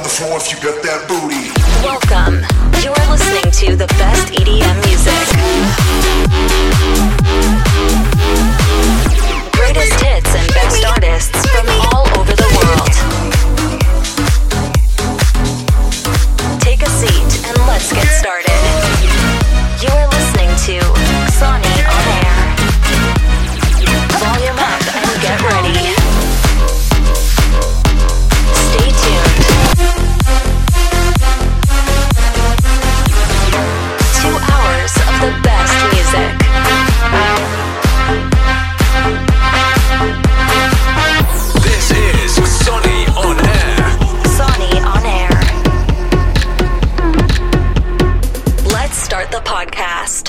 the floor if you got that booty. Welcome. You're listening to the best EDM music. Greatest hits and best artists from all over the world. Take a seat and let's get started. You are listening to Sony On Air. Volume up and get ready. Stay tuned. 2 hours of the best music. This is Sony On Air. Sony On Air. Let's start the podcast.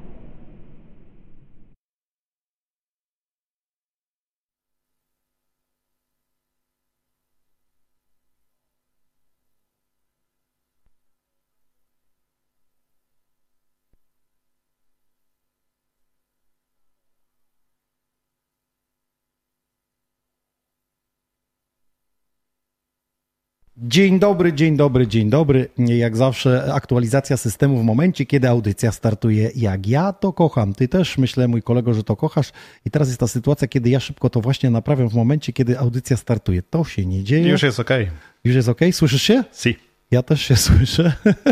Dzień dobry, dzień dobry, dzień dobry. Jak zawsze aktualizacja systemu w momencie, kiedy audycja startuje. Jak ja to kocham, ty też, myślę, mój kolego, że to kochasz. I teraz jest ta sytuacja, kiedy ja szybko to właśnie naprawiam w momencie, kiedy audycja startuje. To się nie dzieje. Już jest okej. Już jest okej? Słyszysz się? Si. Ja też się słyszę.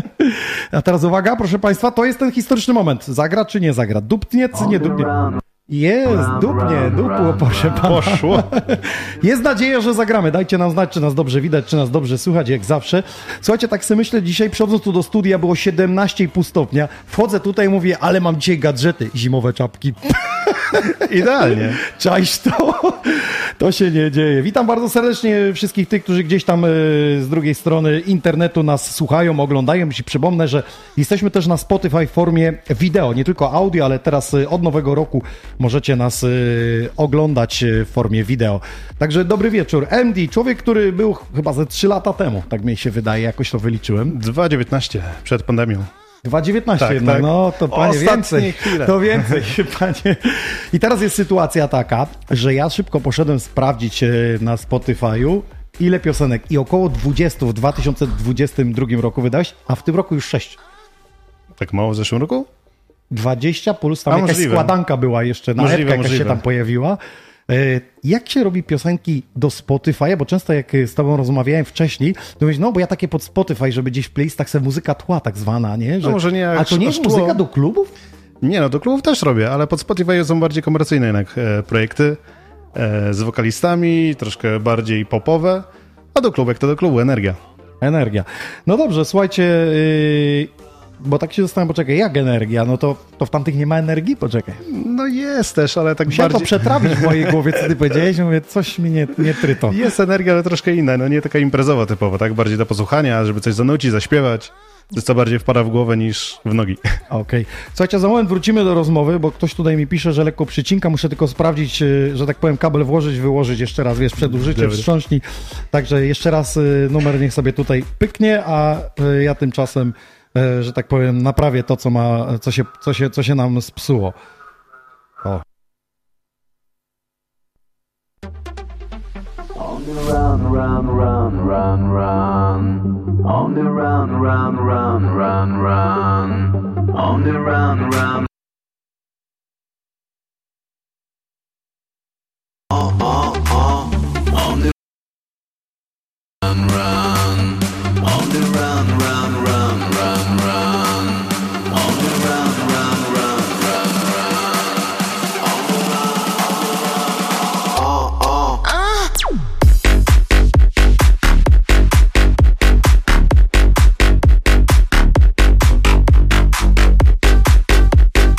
A teraz uwaga, proszę Państwa, to jest ten historyczny moment. Zagra czy nie zagra? Dupnie czy nie dupnie? Jest, dupło, proszę pana. Poszło. Jest nadzieja, że zagramy. Dajcie nam znać, czy nas dobrze widać, czy nas dobrze słychać, jak zawsze. Słuchajcie, tak sobie myślę, dzisiaj przychodząc tu do studia było 17,5 stopnia. Wchodzę tutaj, mówię, ale mam dzisiaj gadżety. Zimowe czapki. Idealnie. Cześć, to się nie dzieje. Witam bardzo serdecznie wszystkich tych, którzy gdzieś tam z drugiej strony internetu nas słuchają, oglądają. I przypomnę, że jesteśmy też na Spotify w formie wideo, nie tylko audio, ale teraz od nowego roku możecie nas oglądać w formie wideo. Także dobry wieczór. MD, człowiek, który był chyba ze 3 lata temu, tak mi się wydaje, jakoś to wyliczyłem. 2,19 przed pandemią. 2,19 tak, jednak, tak. No to panie więcej, chwile. to więcej, panie. I teraz jest sytuacja taka, że ja szybko poszedłem sprawdzić na Spotify'u, ile piosenek i około 20 w 2022 roku wydałeś, a w tym roku już 6. Tak mało w zeszłym roku? 20 plus tam jakaś możliwe. składanka była jeszcze, na Możliwe, jakaś się tam pojawiła. Jak się robi piosenki do Spotify'a? Bo często jak z tobą rozmawiałem wcześniej, to mówisz, no bo ja takie pod Spotify, żeby gdzieś w playlistach sobie muzyka tła tak zwana, nie? Że... No może nie. A to nie jest muzyka do klubów? Nie, no do klubów też robię, ale pod Spotify są bardziej komercyjne jednak projekty z wokalistami, troszkę bardziej popowe, a do klubek to do klubu, energia. No dobrze, słuchajcie, bo tak się zastanawiam, poczekaj, jak energia? No to w tamtych nie ma energii? Poczekaj. No jest też, ale tak Musiałem bardziej... to przetrawić w mojej głowie, co ty powiedziałeś, mówię, coś mi nie tryto. Jest energia, ale troszkę inna, no nie taka imprezowa typowa, tak? Bardziej do posłuchania, żeby coś zanucić, zaśpiewać. To co bardziej wpada w głowę niż w nogi. Okej. Słuchajcie, za moment wrócimy do rozmowy, bo ktoś tutaj mi pisze, że lekko przycinka. Muszę tylko sprawdzić, że tak powiem, kabel włożyć, wyłożyć jeszcze raz, wiesz, przedłużycie, wstrząśnij. Także jeszcze raz numer niech sobie tutaj pyknie, a ja tymczasem, że tak powiem, naprawię to, co się nam spsuło. O. On the run, run, run, run, run. On the run, run, run, run, run. On the run, run. On the run, run. On the run, run, run, run, run. On the run, run, run, run, run. On the run,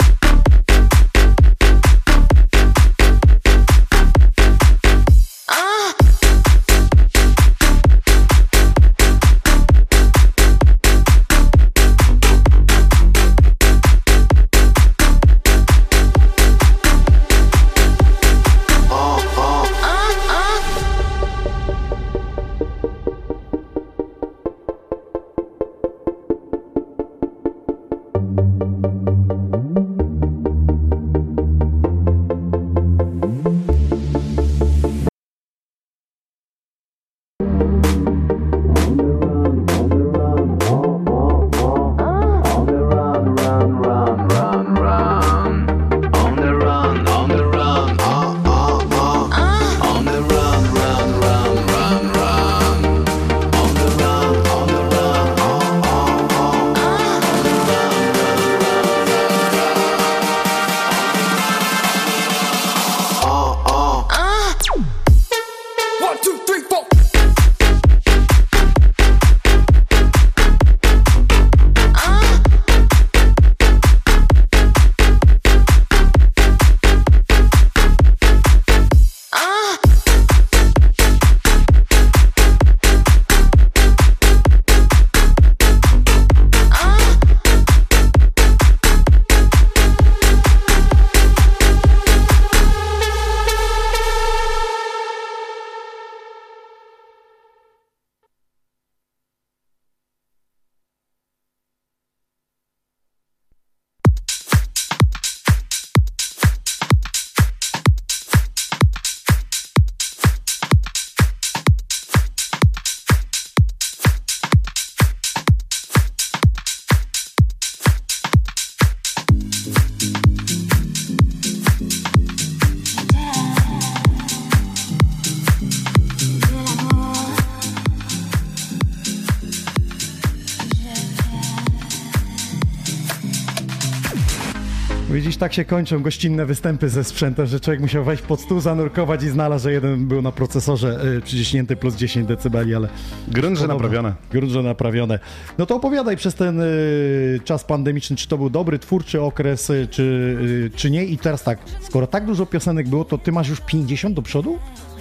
Widzisz, tak się kończą gościnne występy ze sprzętem, że człowiek musiał wejść pod stół, zanurkować i znalazł, że jeden był na procesorze przyciśnięty plus 10 decybeli, ale... Grunże naprawione. Grunże naprawione. No to opowiadaj przez ten czas pandemiczny, czy to był dobry, twórczy okres, czy nie. I teraz tak, skoro tak dużo piosenek było, to ty masz już 50 do przodu?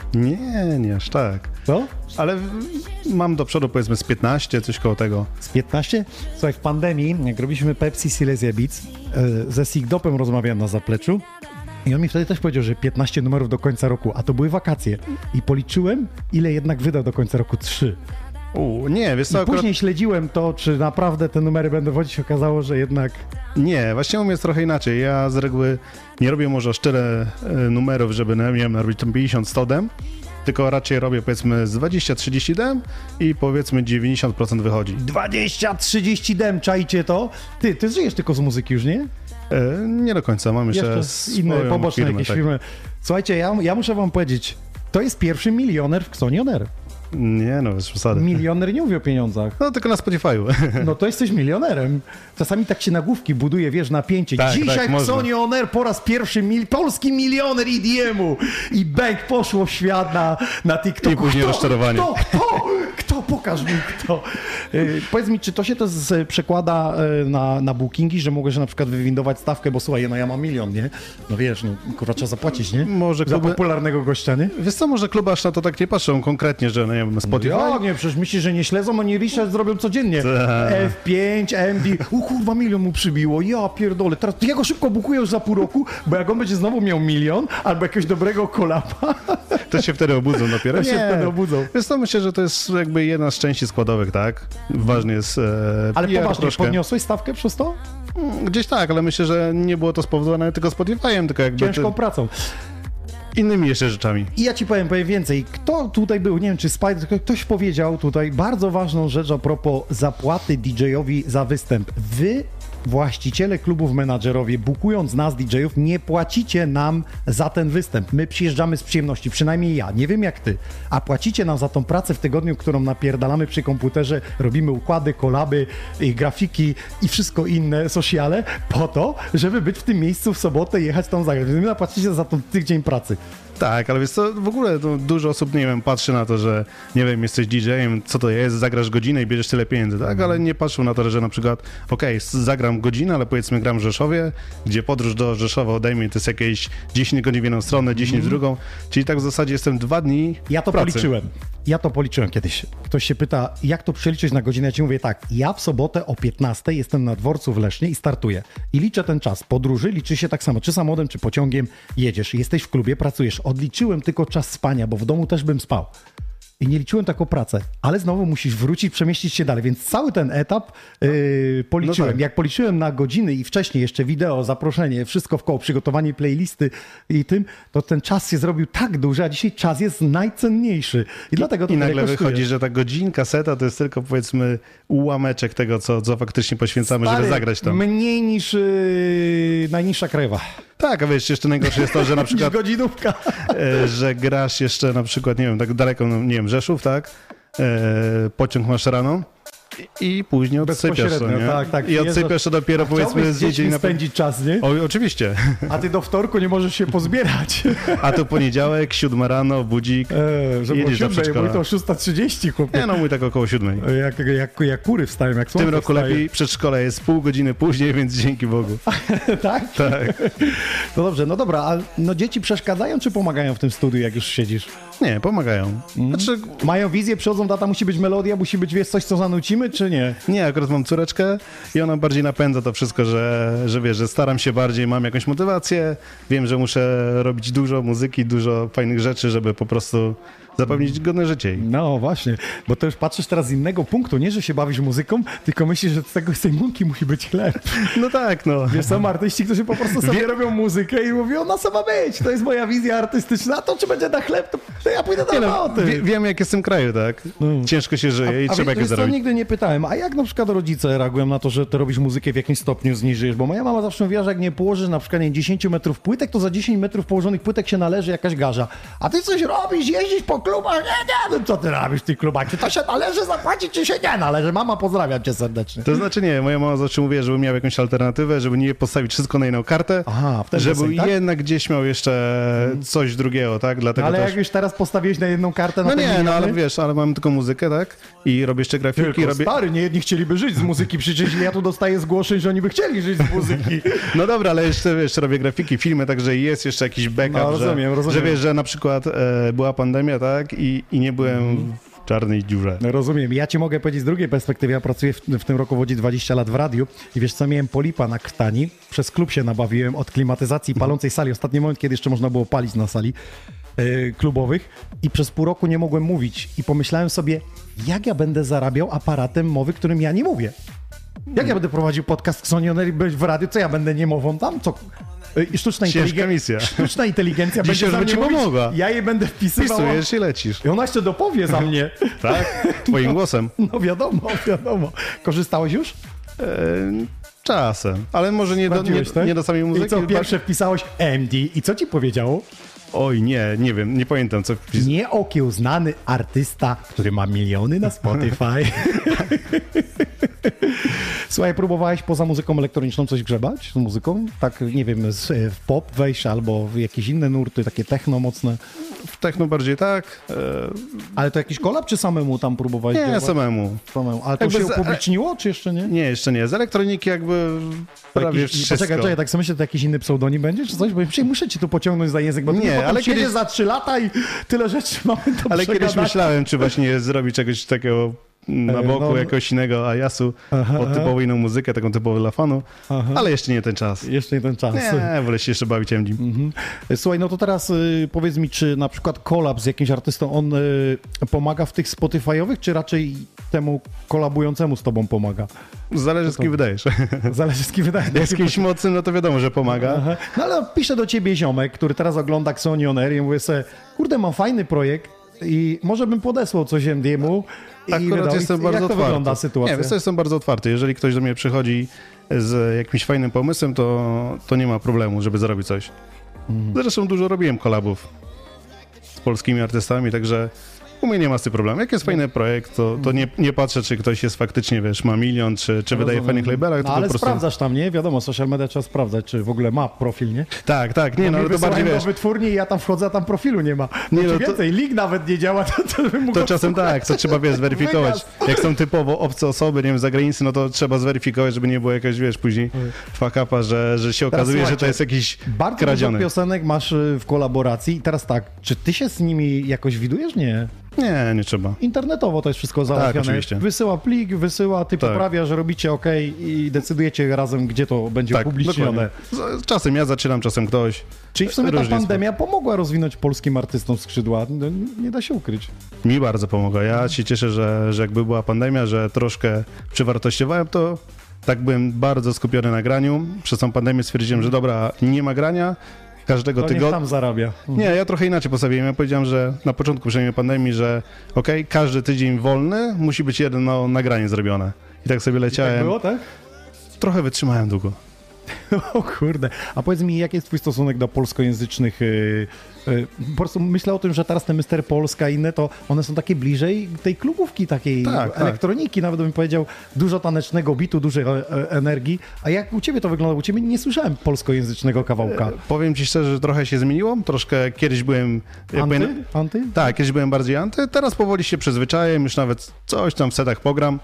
Nie aż tak. Co? Ale mam do przodu powiedzmy z 15, coś koło tego. Z 15? Słuchaj, w pandemii, jak robiliśmy Pepsi Silesia Beats, ze Sigdopem rozmawiałem na zapleczu i on mi wtedy też powiedział, że 15 numerów do końca roku, a to były wakacje. I policzyłem, ile jednak wydał do końca roku. 3. Nie, wiesz co, akurat... Później śledziłem to, czy naprawdę te numery będą wodzić. Okazało, że jednak... Nie, właśnie u mnie jest trochę inaczej. Ja z reguły nie robię może aż tyle numerów, żeby, nie wiem, robić tam 50-100 dem, tylko raczej robię powiedzmy z 20-30 dem i powiedzmy 90% wychodzi. 20-30 dem, czajcie to? Ty żyjesz tylko z muzyki już, nie? Nie do końca, mam jeszcze inne poboczne firmę, jakieś tak. firmy. Słuchajcie, ja muszę wam powiedzieć, to jest pierwszy milioner w Xoni On Air. Nie, no bez przesady. Milioner nie mówi o pieniądzach. No tylko na Spotify'u. No to jesteś milionerem. Czasami tak się nagłówki buduje, wiesz, napięcie. Tak, Dzisiaj tak, w można. Xoni On Air po raz pierwszy polski milioner EDM-u. I bang, poszło w świat na TikToku. I później rozczarowanie. Kto? Pokaż mi kto. Powiedz mi, czy to się przekłada na bookingi, że mogłeś na przykład wywindować stawkę, bo słuchaj, no ja mam milion, nie? No wiesz, no kurwa, trzeba zapłacić, nie? Może za kluby- popularnego gościa, nie? Wiesz co, może kluby aż na to tak nie patrzą konkretnie, że no, nie wiem, Spotify. Ja nie, przecież myślisz, że nie śledzą, oni research zrobią codziennie. Tak. F5, MD, kurwa, milion mu przybiło, ja pierdolę, teraz ja go szybko bukuję już za pół roku, bo jak on będzie znowu miał milion, albo jakiegoś dobrego kolapa, To się wtedy obudzą dopiero. to się wtedy obudzą. Wiesz co, myślę, że to jest jakby jedna z części składowych, tak? Ważny jest Ale PR poważnie, troszkę. podniosłeś stawkę przez to? Gdzieś tak, ale myślę, że nie było to spowodowane tylko Spotify'em, tylko jakby Ciężką pracą. innymi jeszcze rzeczami. I ja ci powiem więcej. Kto tutaj był, nie wiem, czy Spider, ktoś powiedział tutaj bardzo ważną rzecz a propos zapłaty DJ-owi za występ. Wy, właściciele klubów, menadżerowie, bukując nas, DJ-ów, nie płacicie nam za ten występ. My przyjeżdżamy z przyjemności, przynajmniej ja, nie wiem jak ty, a płacicie nam za tą pracę w tygodniu, którą napierdalamy przy komputerze, robimy układy, kolaby, grafiki i wszystko inne, sociale, po to, żeby być w tym miejscu w sobotę i jechać tam zagrać. Wy napłacicie za ten tydzień pracy. Tak, ale wiesz co, w ogóle to dużo osób, nie wiem, patrzy na to, że nie wiem, jesteś DJ-em, co to jest, zagrasz godzinę i bierzesz tyle pieniędzy, tak? Ale nie patrzą na to, że na przykład, okej, zagram godzinę, ale powiedzmy gram w Rzeszowie, gdzie podróż do Rzeszowa ode mnie to jest jakieś 10 godzin w jedną stronę, 10 w drugą, czyli tak w zasadzie jestem 2 dni Ja to w pracy. policzyłem. Ja to policzyłem kiedyś. Ktoś się pyta, jak to przeliczyć na godzinę? Ja ci mówię tak, ja w sobotę o 15 jestem na dworcu w Lesznie i startuję. I liczę ten czas podróży, liczy się tak samo, czy samochodem, czy pociągiem jedziesz, jesteś w klubie, pracujesz. Odliczyłem tylko czas spania, bo w domu też bym spał. I nie liczyłem taką pracę, ale znowu musisz wrócić, przemieścić się dalej, więc cały ten etap policzyłem. No tak. Jak policzyłem na godziny i wcześniej jeszcze wideo, zaproszenie, wszystko w koło, przygotowanie playlisty i tym, to ten czas się zrobił tak duży, a dzisiaj czas jest najcenniejszy. I dlatego to I tyle nagle kosztuje. wychodzi, że ta godzinka seta to jest tylko powiedzmy ułameczek tego, co faktycznie poświęcamy, żeby zagrać tam. Mniej niż najniższa krajowa. Tak, a wiesz, jeszcze najgorsze jest to, że na Niż przykład godzinówka. że grasz jeszcze na przykład, nie wiem, tak daleko, no, nie wiem, Rzeszów, tak? Pociąg masz rano i później odsypiasz, to, Bezpośrednio, nie? tak. I odsypiasz to dopiero Chciałbyś powiedzmy z z dzień dziećmi na spędzić czas, nie? Oj, oczywiście. A ty do wtorku nie możesz się pozbierać. A tu poniedziałek, 7 rano, budzik, Żeby o jedziesz do 7, bo przedszkola. to o 6:30, chłopie. Nie no, mój tak około 7. Jak kury wstają, jak W słońce tym roku wstaje. lepiej przedszkole jest pół godziny później, więc dzięki Bogu. Tak? Tak. No dobrze, no dobra, a no dzieci przeszkadzają czy pomagają w tym studiu, jak już siedzisz? Nie, pomagają. Znaczy, Mają wizję, przychodzą, tata, musi być melodia, musi być, wiesz, coś, co zanucimy, czy nie? nie, akurat mam córeczkę i ona bardziej napędza to wszystko, że wiesz, że staram się bardziej, mam jakąś motywację, wiem, że muszę robić dużo muzyki, dużo fajnych rzeczy, żeby po prostu zapewnić godne życie jej. No właśnie, bo to już patrzysz teraz z innego punktu, nie, że się bawisz muzyką, tylko myślisz, że z tej mąki musi być chleb. No tak, no. Wiesz, są artyści, którzy po prostu sobie Wie- robią muzykę i mówią, ona sama być, to jest moja wizja artystyczna, a to czy będzie na chleb, to ja pójdę Nie na no, roboty. wiem jak jest w tym kraju, tak? Ciężko się żyje i trzeba wiesz, jakieś co, zarobić. nigdy pytałem, a jak na przykład rodzice reagują na to, że ty robisz muzykę w jakimś stopniu z niej żyjesz? Bo moja mama zawsze mówiła, że jak nie położysz na przykład nie, 10 metrów płytek, to za 10 metrów położonych płytek się należy jakaś garza. A ty coś robisz, jeździsz po klubach, nie wiem co ty robisz w tych klubach. Czy to się należy zapłacić, czy się nie należy? Mama, pozdrawiam cię serdecznie. To znaczy nie, moja mama zawsze mówiła, żeby miał jakąś alternatywę, żeby nie postawić wszystko na jedną kartę, Aha, w ten żeby deseń, tak? jednak gdzieś miał jeszcze coś drugiego, tak? Dlatego Ale też... jak już teraz postawiłeś na jedną kartę na No te nie, miliony, no ale wiesz, ale mam tylko muzykę, tak? I robię jeszcze grafiki, tylko robię... stary, nie jedni chcieliby żyć z muzyki, przecież ja tu dostaję zgłoszeń, że oni by chcieli żyć z muzyki. No dobra, ale jeszcze robię grafiki, filmy, także jest jeszcze jakiś backup, No, rozumiem. że wiesz, że na przykład była pandemia, tak? I nie byłem w czarnej dziurze. Rozumiem. Ja ci mogę powiedzieć z drugiej perspektywy. Ja pracuję w tym roku w Łodzi 20 lat w radiu i wiesz co, miałem polipa na krtani. Przez klub się nabawiłem od klimatyzacji palącej sali. Ostatni moment, kiedy jeszcze można było palić na sali klubowych i przez pół roku nie mogłem mówić. I pomyślałem sobie, jak ja będę zarabiał aparatem mowy, którym ja nie mówię. Jak ja będę prowadził podcast Xonioner być w radiu? Co ja będę niemową tam? Co? Sztuczna Ciężka misja. Sztuczna inteligencja Dzisiaj będzie za by mnie ci mówić. pomogła. Ja jej będę wpisywał. Wpisujesz i lecisz. I ona jeszcze dopowie za mnie. Tak? Twoim głosem. No wiadomo. Korzystałeś już? Czasem. Ale może nie do, Sprawdziłeś, tak? nie do samej muzyki. I co, pierwsze wpisałeś MD i co ci powiedziało? Oj, nie wiem, nie pamiętam co wpis... Nieokiełznany artysta, który ma miliony na Spotify. Słuchaj, próbowałeś poza muzyką elektroniczną coś grzebać z muzyką? Tak, nie wiem, w pop wejść albo w jakieś inne nurty, takie techno mocne. W techno bardziej tak. Ale to jakiś kolab, czy samemu tam próbowałeś Nie, grzebać? samemu. Ale to Jakby się upubliczniło, czy jeszcze nie? Nie, jeszcze nie. Z elektroniki jakby prawie Jakiś, wszystko. Poczekaj, tak sobie myślę, to jakiś inny pseudonim będzie, czy coś? Bo muszę ci tu pociągnąć za język, bo ty Nie, nie, ale ale kiedyś- za 3 lata i tyle rzeczy mamy do Ale kiedyś przegadania. myślałem, czy właśnie zrobić czegoś takiego na boku, no. jakiegoś innego ajasu, pod typową inną muzykę, taką typową dla fanu, ale jeszcze nie ten czas. Jeszcze nie ten czas. Nie, wolę się jeszcze bawić MD. Słuchaj, no to teraz powiedz mi, czy na przykład kolab z jakimś artystą, on pomaga w tych Spotify'owych, czy raczej temu kolabującemu z tobą pomaga? Zależy z kim wydajesz. Zależy z kim wydaje. Jak z kimś mocnym, no to wiadomo, że pomaga. Aha. No ale pisze do ciebie ziomek, który teraz ogląda Xonioner i mówię sobie, kurde, mam fajny projekt i może bym podesłał coś MD-mu. Akurat jestem bardzo jak to otwarty. wygląda sytuacja? Nie, wiesz co, jestem bardzo otwarty. Jeżeli ktoś do mnie przychodzi z jakimś fajnym pomysłem, to nie ma problemu, żeby zrobić coś. Zresztą dużo robiłem kolabów z polskimi artystami, także u mnie nie ma z tym problemu. Jak jest fajny projekt, to nie patrzę, czy ktoś jest faktycznie, wiesz, ma milion, czy wydaje w fajnych labelach, No, to ale po prostu... sprawdzasz tam, nie? Wiadomo, social media trzeba sprawdzać, czy w ogóle ma profil, nie? Tak, nie, no ale to bardziej, wiesz, do wytwórni i ja tam wchodzę, a tam profilu nie ma. Nie, Czy no to- więcej, link nawet nie działa, to bym mógł to czasem tak, to trzeba, wiesz, zweryfikować. Wyjazd. Jak są typowo obce osoby, nie wiem, z zagranicy, no to trzeba zweryfikować, żeby nie było jakaś, wiesz, później fuck upa, że się okazuje, że to słuchajcie, jest jakiś Bardzo kradziony. dużo piosenek masz w kolaboracji i teraz tak, czy ty się z nimi jakoś widujesz? Nie. Nie trzeba. Internetowo to jest wszystko załatwiane. oczywiście. Wysyła plik, ty Tak. poprawiasz, robicie OK i decydujecie razem, gdzie to będzie upublicznione. dokładnie. Czasem ja zaczynam, czasem ktoś. Czyli w sumie ta Różnie pandemia pomogła rozwinąć polskim artystom skrzydła. No, nie da się ukryć. Mi bardzo pomogła. Ja się cieszę, że jakby była pandemia, że troszkę przywartościowałem to. Tak byłem bardzo skupiony na graniu. Przez tą pandemię stwierdziłem, że dobra, nie ma grania. Każdego To niech tygodnia. tam zarabia. Nie, ja trochę inaczej postawiłem. Ja powiedziałem, że na początku przynajmniej pandemii, że każdy tydzień wolny musi być jedno nagranie zrobione. I tak sobie leciałem. Tak było, tak? Trochę wytrzymałem długo. O kurde. A powiedz mi, jaki jest twój stosunek do polskojęzycznych... po prostu myślę o tym, że teraz te Mr. Polska i inne, to one są takie bliżej tej klubówki takiej Tak, elektroniki, nawet bym powiedział, dużo tanecznego bitu, dużej energii. A jak u ciebie to wygląda? U ciebie nie słyszałem polskojęzycznego kawałka. Powiem ci szczerze, że trochę się zmieniło. Troszkę kiedyś byłem... Anty? Tak, kiedyś byłem bardziej anty. Teraz powoli się przyzwyczaiłem, już nawet coś tam w setach pogram.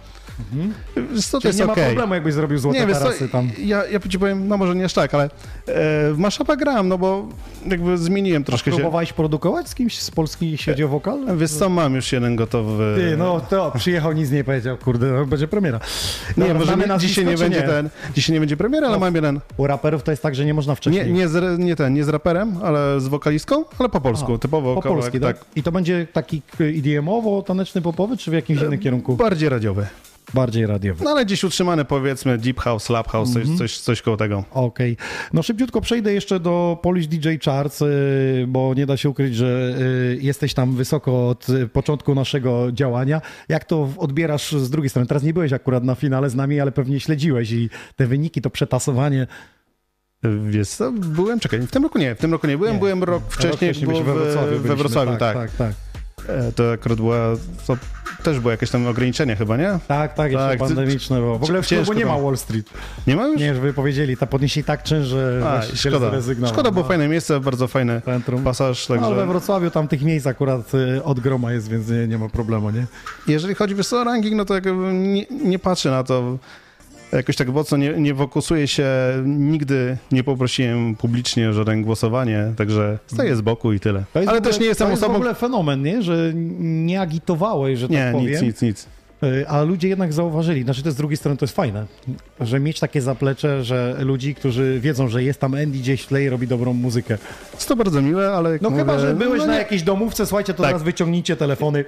To Czyli jest nie ma okej. problemu, jakbyś zrobił złote wiesz co, tarasy tam. ja ci powiem, no może nie aż tak, ale w Mashapa grałem, no bo jakby zmieniłem troszkę się. Próbowałeś produkować z kimś z Polski, jeśli chodzi o wokal? Wiesz co, mam już jeden gotowy. Ty, no to przyjechał, nic nie powiedział, kurde, no, będzie premiera. Nie, Dobra, może znamy nie, nazwisko, dzisiaj nie czy będzie dzisiaj nie będzie premiery, ale mam jeden. U raperów to jest tak, że nie można wcześniej. Nie z raperem, ale z wokalistką, ale po polsku, typowo Po polski, tak? I to będzie taki EDM-owo, taneczny, popowy, czy w jakimś innym kierunku? Bardziej radziowy. Bardziej radiowy. No ale gdzieś utrzymane, powiedzmy, deep house, slap house, coś koło tego. Okej. No szybciutko przejdę jeszcze do Polish DJ Charts, bo nie da się ukryć, że jesteś tam wysoko od początku naszego działania. Jak to odbierasz z drugiej strony? Teraz nie byłeś akurat na finale z nami, ale pewnie śledziłeś i te wyniki, to przetasowanie. Wiesz co, czekaj, w tym roku nie byłem, byłem rok wcześniej, było we Wrocławiu, tak. To akurat to też było jakieś tam ograniczenie chyba, nie? Tak, jeszcze pandemiczne było. W ogóle w klubu nie ma Wall Street. Nie ma już? Nie, już powiedzieli, podnieśli tak czyn, że właściciel zrezygnował. Szkoda, bo fajne miejsce, bardzo fajny centrum. Pasaż. Także... Ale we Wrocławiu tam tych miejsc akurat od groma jest, więc nie ma problemu, nie? Jeżeli chodzi o ranking, no to jakby nie patrzę na to jakoś tak mocno, nie fokusuję się, nigdy nie poprosiłem publicznie o żadne głosowanie, także stoję z boku i tyle. Ale też nie jestem osobą... To jest w ogóle fenomen, nie? Że nie agitowałeś, że tak powiem. Nic. A ludzie jednak zauważyli, znaczy to z drugiej strony to jest fajne, że mieć takie zaplecze, że ludzi, którzy wiedzą, że jest tam Andy gdzieś w tle i robi dobrą muzykę. Jest to bardzo miłe, ale... No mówię, chyba, że byłeś na jakiejś domówce, słuchajcie, to teraz wyciągnijcie telefony.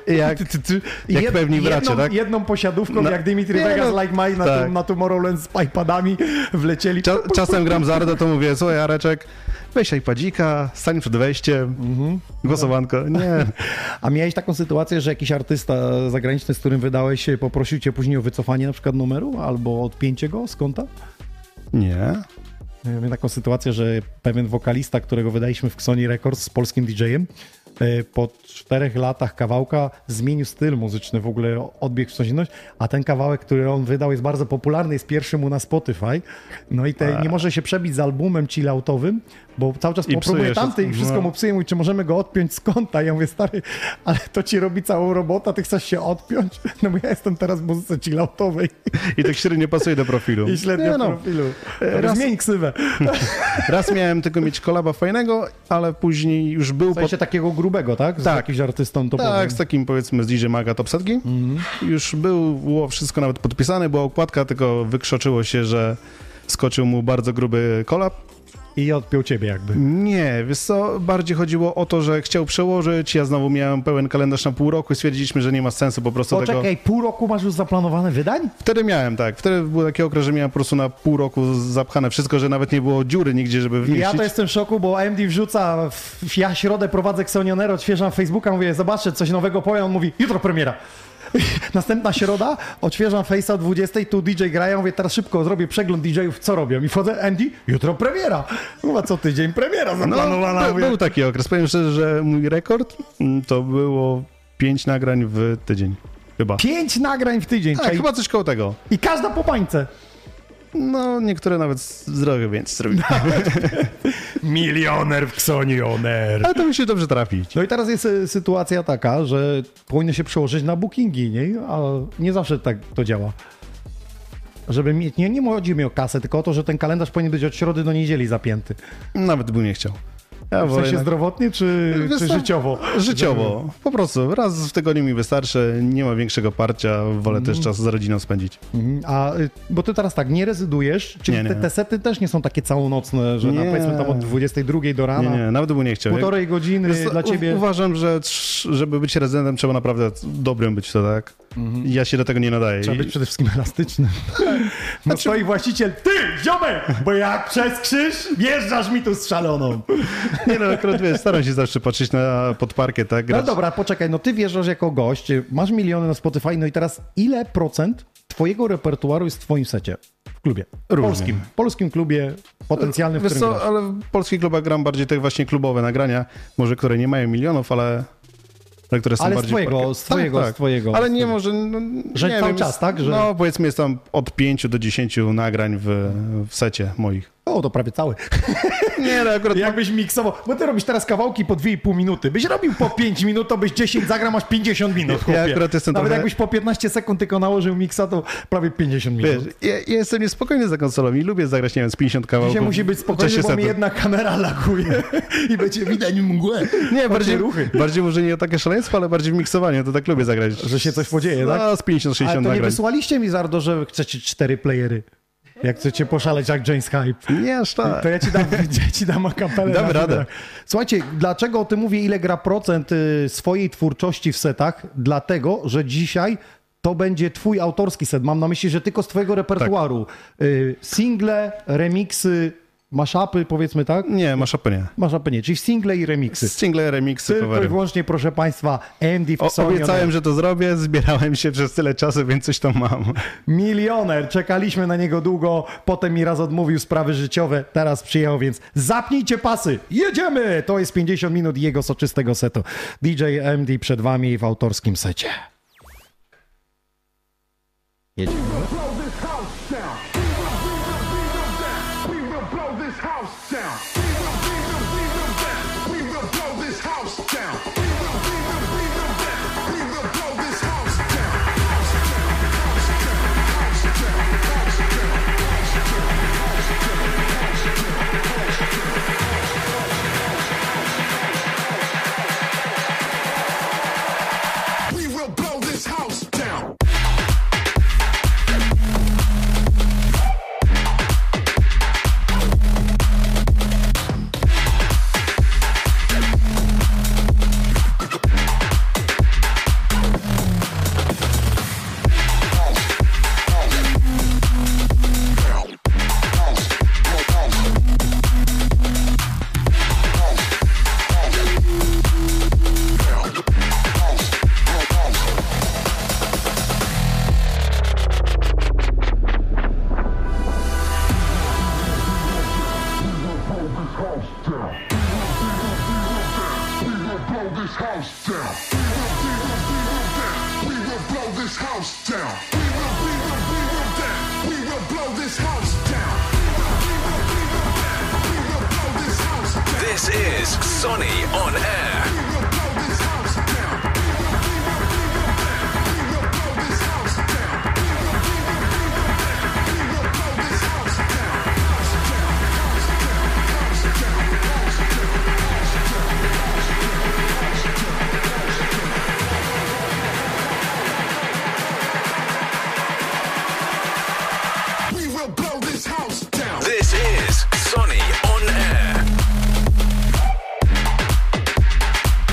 Jak pewni bracia, tak? Jedną posiadówką, jak Dimitri Vegas, Like Mike na Tomorrowland z iPadami wlecieli. Czasem gram Zarda, to mówię, słuchaj Areczek, weź iPadzika, stań przed wejściem, głosowanko. Nie. A miałeś taką sytuację, że jakiś artysta zagraniczny, z którym wydałeś, poprosił cię później o wycofanie na przykład numeru albo odpięcie go z konta? Nie. Miałem taką sytuację, że pewien wokalista, którego wydaliśmy w Sony Records z polskim DJ-em, po 4 latach kawałka zmienił styl muzyczny, w ogóle odbiegł w coś inność, a ten kawałek, który on wydał, jest bardzo popularny, jest pierwszy mu na Spotify, no i nie może się przebić z albumem chilloutowym, bo cały czas poprobuje tamty i wszystko mu psuje, mówi, czy możemy go odpiąć z konta? Ja mówię, stary, ale to ci robi całą robotę, ty chcesz się odpiąć? No bo ja jestem teraz w muzyce chilloutowej. I tak średnio pasuje do profilu. I średnio profilu. Zmień ksywę. Raz miałem tylko mieć kolaba fajnego, ale później już był... W sensie takiego grubego, tak? Z jakimś artystą topowym. Tak, z takim powiedzmy z DJ Maga Top Setki. Już było wszystko nawet podpisane, była okładka, tylko wykrzoczyło się, że skoczył mu bardzo gruby kolab. I odpiął ciebie jakby. Nie, wiesz co, bardziej chodziło o to, że chciał przełożyć, ja znowu miałem pełen kalendarz na pół roku i stwierdziliśmy, że nie ma sensu po prostu tego... Poczekaj, pół roku masz już zaplanowane wydań? Wtedy miałem, tak. Wtedy był taki okres, że miałem po prostu na pół roku zapchane wszystko, że nawet nie było dziury nigdzie, żeby wmieścić. Ja to jestem w szoku, bo AMD wrzuca, ja środę prowadzę Xonioner, odświeżam Facebooka, mówię, zobaczcie, coś nowego powiem, on mówi, jutro premiera. Następna środa, odświeżam Face'a o 20, tu DJ grają, mówię, teraz szybko zrobię przegląd DJ-ów, co robią. I wchodzę, Andy, jutro premiera. Chyba co tydzień premiera zaplanowana. No, był taki okres. Powiem szczerze, że mój rekord to było 5 nagrań w tydzień. Chyba. 5 nagrań w tydzień. Tak, chyba coś koło tego. I każda po pańce. No, niektóre nawet zdrowie więcej zrobili. Milioner w Xonioner. Ale to musi dobrze trafić. No i teraz jest sytuacja taka, że powinno się przełożyć na bookingi, nie? A nie zawsze tak to działa. Żeby mieć, nie chodzi mi o kasę, tylko o to, że ten kalendarz powinien być od środy do niedzieli zapięty. Nawet bym nie chciał. Ja w sensie zdrowotnie, czy życiowo? Życiowo. Po prostu. Raz w tygodniu mi wystarczy, nie ma większego parcia, wolę też czas z rodziną spędzić. A, bo ty teraz tak, nie rezydujesz, czyli te sety też nie są takie całonocne, że powiedzmy tam od 22 do rana. Nie, nawet bym nie chciał. 1,5 godziny dla ciebie. Uważam, że żeby być rezydentem, trzeba naprawdę dobrym być, to tak? Ja się do tego nie nadaję. Trzeba być przede wszystkim elastycznym. No stoi właściciel, ty, ziomek, bo jak przez krzyż wjeżdżasz mi tu z szaloną. Nie no, akurat wiesz, staram się zawsze patrzeć pod parkiet, tak? No dobra, poczekaj, no ty wjeżdżasz jako gość, masz miliony na Spotify, no i teraz ile procent twojego repertuaru jest w twoim secie w klubie? Polskim klubie potencjalnym, w którym grasz. Ale w polskich klubach gram bardziej te właśnie klubowe nagrania, może które nie mają milionów, ale które są bardziej... z twojego. Ale nie może... No, że nie cały wiem, czas, tak? Że... No powiedzmy jest tam od 5 do 10 nagrań w secie moich. O, to prawie cały. Nie, no akurat... Jakbyś miksował, bo ty robisz teraz kawałki po 2,5 minuty. Byś robił po 5 minut, to byś 10 zagra, masz 50 minut, chłopie. Ja akurat jestem Nawet trochę... jakbyś po 15 sekund tylko nałożył miksa, to prawie 50 minut. Wiesz, ja jestem niespokojny za konsolą i lubię zagrać, nie wiem, z 50 kawałków. Dzisiaj musi być spokojny, bo mi jedna kamera laguje i będzie widać mgłę. Nie, bardziej może nie o takie szaleństwo, ale bardziej w miksowaniu, to tak lubię zagrać. Że się coś podzieje, tak? No, z 50-60 nagrań. Ale to nie wysłaliście mi, Zardo, że chcecie 4 playery. Jak chcecie poszaleć jak James Hype. Nie, aż tak. To ja ci dam akapelę. Damy radę. Słuchajcie, dlaczego o tym mówię, ile gra procent swojej twórczości w setach? Dlatego, że dzisiaj to będzie twój autorski set. Mam na myśli, że tylko z twojego repertuaru. Single, remiksy, mashupy, powiedzmy tak? Nie, mashupy nie. Mashupy nie, czyli single i remiksy. Single, remiksy, Tylko i covery. wyłącznie, proszę państwa, AMD w Sony. Obiecałem, że to zrobię, zbierałem się przez tyle czasu, więc coś tam mam. Milioner, czekaliśmy na niego długo, potem mi raz odmówił sprawy życiowe, teraz przyjechał, więc zapnijcie pasy, jedziemy! To jest 50 minut jego soczystego setu. DJ AMD przed wami w autorskim secie. Jedziemy. Blow this house down. We will blow this house down. We will blow this house down. We will blow this house down. We will blow this house down. This is Sonny on Air. This is Sonny on Air.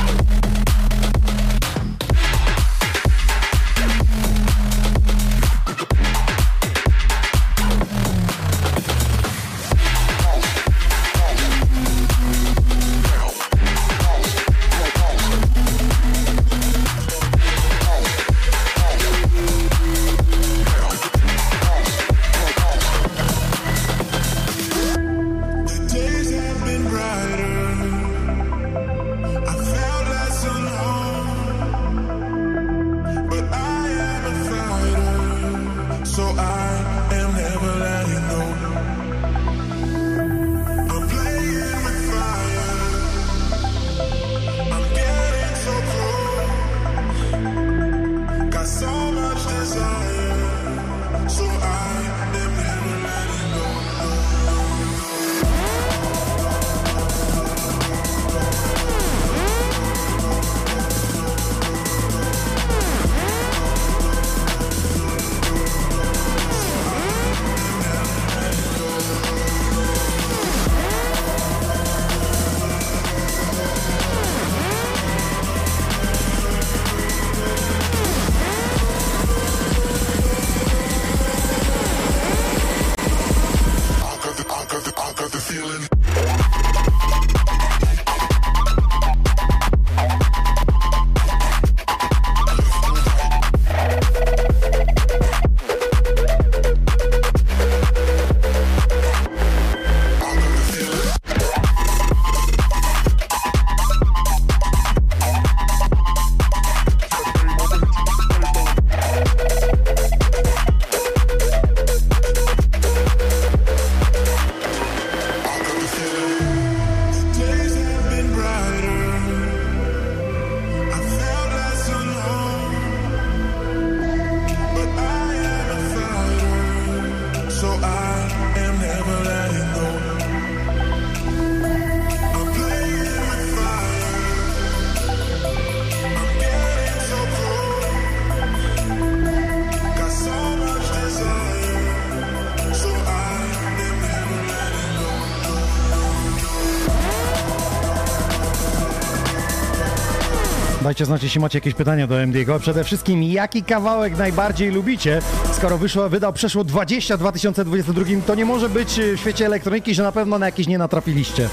Dajcie znać, jeśli macie jakieś pytania do MD'ego. A przede wszystkim, jaki kawałek najbardziej lubicie? Skoro przeszło 20 w 2022, to nie może być w świecie elektroniki, że na pewno na jakiś nie natrafiliście.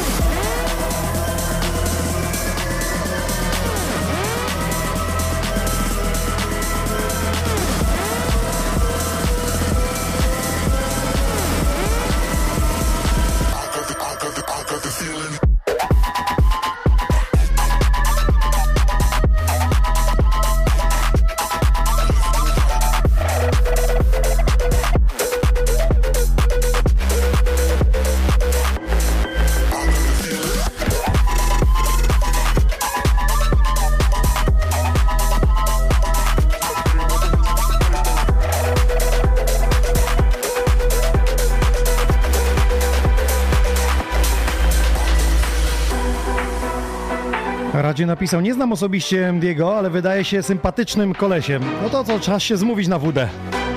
I got the feeling. Radzie napisał, nie znam osobiście MD'ego, ale wydaje się sympatycznym kolesiem. No to co, czas się zmówić na WD.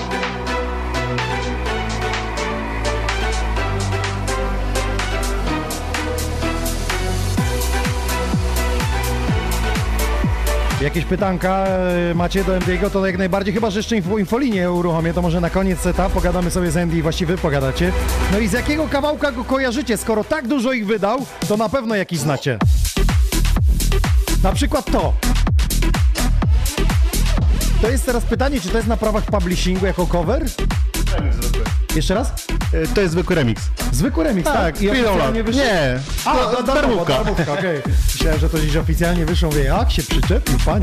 Jakieś pytanka macie do MD'ego, to jak najbardziej, chyba że jeszcze infolinię uruchomię, to może na koniec seta pogadamy sobie z MD i właściwie pogadacie. No i z jakiego kawałka go kojarzycie? Skoro tak dużo ich wydał, to na pewno jakiś znacie. Na przykład to. To jest teraz pytanie, czy to jest na prawach publishingu jako cover? Jeszcze raz? To jest zwykły remix. Zwykły remix, tak? I oficjalnie wyszło? Nie. Darmówka, okej. Myślałem, że to gdzieś oficjalnie wyszło. Wie, jak się przyczepił, panie.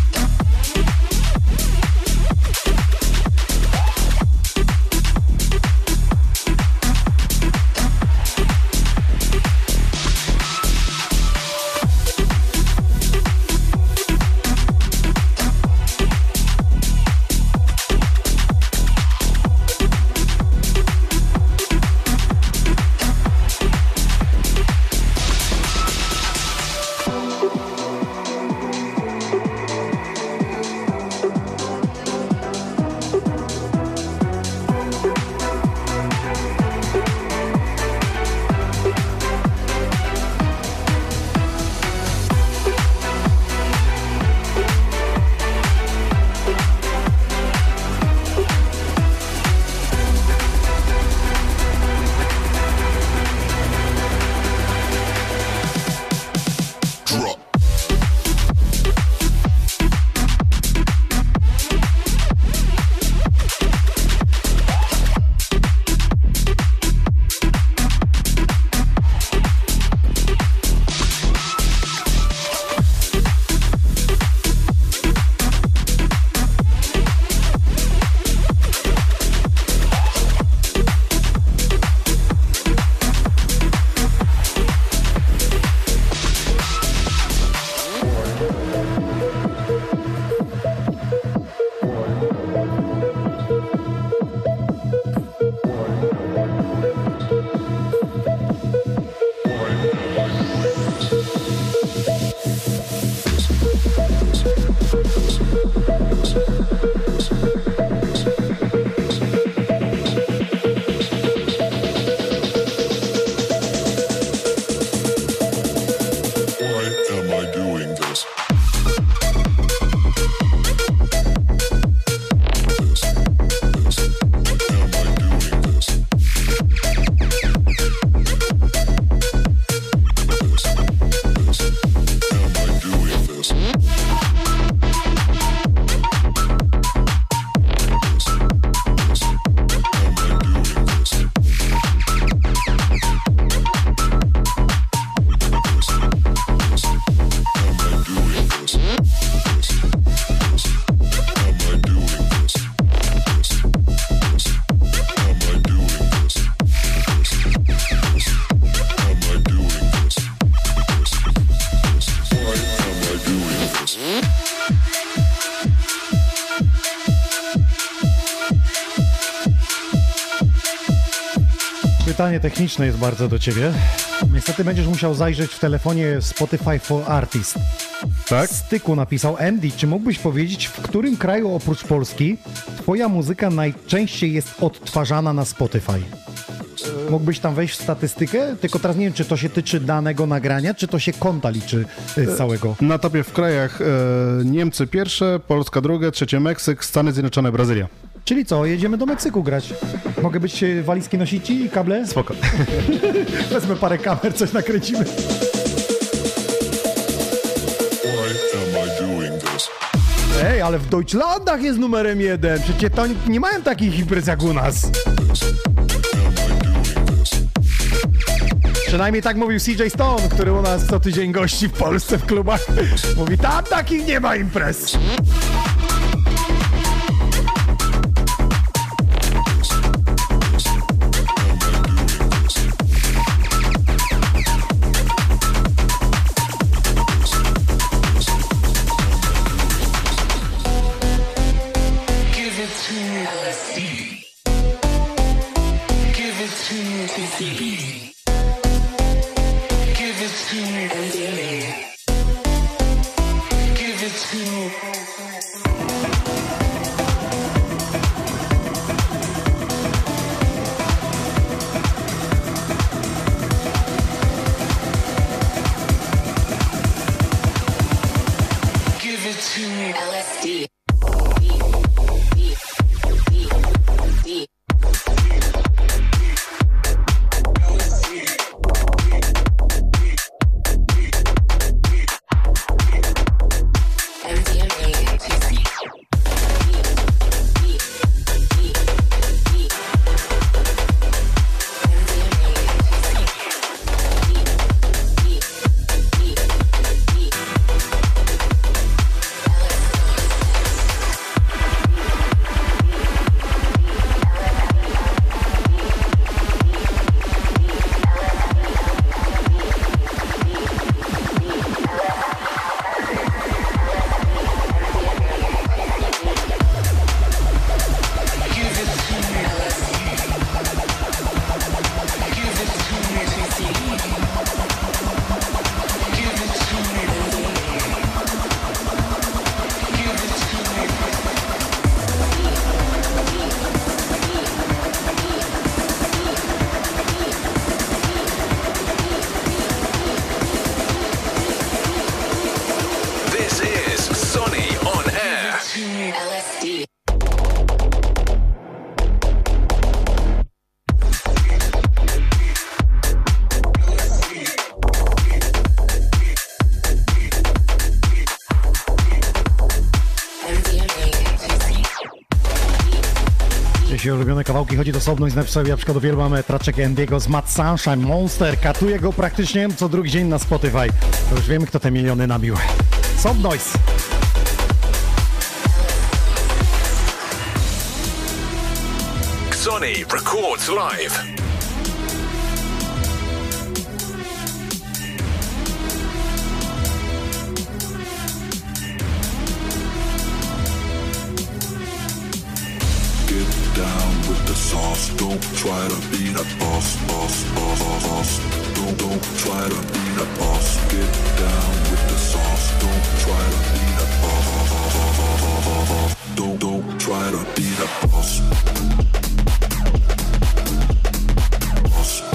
Pytanie techniczne jest bardzo do ciebie. Niestety będziesz musiał zajrzeć w telefonie Spotify for Artists. Tak? Styku napisał, Andy, czy mógłbyś powiedzieć, w którym kraju oprócz Polski twoja muzyka najczęściej jest odtwarzana na Spotify? Mógłbyś tam wejść w statystykę? Tylko teraz nie wiem, czy to się tyczy danego nagrania, czy to się konta liczy całego. Na topie w krajach Niemcy pierwsze, Polska drugie, trzecie Meksyk, Stany Zjednoczone, Brazylia. Czyli co, jedziemy do Meksyku grać. Mogę być walizki nosić i kable? Spoko. Wezmę parę kamer, coś nakręcimy. Why am I doing this? Ej, ale w Deutschlandach jest numerem 1. Przecież to nie mają takich imprez jak u nas. Przynajmniej tak mówił CJ Stone, który u nas co tydzień gości w Polsce w klubach. Mówi, tam takich nie ma imprez. Jeśli ulubione kawałki chodzi osobność, znaczy sobie na przykład uwielbiam traczek Andiego z Mad Sunshine Monster. Katuję go praktycznie co drugi dzień na Spotify. To już wiemy, kto te miliony nabił. Soft Noise. Sony records live. Down with the sauce. Don't try to be the boss, boss, boss, boss. Don't try to be the boss. Get down with the sauce. Don't try to be the boss. Don't try to be the boss. Boss.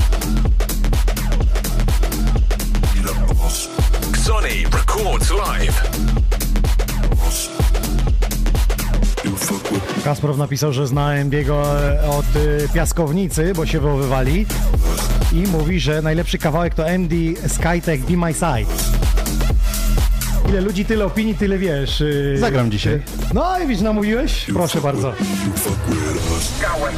Be the boss. Sony records live. Boss. You fuck with Kasprow napisał, że zna Andiego od piaskownicy, bo się wywoływali i mówi, że najlepszy kawałek to Andy Skytech Be My Side. Ile ludzi, tyle opinii, tyle wiesz. Zagram dzisiaj. No i widzisz, namówiłeś? Proszę bardzo. you fuck with us.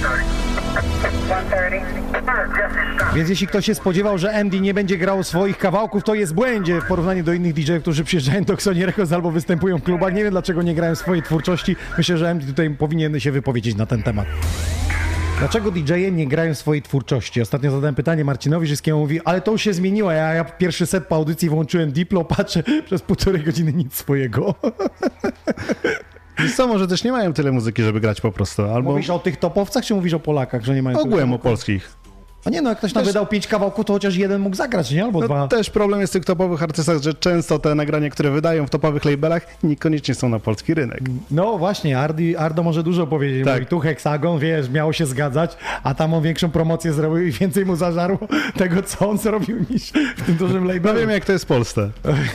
Więc jeśli ktoś się spodziewał, że Andy nie będzie grał swoich kawałków, to jest w błędzie w porównaniu do innych DJ-ów, którzy przyjeżdżają do Sony Records albo występują w klubach. Nie wiem, dlaczego nie grają swojej twórczości. Myślę, że Andy tutaj powinien się wypowiedzieć na ten temat. Dlaczego DJ-e nie grają swojej twórczości? Ostatnio zadałem pytanie Marcinowi Żyskiemu, mówi, ale to już się zmieniło. Ja pierwszy set po audycji włączyłem Diplo, patrzę przez 1,5 godziny nic swojego. Wiesz co, może też nie mają tyle muzyki, żeby grać po prostu. Albo Mówisz o tych topowcach, czy mówisz o Polakach, że nie mają... ogółem o polskich. A nie no, jak ktoś tam wydał 5 kawałków, to chociaż jeden mógł zagrać, nie? Albo No, dwa. też problem jest w tych topowych artystach, że często te nagrania, które wydają w topowych labelach, niekoniecznie są na polski rynek. No właśnie, Ardo może dużo powiedzieć. Tak. Mówi, tu Heksagon, wiesz, miało się zgadzać, a tam on większą promocję zrobił i więcej mu zażarło tego, co on zrobił niż w tym dużym No labelu. wiem, jak to jest w Polsce.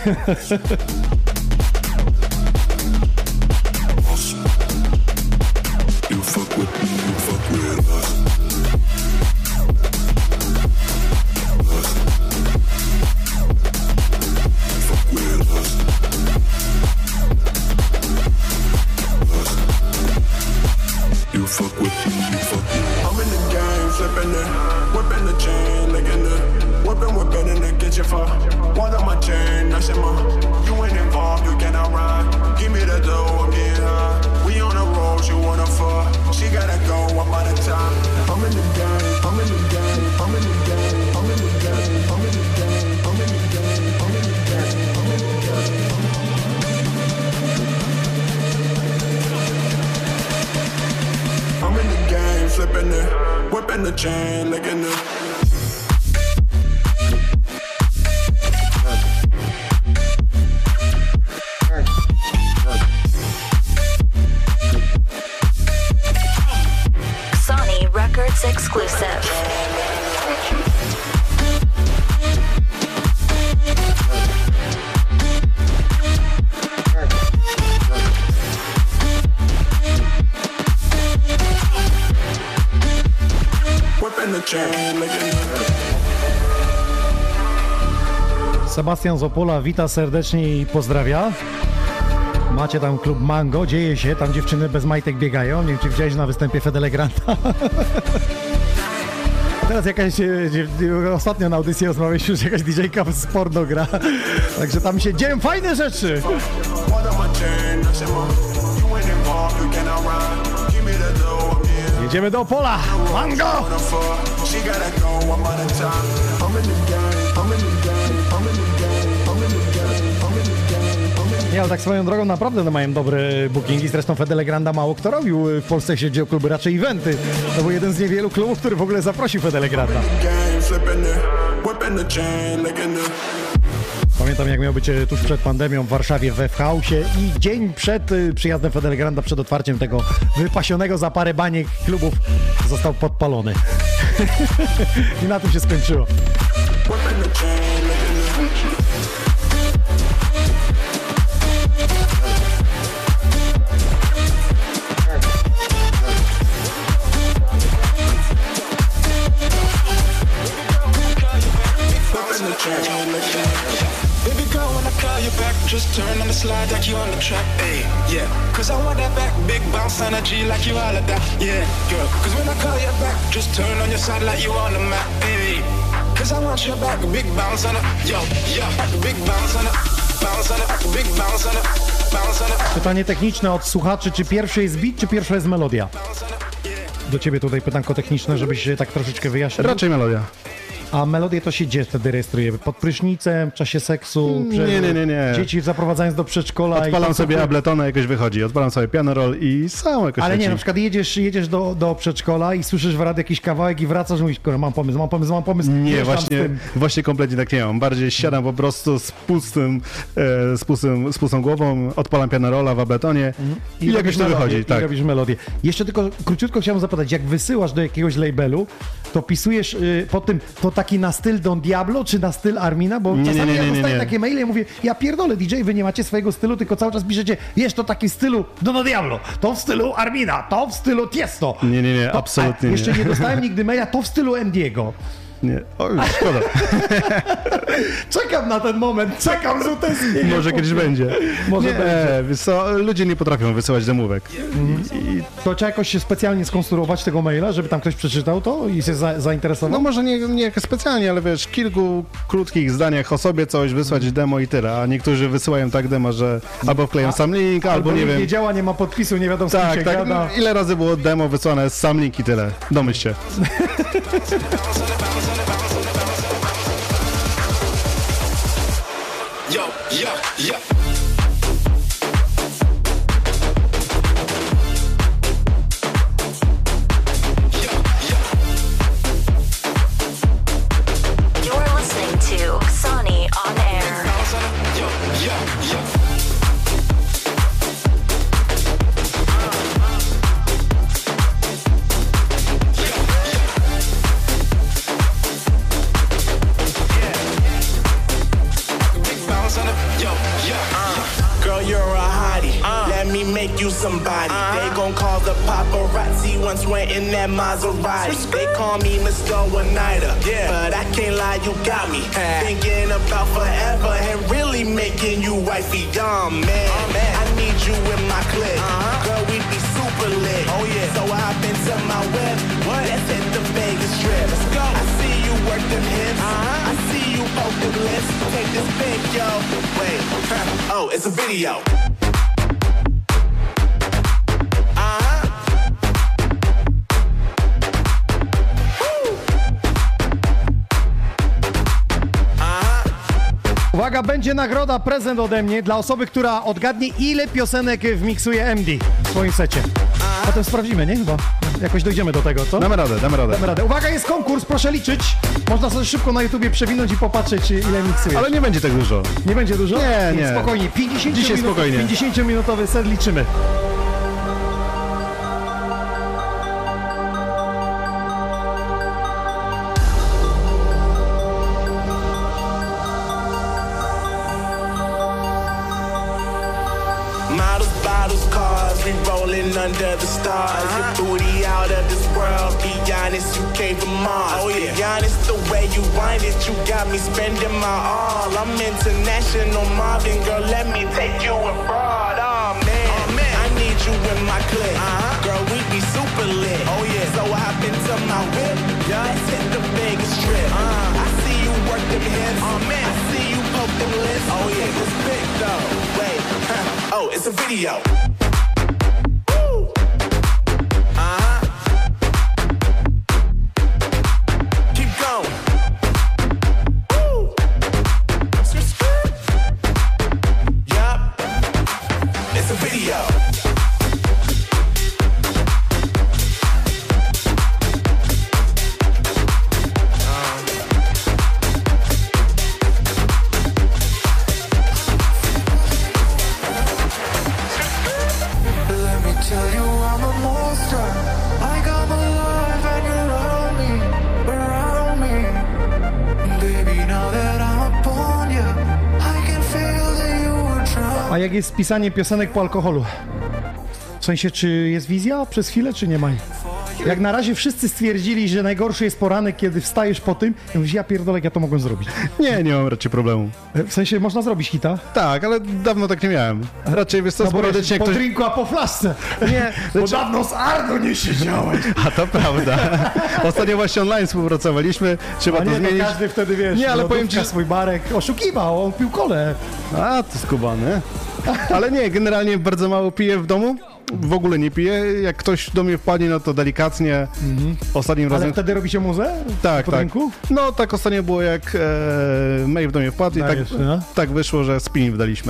You fuck with me, you fuck with us. Fuck with us. You fuck with me, you fuck with us. I'm in the game, flipping it, whipping the chain, licking it, whipping in the kitchen for one on my chain, that's in my. You ain't involved, you cannot ride. Give me the dough, I'm getting high. We on the road, you wanna fuck. She gotta go, I'm out of time. I'm in the game, I'm in the game, I'm in the game, I'm in the game, I'm in the game, I'm in the game, I'm in the game, I'm in the game. I'm in the game, flipping it, whipping the chain, licking it. Sony Records exclusive. Whipping the chain, licking it. Sebastian z Opola wita serdecznie i pozdrawia. Macie tam klub Mango, dzieje się, tam dziewczyny bez majtek biegają. Nie wiem, czy widziałeś na występie Fedelegranta. Teraz jakaś, ostatnio na audycji rozmawialiśmy, że jakaś DJ-ka z porno gra. Także tam się dzieją fajne rzeczy. One on my chain, that's in my. You ain't involved, you cannot ride. Give me the dough, I'm getting Jedziemy do Opola. Mango! wanna fuck. She gotta go, I'm out of time. I'm in the game, I'm in the game, I'm in the game, I'm in the game, I'm in the game, I'm in the Nie, ale tak swoją drogą naprawdę mają dobre bookingi. Zresztą Fedelegranda mało kto robił w Polsce, jeśli chodzi o kluby, raczej eventy. To był jeden z niewielu klubów, który w ogóle zaprosił Fedelegranda. game, flipping it, whipping the chain, licking it. Pamiętam, jak miał być tuż przed pandemią w Warszawie we F-Hausie i dzień przed przyjazdem Fedelegranda, przed otwarciem tego wypasionego za parę baniek klubów, został podpalony. I na tym się skończyło. Whipping the chain, licking it. Whipping the chain, licking it. Baby girl, when I call you back, just turn on the slide like you on the track, ayy, yeah. Cause I want that back, big bounce energy like you all of that, yeah, girl. Cause when I call you back, just turn on your side like you on the map, ayy. Cause I want your back, big bounce on it, yo, big bounce on it, bounce on it, big bounce on it, bounce on it, Pytanie techniczne od słuchaczy, czy pierwszy jest beat, czy pierwsza jest melodia? bounce on it, yeah. Do ciebie tutaj pytanko techniczne, żebyś się tak troszeczkę wyjaśnił. Raczej melodia. A melodię to się gdzie wtedy rejestruje? Pod prysznicem, w czasie seksu? Nie. Dzieci zaprowadzając do przedszkola? Odpalam i sobie Abletona, jakoś wychodzi. Odpalam sobie piano roll i sam jakoś Ale leci. nie, na przykład jedziesz do przedszkola i słyszysz w radiu jakiś kawałek i wracasz i mówisz, kurwa, mam pomysł. Nie, Jeżdżam z tym. właśnie kompletnie tak nie mam. Bardziej siadam po prostu z pustą głową, odpalam piano rolla w Abletonie i jakoś robisz to melodię, wychodzi. Tak. I robisz melodię. Jeszcze tylko króciutko chciałem zapytać, jak wysyłasz do jakiegoś labelu, to pisujesz pod tym, to taki na styl Don Diablo, czy na styl Armina? Bo czasami ja dostaję takie maile i mówię, ja pierdolę, DJ, wy nie macie swojego stylu, tylko cały czas piszecie, jest to taki w stylu Don Diablo, to w stylu Armina, to w stylu Tiesto. Nie, To, absolutnie jeszcze nie. nie dostałem nigdy maila, to w stylu Endiego. Nie. O, szkoda. Czekam na ten moment, czekam z utęsknieniem. Może kiedyś będzie. Może nie, będzie. wiesz co, ludzie nie potrafią wysyłać demówek. To trzeba jakoś się specjalnie skonstruować tego maila, żeby tam ktoś przeczytał to i się zainteresował? No może nie jakoś specjalnie, ale wiesz, w kilku krótkich zdaniach o sobie coś wysłać demo i tyle, a niektórzy wysyłają tak demo, że albo wkleją sam link, albo nie link wiem. nie działa, nie ma podpisu, nie wiadomo z kim się Tak, gada. no, ile razy było demo wysłane, sam link i tyle. Domyśl się. Yo, yeah. make you somebody. They gon' call the paparazzi once we're in that Maserati. They call me Mr. One-Nighter, but I can't lie, you got me thinking about forever and really making you wifey. Man, I need you in my clique. Girl, we'd be super lit. Oh yeah. So hop into my whip. Let's hit the Vegas trip. Let's go. I see you work them hips. I see you poke them lips. Take this pic, yo. Wait. Oh, it's a video. Uwaga, będzie nagroda, prezent ode mnie dla osoby, która odgadnie, ile piosenek wmiksuje MD w swoim secie. Potem sprawdzimy, nie? Chyba jakoś dojdziemy do tego, co? Damy radę. Damy radę. Uwaga, jest konkurs, proszę liczyć. Można sobie szybko na YouTubie przewinąć i popatrzeć, ile miksujesz. Ale nie będzie tak dużo. Nie będzie dużo? Nie. Spokojnie, 50 Dzisiaj minut, spokojnie. 50-minutowy set liczymy. Under the stars, your booty out of this world. Be honest, you came from Mars. Oh yeah. Be honest, the way you wind it, you got me spending my all. I'm international, Marvin, girl, let me take you abroad. Oh man, I need you in my clique. Girl, we be super lit. Oh yeah. So hop into my whip. Let's hit the Vegas trip. I see you work them hips. Oh man, I see you poke them lips. Oh yeah, this big though. Wait, oh, it's a video. A jak jest pisanie piosenek po alkoholu? W sensie, czy jest wizja przez chwilę, czy nie ma? Jak na razie wszyscy stwierdzili, że najgorszy jest poranek, kiedy wstajesz po tym, i mówisz, ja pierdolę, ja to mogłem zrobić. Nie mam raczej problemu. W sensie, można zrobić hita? Tak, ale dawno tak nie miałem. Raczej, wiesz co, No sporadycznie po ktoś... drinku, a po flaszce. Nie, bo dawno z Arno nie siedziałeś. A to prawda. Ostatnio właśnie online współpracowaliśmy, trzeba to zmienić. To każdy wtedy, wiesz, nie, ale powiem ci, swój barek oszukiwał, on pił kole. A, to skubany. Ale nie, generalnie bardzo mało piję w domu. W ogóle nie piję. Jak ktoś do mnie wpadnie, no to delikatnie. Ostatnim razem... Ale wtedy robicie muzę? Tak, po tak. drinku? No, tak ostatnio było, jak May do mnie wpadł i tak wyszło, że spinning daliśmy.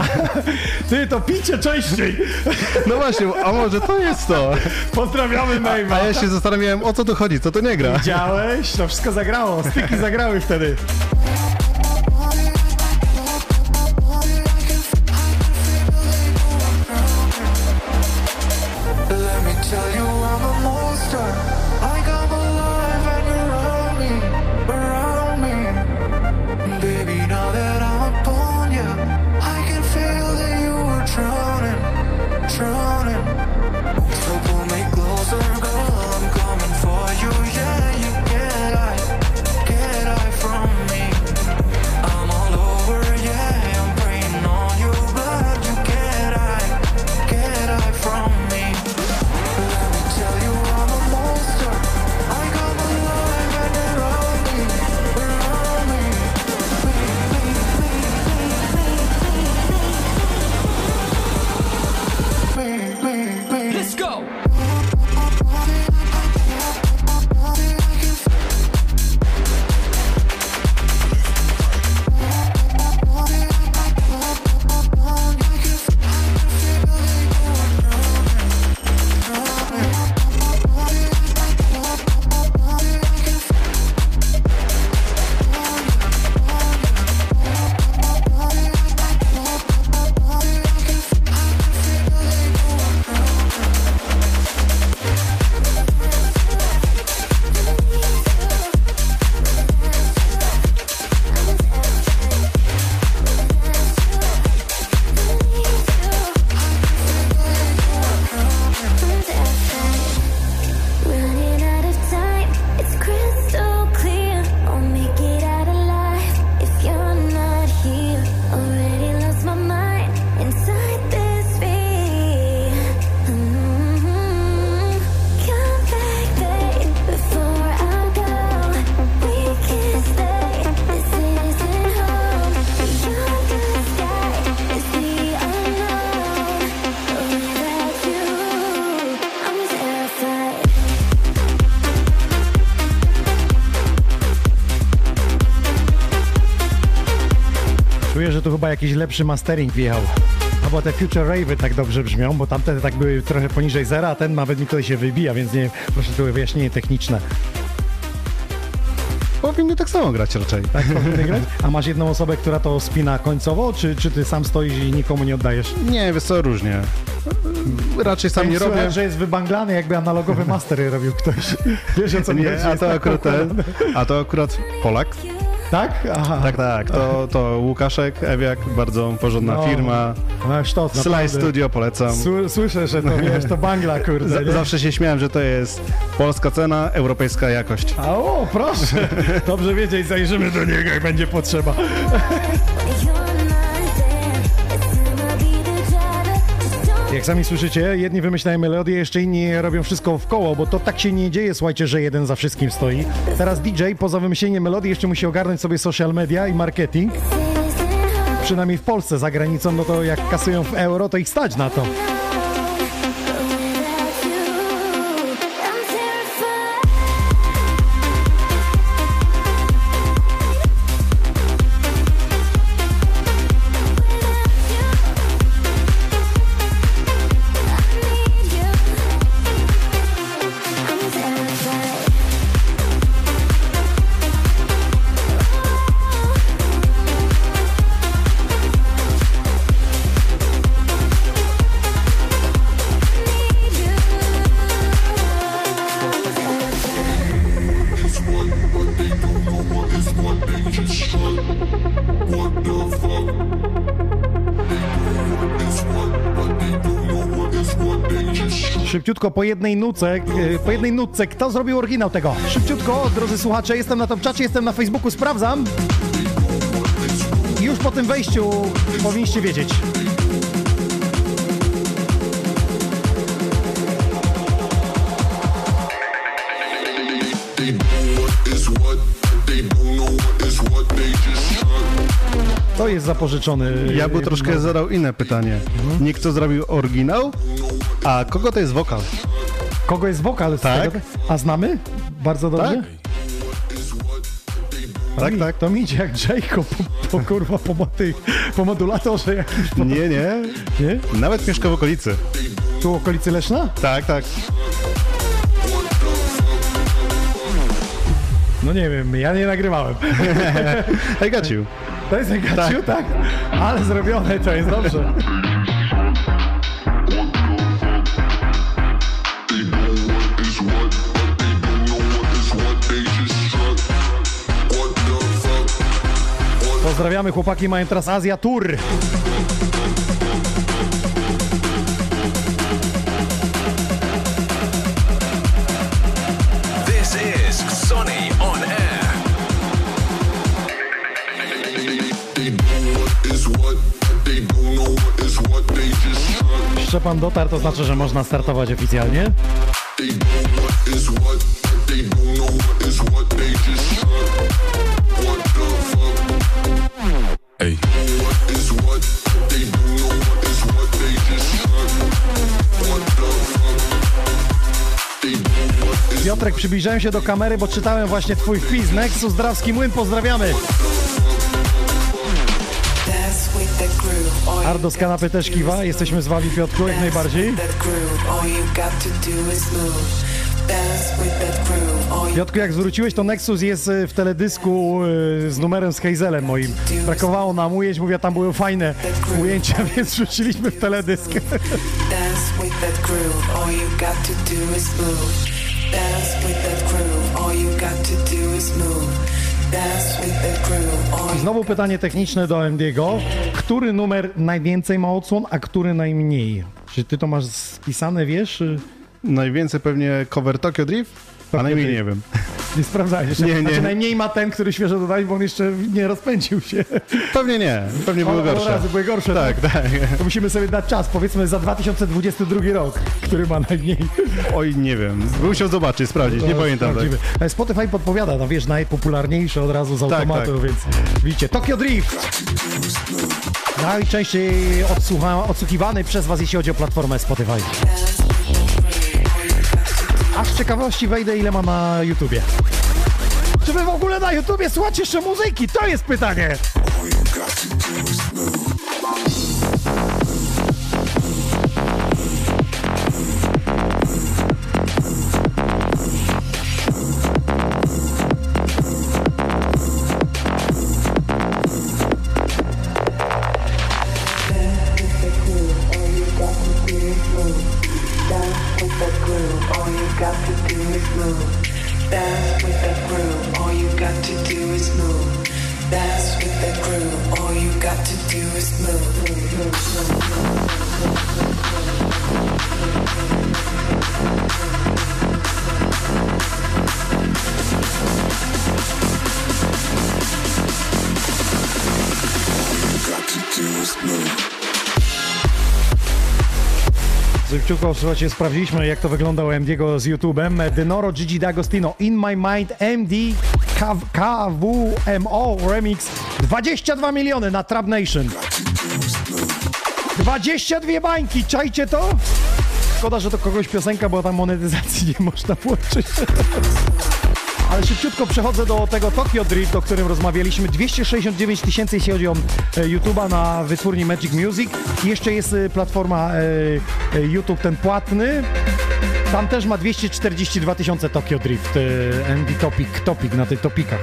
Ty, to picie częściej. No właśnie, a może to jest to. Pozdrawiamy May'a. A ja się zastanawiałem, o co tu chodzi, co to nie gra. Widziałeś? To wszystko zagrało, styki zagrały wtedy. From me chyba jakiś lepszy mastering wjechał. Albo te Future Rave'y tak dobrze brzmią, bo tamte tak były trochę poniżej zera, a ten nawet mi tutaj się wybija, więc nie, proszę tu wyjaśnienie techniczne. Powinny tak samo grać raczej. Tak powinny grać? A masz jedną osobę, która to spina końcowo, czy ty sam stoisz i nikomu nie oddajesz? Nie, wiesz co, różnie. Raczej sam nie robię. Słychać, że jest wybanglany, jakby analogowy master robił ktoś. Wiesz, o co mi Nie, chodzi? a to akurat Polak. Tak? Aha. Tak. To Łukaszek, Ewiak, bardzo porządna firma. No, sztos, Sly naprawdę. Studio polecam. Słyszę, że to wiesz, to bangla, kurde. Nie? Zawsze się śmiałem, że to jest polska cena, europejska jakość. A o, proszę. Dobrze wiedzieć, zajrzymy do niego, jak będzie potrzeba. Jak sami słyszycie, jedni wymyślają melodię, jeszcze inni robią wszystko w koło, bo to tak się nie dzieje, słuchajcie, że jeden za wszystkim stoi. Teraz DJ poza wymyśleniem melodii jeszcze musi ogarnąć sobie social media i marketing. Przynajmniej w Polsce, za granicą, no to jak kasują w euro, to ich stać na to. Szybciutko po jednej nutce, kto zrobił oryginał tego? Szybciutko, drodzy słuchacze, jestem na Topczacie, jestem na Facebooku, sprawdzam. I już po tym wejściu powinniście wiedzieć. To jest zapożyczony. Ja bym troszkę zadał inne pytanie. Nie kto zrobił oryginał, a kogo to jest wokal? Kogo jest wokal? Tak. A znamy? Bardzo dobrze? Tak. To mi idzie jak Jayko po modulatorze jakimś. Nie. Nie? Nawet mieszka w okolicy. Tu okolicy Leszna? Tak. No nie wiem, ja nie nagrywałem. I got you. To jest Gaciu, tak? Ale zrobione, to jest dobrze. Pozdrawiamy, chłopaki mają teraz Azja Tour. This is Sonny on air. Szczepan dotarł, to znaczy, że można startować oficjalnie. Ej. Piotrek, przybliżałem się do kamery, bo czytałem właśnie twój wpis. Nexus, Drawski Młyn, pozdrawiamy. Ardo z kanapy też kiwa, jesteśmy z wami, Piotrku, jak najbardziej. Piotrku, jak zwróciłeś, to Nexus jest w teledysku z numerem z Hazelem moim. Brakowało nam ujęć, mówię, tam były fajne ujęcia, więc wrzuciliśmy w teledysk. I znowu pytanie techniczne do MD'ego. Który numer najwięcej ma odsłon, a który najmniej? Czy ty to masz spisane, wiesz? Najwięcej pewnie cover Tokyo Drift, a najmniej nie wiem. Nie sprawdzałeś jeszcze? Nie. Znaczy najmniej ma ten, który świeżo dodali, bo on jeszcze nie rozpędził się. Pewnie nie, pewnie były gorsze. Razy były gorsze. Tak. To musimy sobie dać czas, powiedzmy za 2022 rok, który ma najmniej. Oj, nie wiem. Musiał zobaczyć, sprawdzić, nie pamiętam. Tak. Spotify podpowiada, no wiesz, najpopularniejsze od razu z automatu, tak. więc widzicie. Tokyo Drift! Najczęściej odsłuchiwany przez was, jeśli chodzi o platformę Spotify. Aż z ciekawości wejdę, ile ma na YouTubie. Czy wy w ogóle na YouTubie słuchacie jeszcze muzyki? To jest pytanie! All you got to do is move. move. Dance with the groove, all you got to do is move. Dance with the groove, all you got to do is move. Szybciutko, słuchajcie, sprawdziliśmy, jak to wygląda u MD'ego z YouTube'em. Denoro, Gigi D'Agostino, In My Mind, MD, KWMO Remix. 22 miliony na Trap Nation. 22 bańki, czajcie to? Szkoda, że to kogoś piosenka, bo tam monetyzacji nie można włączyć. Ale szybciutko przechodzę do tego Tokyo Drift, o którym rozmawialiśmy. 269 000, jeśli chodzi o YouTube'a na wytwórni Magic Music. I jeszcze jest platforma YouTube, ten płatny. Tam też ma 242 000 Tokyo Drift. MD Topic na tych topikach.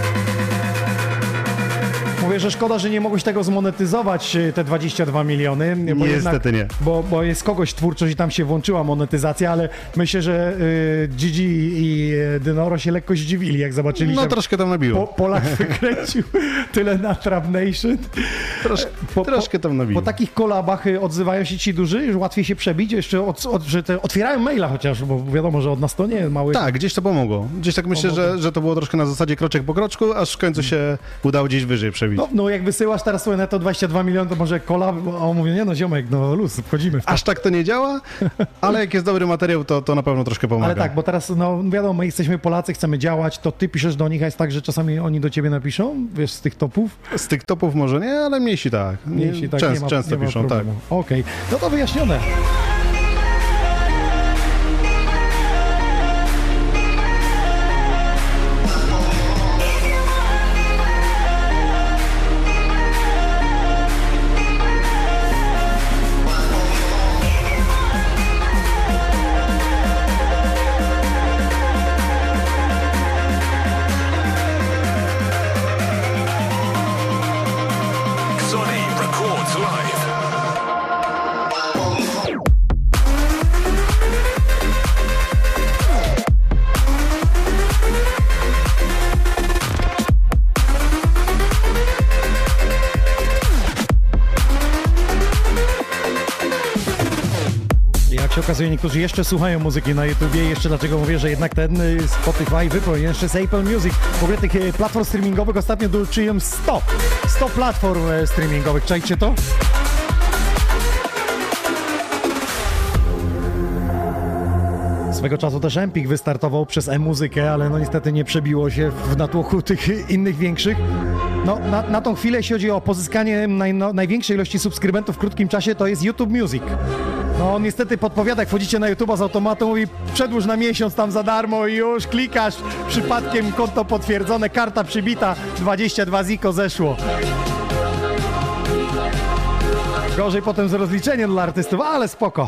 Mówię, że szkoda, że nie mogłeś tego zmonetyzować, te 22 miliony. Bo niestety jednak, nie. Bo jest kogoś twórczość i tam się włączyła monetyzacja, ale myślę, że Gigi i Denoro się lekko zdziwili, jak zobaczyli, no że troszkę tam nabiło. Polak wykręcił tyle na Trap Nation. Troszkę tam nabiło. Po takich kolabach odzywają się ci duży, już łatwiej się przebić, jeszcze że otwierają maila chociaż, bo wiadomo, że od nas to nie mały... Tak, gdzieś to pomogło. Gdzieś tak myślę, że to było troszkę na zasadzie kroczek po kroczku, aż w końcu się udało gdzieś wyżej przebić. No jak wysyłasz teraz swoje netto 22 miliony, to może kolab, a on mówi, nie no ziomek, no luz, wchodzimy w to. Aż tak to nie działa, ale jak jest dobry materiał, to na pewno troszkę pomaga. Ale tak, bo teraz, no wiadomo, my jesteśmy Polacy, chcemy działać, to ty piszesz do nich, a jest tak, że czasami oni do ciebie napiszą, wiesz, z tych topów? Z tych topów może nie, ale mniejsi tak. Często piszą, tak. Okej, no to wyjaśnione. Okazuje, niektórzy jeszcze słuchają muzyki na YouTubie, jeszcze dlaczego mówię, że jednak ten Spotify wypał, jeszcze z Apple Music. W ogóle tych platform streamingowych ostatnio dołączyłem 100 platform streamingowych, czajcie to? Swego czasu też Empik wystartował przez e-muzykę, ale no niestety nie przebiło się w natłoku tych innych większych. No, na tą chwilę, jeśli chodzi o pozyskanie największej ilości subskrybentów w krótkim czasie, to jest YouTube Music. No niestety podpowiada, jak wchodzicie na YouTube'a z automatu, mówi przedłuż na miesiąc tam za darmo i już klikasz, przypadkiem konto potwierdzone, karta przybita, 22 ziko zeszło. Gorzej potem z rozliczeniem dla artystów, ale spoko.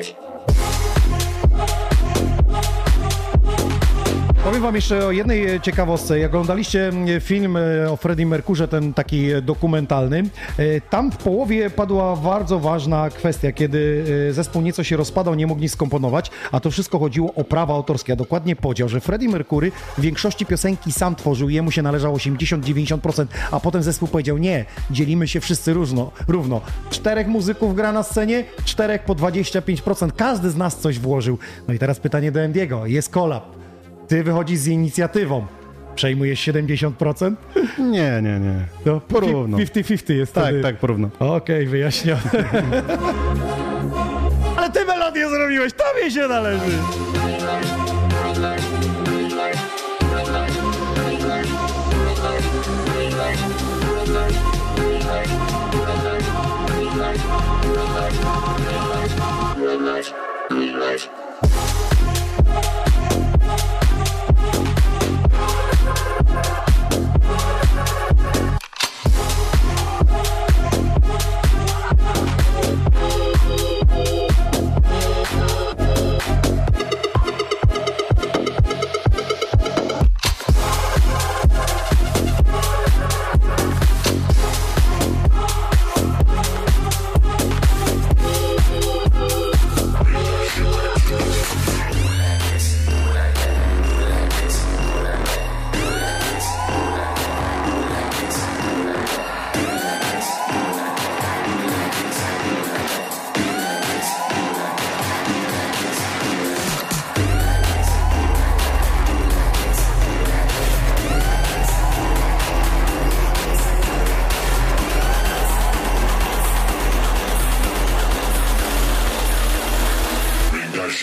Powiem wam jeszcze o jednej ciekawostce. Jak oglądaliście film o Freddie Mercurze, ten taki dokumentalny, tam w połowie padła bardzo ważna kwestia, kiedy zespół nieco się rozpadał, nie mógł nic skomponować, a to wszystko chodziło o prawa autorskie, a dokładnie podział, że Freddie Mercury w większości piosenki sam tworzył, jemu się należało 80-90%, a potem zespół powiedział, nie, dzielimy się wszyscy równo. 4 muzyków gra na scenie, 4 po 25%, każdy z nas coś włożył. No i teraz pytanie do MD'ego, jest kolab. Ty wychodzisz z inicjatywą. Przejmujesz 70%? Nie. No, porówno. 50-50 jest wtedy. Tak, porówno. Okej, wyjaśnione. Ale ty melodię zrobiłeś, tobie się należy.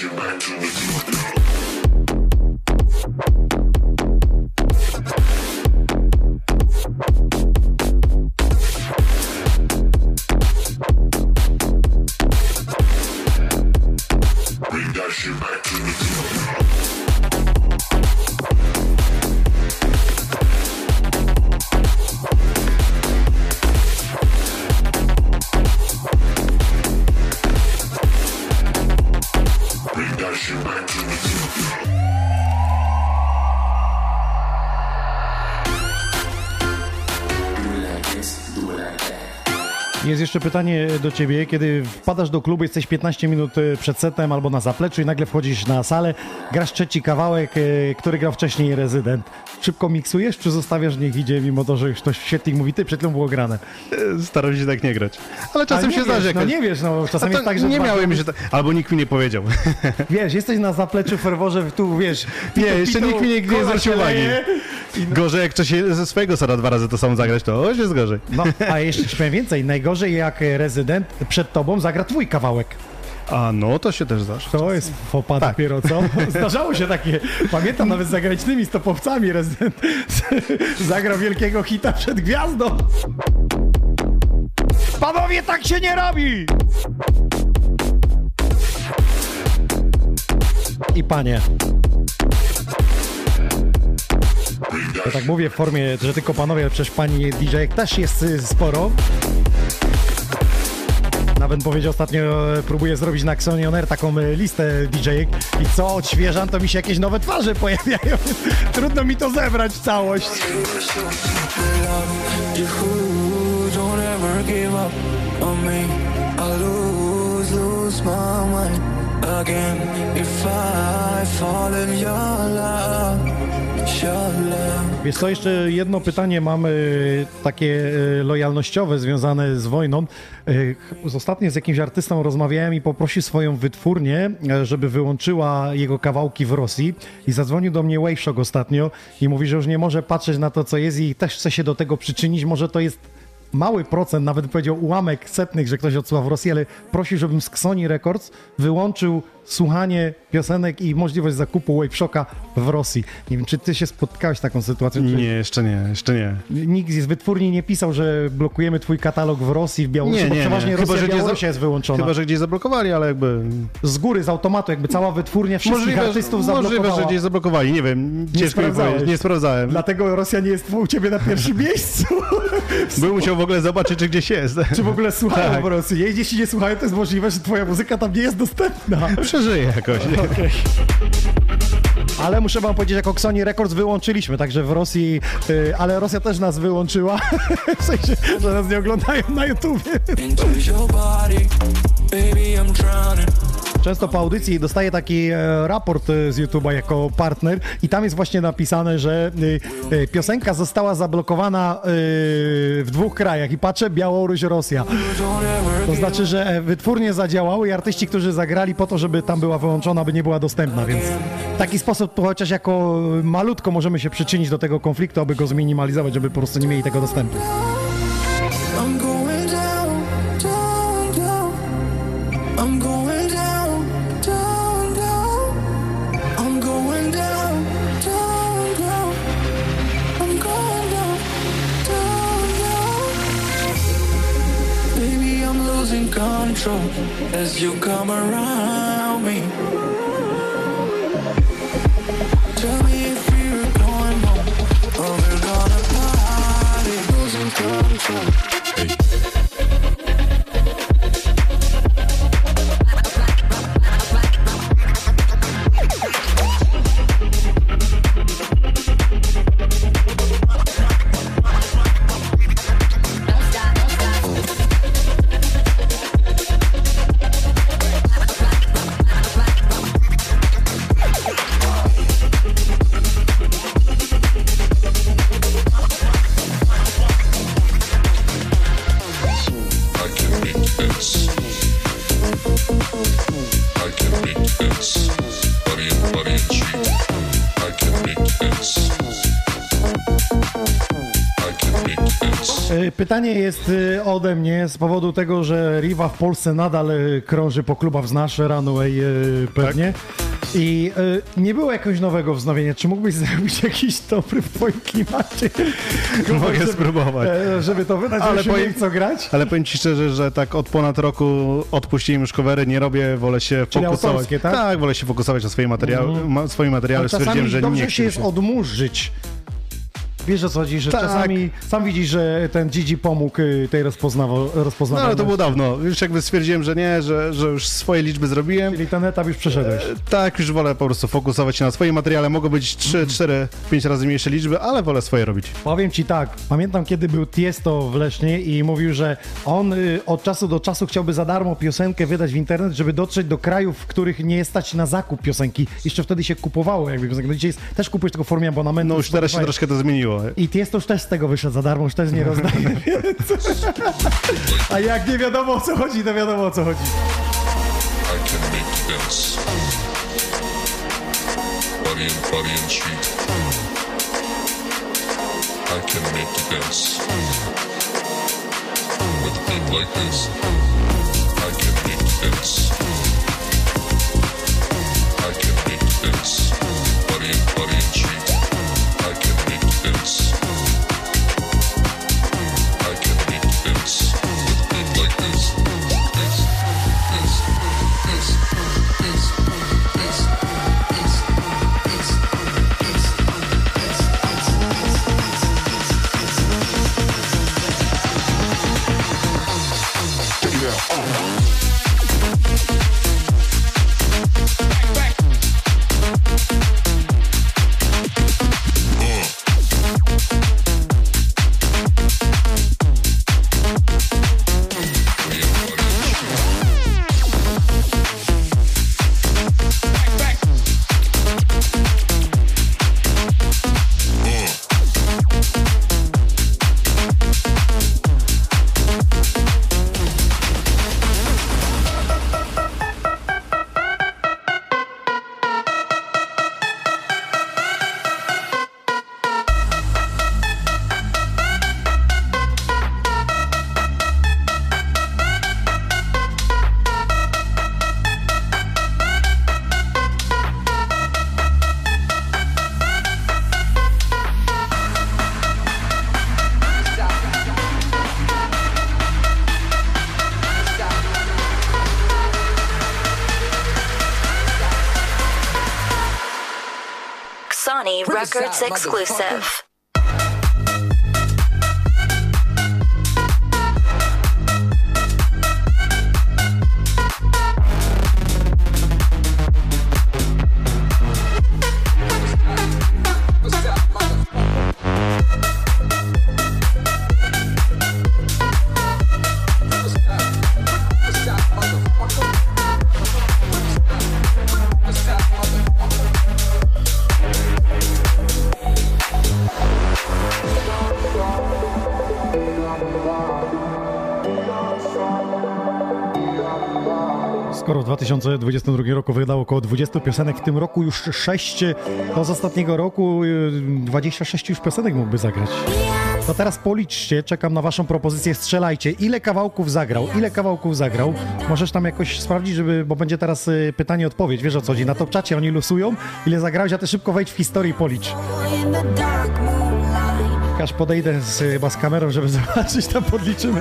Jest jeszcze pytanie do ciebie, kiedy wpadasz do klubu, jesteś 15 minut przed setem albo na zapleczu i nagle wchodzisz na salę, grasz trzeci kawałek, który grał wcześniej Rezydent. Szybko miksujesz, czy zostawiasz, niech idzie, mimo to, że już ktoś w świetlik mówi, ty, przed chwilą było grane? Staram się tak nie grać. Ale czasem się zdarza. No nie wiesz, no czasem jest tak, że... Nie miałem się albo nikt mi nie powiedział. Wiesz, jesteś na zapleczu, ferworze, tu wiesz... Nie, jeszcze nikt mi nie zwrócił uwagi. Gorzej, jak ktoś ze swojego sera 2 razy to samo zagrać, to jest gorzej. No, a jeszcze ci powiem więcej, najgorzej jak Rezydent przed tobą zagra twój kawałek. A no, to się też zdarza. To jest fopa tak. Dopiero, co? Zdarzało się takie, pamiętam nawet z zagranicznymi stopowcami Rezydent zagrał wielkiego hita przed gwiazdą. Panowie, tak się nie robi! I panie. Ja tak mówię w formie, że tylko panowie, ale przecież pani DJ też jest sporo. Nawet powiedział ostatnio, próbuję zrobić na Xoni On Air taką listę DJ-ek i co odświeżam, to mi się jakieś nowe twarze pojawiają. Trudno mi to zebrać w całość. Wiesz co, jeszcze jedno pytanie mamy takie lojalnościowe związane z wojną. Ostatnio z jakimś artystą rozmawiałem i poprosił swoją wytwórnię, żeby wyłączyła jego kawałki w Rosji i zadzwonił do mnie Waveshock ostatnio i mówi, że już nie może patrzeć na to, co jest i też chce się do tego przyczynić. Może to jest mały procent, nawet powiedział ułamek setnych, że ktoś odsłucha w Rosji, ale prosił, żebym z Xoni Records wyłączył słuchanie piosenek i możliwość zakupu Waveshocka w Rosji. Nie wiem, czy ty się spotkałeś z taką sytuacją? Nie, jeszcze nie. Nikt z wytwórni nie pisał, że blokujemy twój katalog w Rosji, w Białorusi, bo przeważnie Rosja, Białorusia jest wyłączona. Chyba, że gdzieś zablokowali, ale jakby... Z góry, z automatu, jakby cała wytwórnia wszystkich artystów zablokowała. Możliwe, że gdzieś zablokowali, nie wiem, ciężko mi powiedzieć, nie sprawdzałem. Dlatego Rosja nie jest u ciebie na pierwszym miejscu. Bym musiał w ogóle zobaczyć, czy gdzieś jest. Czy w ogóle słuchają w Rosji. Jeśli nie słuchają, to jest możliwe, że twoja muzyka tam nie jest dostępna. Przeżyję jakoś. Okay. Ale muszę wam powiedzieć, jako Xoni Records wyłączyliśmy, także w Rosji, ale Rosja też nas wyłączyła, w sensie, że nas nie oglądają na YouTubie. Często po audycji dostaję taki raport z YouTube'a jako partner i tam jest właśnie napisane, że piosenka została zablokowana w 2 krajach i patrzę, Białoruś, Rosja. To znaczy, że wytwórnie zadziałały i artyści, którzy zagrali po to, żeby tam była wyłączona, aby nie była dostępna, więc w taki sposób chociaż jako malutko możemy się przyczynić do tego konfliktu, aby go zminimalizować, żeby po prostu nie mieli tego dostępu. Control as you come around me. Tell me if you're going home or we're gonna party. Losing control. Hey. Pytanie jest ode mnie z powodu tego, że Riva w Polsce nadal krąży po klubach Znasz, Runway pewnie. I nie było jakiegoś nowego wznowienia. Czy mógłbyś zrobić jakiś dobry w twoim klimacie? Mogę spróbować. Żeby to wydać, ale powiem, co grać? Ale powiem ci szczerze, że tak od ponad roku odpuściłem już covery, nie robię, wolę się Czyli fokusować. autorskie, tak? Tak, wolę się fokusować na swoje materiały, swoim materiale. Stwierdziłem, że dobrze nie się jest odmurzyć. Wiesz o co chodzi, że tak. czasami sam widzisz, że ten Gigi pomógł tej rozpoznawaniu. No ale to było dawno. Już jakby stwierdziłem, że nie, że już swoje liczby zrobiłem. Czyli ten etap już przeszedłeś. Tak, już wolę po prostu fokusować się na swoim materiale. Mogą być 3, 4, 5 razy mniejsze liczby, ale wolę swoje robić. Powiem ci tak, pamiętam kiedy był Tiesto w Lesznie i mówił, że on od czasu do czasu chciałby za darmo piosenkę wydać w internet, żeby dotrzeć do krajów, w których nie jest stać na zakup piosenki. Jeszcze wtedy się kupowało jakby piosenkę. No dzisiaj też kupujesz tylko w formie abonamentu. No już teraz się troszkę to zmieniło. I Tiesto już też z tego wyszedł za darmo, już też nie rozdaje, więc... A jak nie wiadomo o co chodzi, to wiadomo o co chodzi. I can make you dance. Body and street. I can make you dance. With a beat like this. I can make you dance. I can make you dance. Body and street. I can make you dance. I can make you dance. With a beat like this. Sony Records exclusive. Skoro w 2022 roku wydał około 20 piosenek, w tym roku już 6, to z ostatniego roku 26 już piosenek mógłby zagrać. To teraz policzcie, czekam na waszą propozycję, strzelajcie. Ile kawałków zagrał? Ile kawałków zagrał? Możesz tam jakoś sprawdzić, bo będzie teraz pytanie-odpowiedź. Wiesz o co chodzi? Na Top Czacie oni losują. Ile zagrałeś, a ty szybko wejdź w historię i policz. Aż podejdę chyba z kamerą, żeby zobaczyć, tam podliczymy.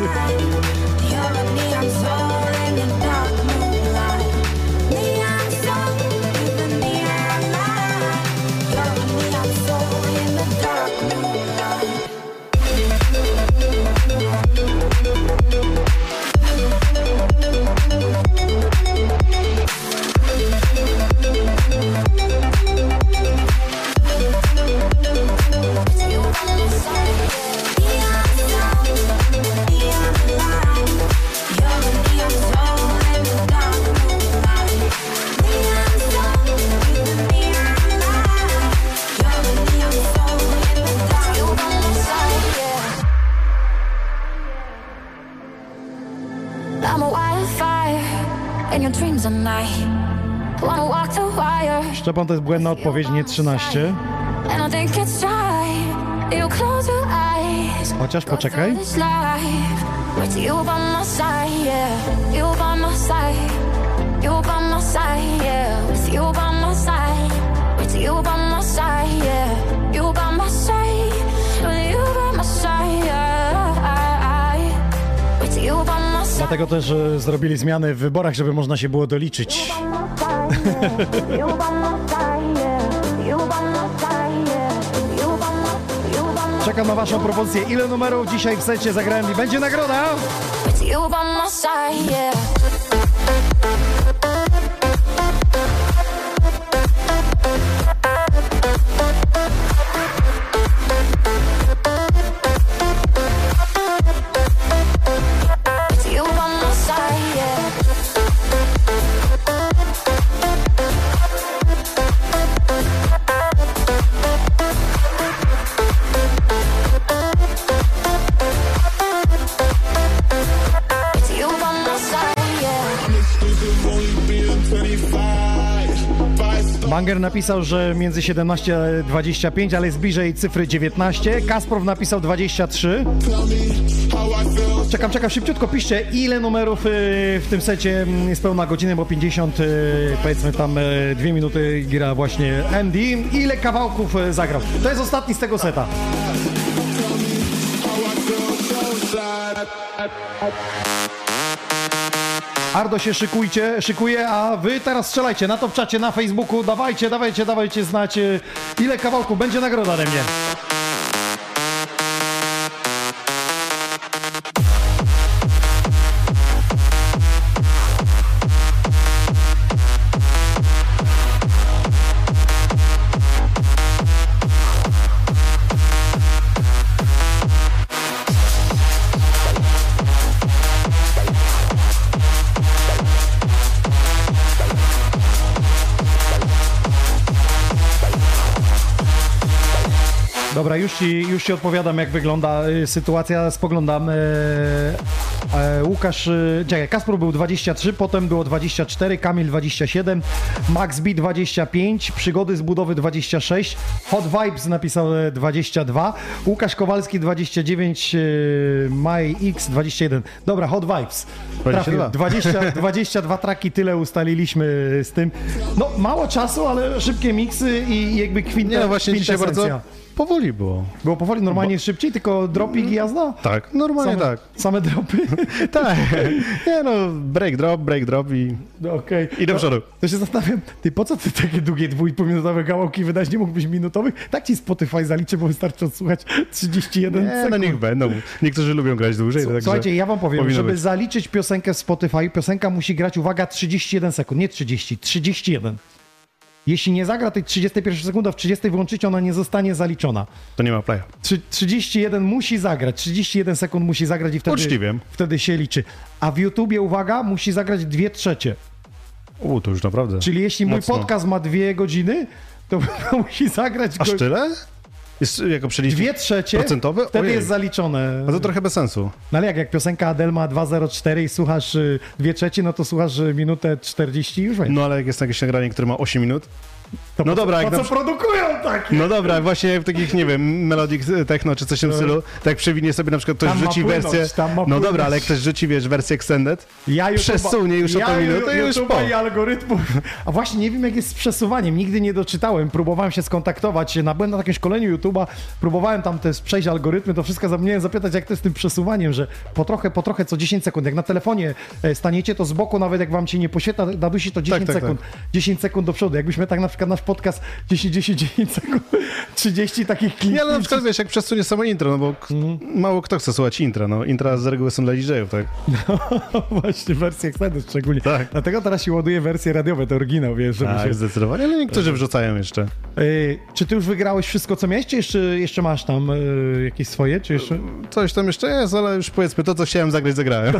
Szczepan, to jest błędna odpowiedź, nie 13. Chociaż poczekaj. With you by my side, yeah. You by my side. You by my side, yeah. With you by my side. With you by my side, yeah. You by my side. With you by my side, yeah. With you by my side. Dlatego też zrobili zmiany w wyborach, żeby można się było doliczyć. Czekam na waszą propozycję. Ile numerów dzisiaj w secie zagrałem i będzie nagroda? With you by my side, yeah. Banger napisał, że między 17 a 25, ale jest bliżej cyfry 19. Kasprow napisał 23. Czekam, szybciutko piszcie, ile numerów w tym secie jest pełna godziny, bo 50, powiedzmy tam 2 minuty gra właśnie Andy. Ile kawałków zagrał? To jest ostatni z tego seta. Ardo się szykuje, a wy teraz strzelajcie na Top Czacie, na Facebooku, dawajcie znać, ile kawałków będzie nagroda ode mnie. Dobra, już ci odpowiadam, jak wygląda sytuacja. Spoglądam. Łukasz, Kasper był 23, potem było 24, Kamil 27, Max B 25, Przygody z budowy 26, Hot Vibes napisał 22, Łukasz Kowalski 29, Maj X 21. Dobra, Hot Vibes. 22 traki, tyle ustaliliśmy z tym. No, mało czasu, ale szybkie miksy i jakby kwintesencja. Nie, właśnie dzisiaj bardzo powoli było. Było powoli, normalnie szybciej, tylko dropik i jazda? Tak, normalnie tak. Same dropy? Tak. Nie no, break drop i... Okej. I do przodu. To się zastanawiam, po co ty takie długie 2,5-minutowe kawałki wydać? Nie mógłbyś minutowych? Tak ci Spotify zaliczy, bo wystarczy odsłuchać 31 sekund. No niech będą. Niektórzy lubią grać dłużej. Słuchajcie, ja wam powiem, żeby zaliczyć piosenkę w Spotify, piosenka musi grać, uwaga, 31 sekund, nie 30, 31. Jeśli nie zagra tej 31 sekundy, w 30 wyłączycie, ona nie zostanie zaliczona. To nie ma playa. 31 musi zagrać, 31 sekund musi zagrać i wtedy się liczy. A w YouTubie, uwaga, musi zagrać 2/3. To już naprawdę. Czyli jeśli mój podcast ma 2 godziny, to musi zagrać... Aż tyle? Jest jako przelicznik 2/3 procentowy? Wtedy jest zaliczone. A to trochę bez sensu. No ale jak piosenka Adele ma 2:04 i słuchasz 2/3, no to słuchasz minutę 40 i już będzie. No ale jak jest jakieś nagranie, które ma 8 minut, to no dobra, co produkują takie? No dobra, właśnie w takich, nie wiem, melodic techno czy coś w tym stylu, tak przewinie sobie na przykład ktoś rzuci wersję. No dobra, ale jak ktoś rzuci, wiesz, wersję extended, przesunie już o tę minutę i już po. I algorytmów. A właśnie nie wiem, jak jest z przesuwaniem, nigdy nie doczytałem, próbowałem się skontaktować, byłem na takim szkoleniu YouTube'a, próbowałem tam też przejść algorytmy, to wszystko zapomniałem zapytać, jak to jest z tym przesuwaniem, że po trochę co 10 sekund, jak na telefonie staniecie, to z boku nawet jak wam się nie poświetla, nadusi to 10 sekund. Tak. 10 sekund do przodu. Jakbyśmy tak na przykład nasz podcast 10 sekund, 30 takich klipów. Nie, ale na przykład wiesz, jak przesunie samo intro, no bo mało kto chce słuchać intra, no intra z reguły są dla DJ-ów, tak? No właśnie, wersje extended szczególnie. Tak. Dlatego teraz się ładuje wersje radiowe, to oryginał, wiesz, żeby się... zdecydowanie, ale niektórzy wrzucają jeszcze. Czy ty już wygrałeś wszystko, co miałeś, czy jeszcze masz tam jakieś swoje, czy jeszcze... Coś tam jeszcze jest, ale już powiedzmy, to co chciałem zagrać, zagrałem.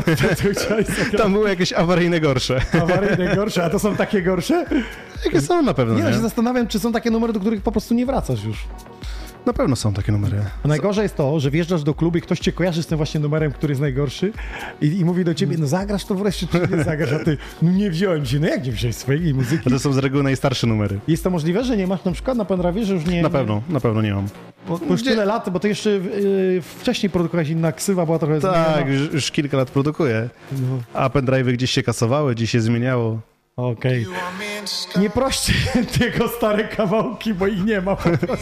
Tam były jakieś awaryjne gorsze. Awaryjne gorsze, a to są takie gorsze? Jakie są na pewno, nie? Ja się zastanawiam, czy są takie numery, do których po prostu nie wracasz już. Na pewno są takie numery. A najgorzej jest to, że wjeżdżasz do klubu i ktoś cię kojarzy z tym właśnie numerem, który jest najgorszy i mówi do ciebie, no zagrasz to wreszcie, czy nie zagrasz, a ty, no nie wziąłem się, no jak nie wziąłeś swojej muzyki? A to są z reguły najstarsze numery. Jest to możliwe, że nie masz na przykład na pendrive, że już nie... Na pewno nie mam. Bo już tyle lat, bo to jeszcze wcześniej produkowałeś inna ksywa, była trochę Tak, zmieniona. już kilka lat produkuję. No. A pendrive'y gdzieś się kasowały, gdzieś się zmieniało. Okej. Nie proście tego stare kawałki, bo ich nie ma.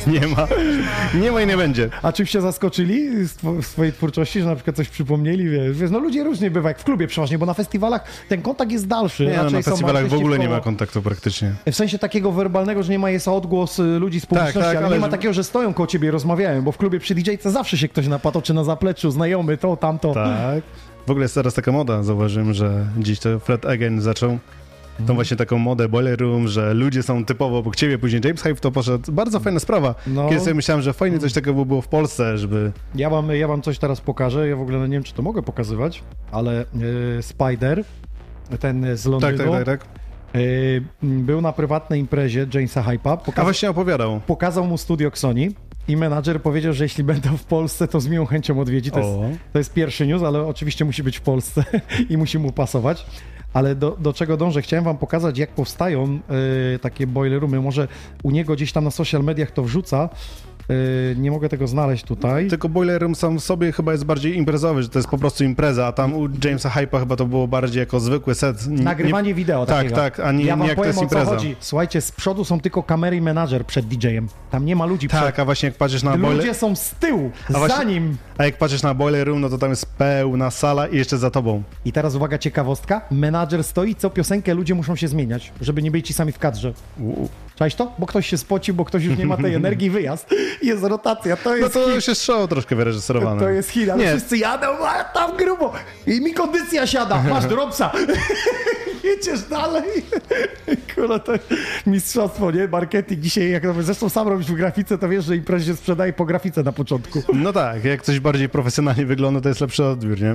Nie ma i nie będzie. A czym się zaskoczyli w swojej twórczości, że na przykład coś przypomnieli? Wiesz, no ludzie różnie bywa, jak w klubie przeważnie, bo na festiwalach ten kontakt jest dalszy. Nie, Raczej na są festiwalach w artyści ogóle nie koło- ma kontaktu praktycznie. W sensie takiego werbalnego, że nie ma, jest odgłos ludzi z publiczności, tak, ale ale nie ma że- takiego, że stoją koło ciebie i rozmawiają, bo w klubie przy DJ-ce zawsze się ktoś napatoczy na zapleczu, znajomy, to, tamto. Tak. W ogóle jest teraz taka moda, zauważyłem, że gdzieś to Fred Again zaczął tą właśnie taką modę Boiler Room, że ludzie są typowo obok ciebie, później James Hype to poszedł. Bardzo fajna sprawa. No. Kiedy sobie myślałem, że fajnie coś takiego by było w Polsce, żeby... Ja wam coś teraz pokażę, ja w ogóle nie wiem, czy to mogę pokazywać, ale Spider, ten z Londynu, Tak. był na prywatnej imprezie Jamesa Hype'a, A właśnie opowiadał. pokazał mu studio Sony i menadżer powiedział, że jeśli będą w Polsce, to z miłą chęcią odwiedzi. To jest pierwszy news, ale oczywiście musi być w Polsce i musi mu pasować. Ale do czego dążę? Chciałem wam pokazać, jak powstają takie boiler roomy. Może u niego gdzieś tam na social mediach to wrzuca. Nie mogę tego znaleźć tutaj. Tylko Boiler Room sam w sobie chyba jest bardziej imprezowy, że to jest po prostu impreza, a tam u Jamesa Hype'a chyba to było bardziej jako zwykły set. Nagrywanie wideo takiego. Tak, a nie, ja wam nie jak to powiem, jest o co impreza. chodzi. Słuchajcie, z przodu są tylko kamery i menadżer przed DJ-em. Tam nie ma ludzi przed. Tak, a właśnie jak patrzysz na Boiler... Ludzie są z tyłu, A właśnie- za nim. A jak patrzysz na Boiler Room, no to tam jest pełna sala i jeszcze za tobą. I teraz uwaga, ciekawostka. Menadżer stoi, co piosenkę ludzie muszą się zmieniać, żeby nie byli ci sami w kadrze. Czaisz to? Bo ktoś się spocił, bo ktoś już nie ma tej energii, wyjazd. Jest rotacja, to No jest to hit. już jest show troszkę wyreżyserowane. To jest hit, ale Nie. wszyscy jadą, a tam grubo. I mi kondycja siada, masz dropsa. Jedziesz dalej. Kurwa, to mistrzostwo, nie? Marketing dzisiaj, jak zresztą sam robisz w grafice, to wiesz, że impreza się sprzedaje po grafice na początku. No tak, jak coś bardziej profesjonalnie wygląda, to jest lepszy odbiór, nie?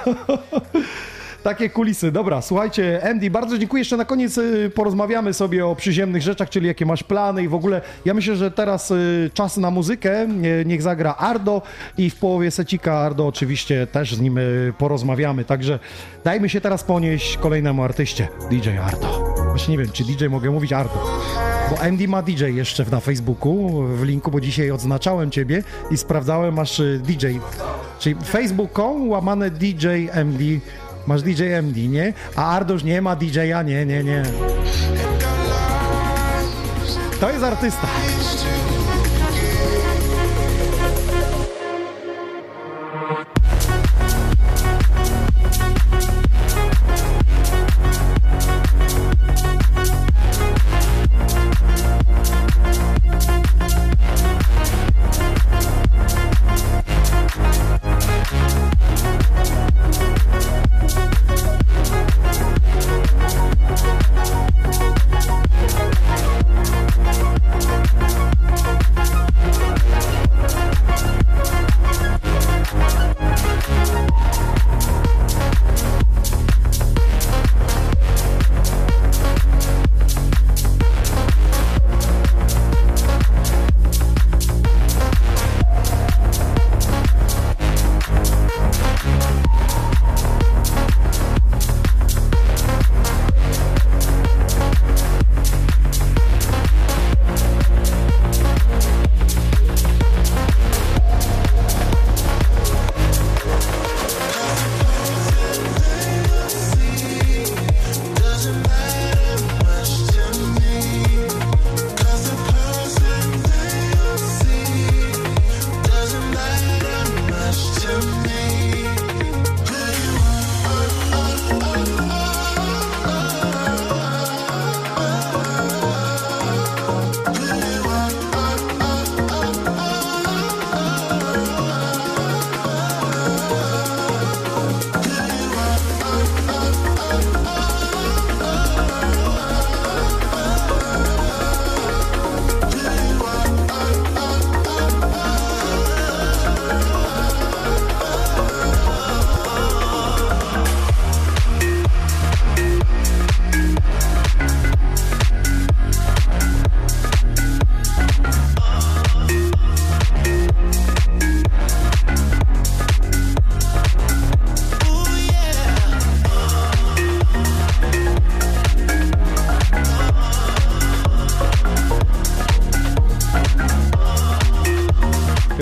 Takie kulisy. Dobra, słuchajcie, Andy, bardzo dziękuję. Jeszcze na koniec porozmawiamy sobie o przyziemnych rzeczach, czyli jakie masz plany i w ogóle. Ja myślę, że teraz czas na muzykę. Niech zagra Ardo i w połowie secika Ardo oczywiście też z nim porozmawiamy. Także dajmy się teraz ponieść kolejnemu artyście, DJ Ardo. Właśnie nie wiem, czy DJ mogę mówić Ardo. Bo Andy ma DJ jeszcze na Facebooku, w linku, bo dzisiaj odznaczałem ciebie i sprawdzałem, masz DJ. Czyli facebook.com łamane DJ MD. Masz DJ MD, nie? A Ardoż nie ma DJ-a, nie. To jest artysta.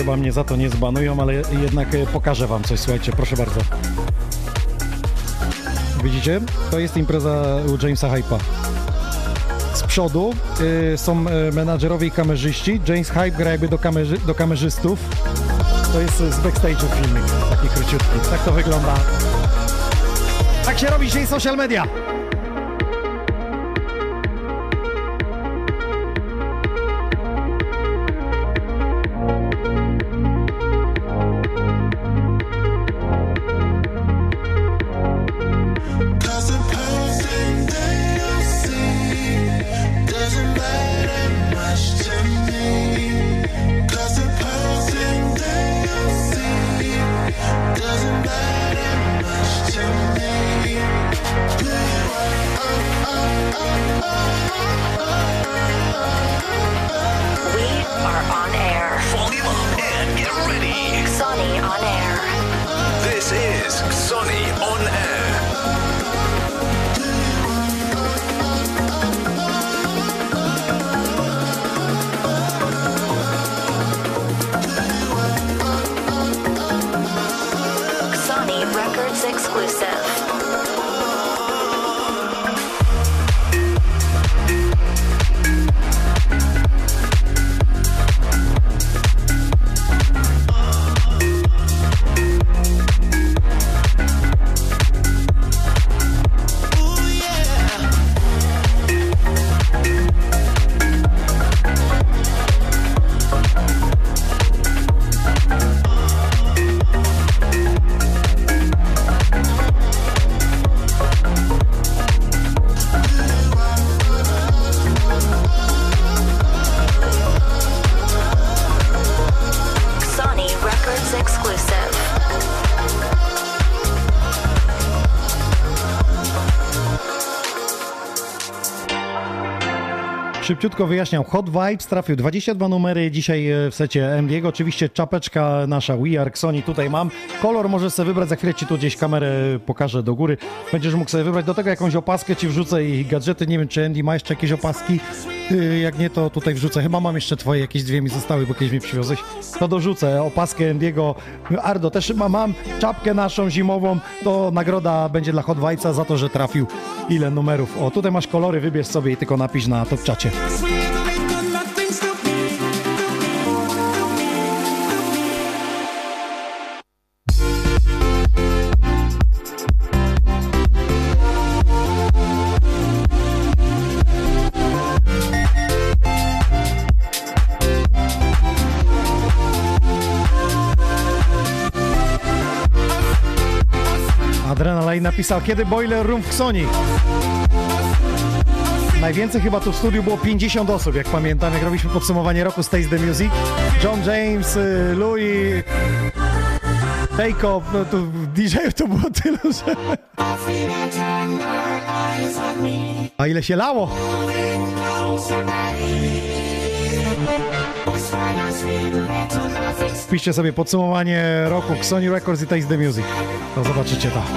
chyba mnie za to nie zbanują, ale jednak pokażę wam coś, słuchajcie, proszę bardzo. Widzicie? To jest impreza u Jamesa Hype'a. Z przodu są menadżerowie i kamerzyści. James Hype gra jakby do kamerzystów. To jest z backstage'u filmik, taki króciutki. Tak to wygląda. Tak się robi dzisiaj social media. Szybciutko wyjaśniam, Hot Vibes trafił 22 numery dzisiaj w secie MD'ego, oczywiście czapeczka nasza We Are Sony tutaj mam, kolor możesz sobie wybrać, za chwilę ci tu gdzieś kamerę pokażę do góry, będziesz mógł sobie wybrać, do tego jakąś opaskę ci wrzucę i gadżety, nie wiem czy Andy ma jeszcze jakieś opaski, jak nie to tutaj wrzucę, chyba mam jeszcze twoje, jakieś dwie mi zostały, bo kiedyś mi przywiozłeś, to dorzucę opaskę MD'ego, Ardo też chyba mam, czapkę naszą zimową, to nagroda będzie dla Hot Vibesa za to, że trafił ile numerów, o tutaj masz kolory, wybierz sobie i tylko napisz na top czacie. Adrenaline napisał, kiedy Boiler Room w Sony? Najwięcej chyba tu w studiu było 50 osób, jak pamiętam, jak robiliśmy podsumowanie roku z Taste the Music. John James, Louis, Jacob, tu DJ-ów to było tylu, że... A ile się lało? Wpiszcie sobie podsumowanie roku Sony Records i Taste the Music. To zobaczycie to.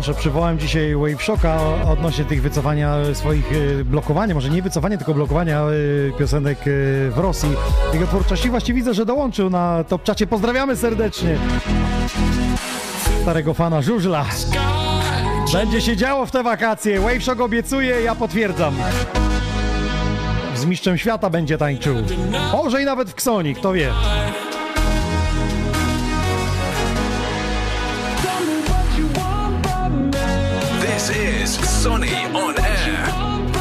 proszę, przywołałem dzisiaj Wave Shocka odnośnie tych wycofania swoich, blokowania, może nie wycofania, tylko blokowania piosenek w Rosji. Jego twórczości właśnie widzę, że dołączył na Top Czacie. Pozdrawiamy serdecznie starego fana żużla. Będzie się działo w te wakacje. Wave Shock obiecuje, ja potwierdzam. Z mistrzem świata będzie tańczył. Może i nawet w Ksoni, kto wie. This is Sonny on Air.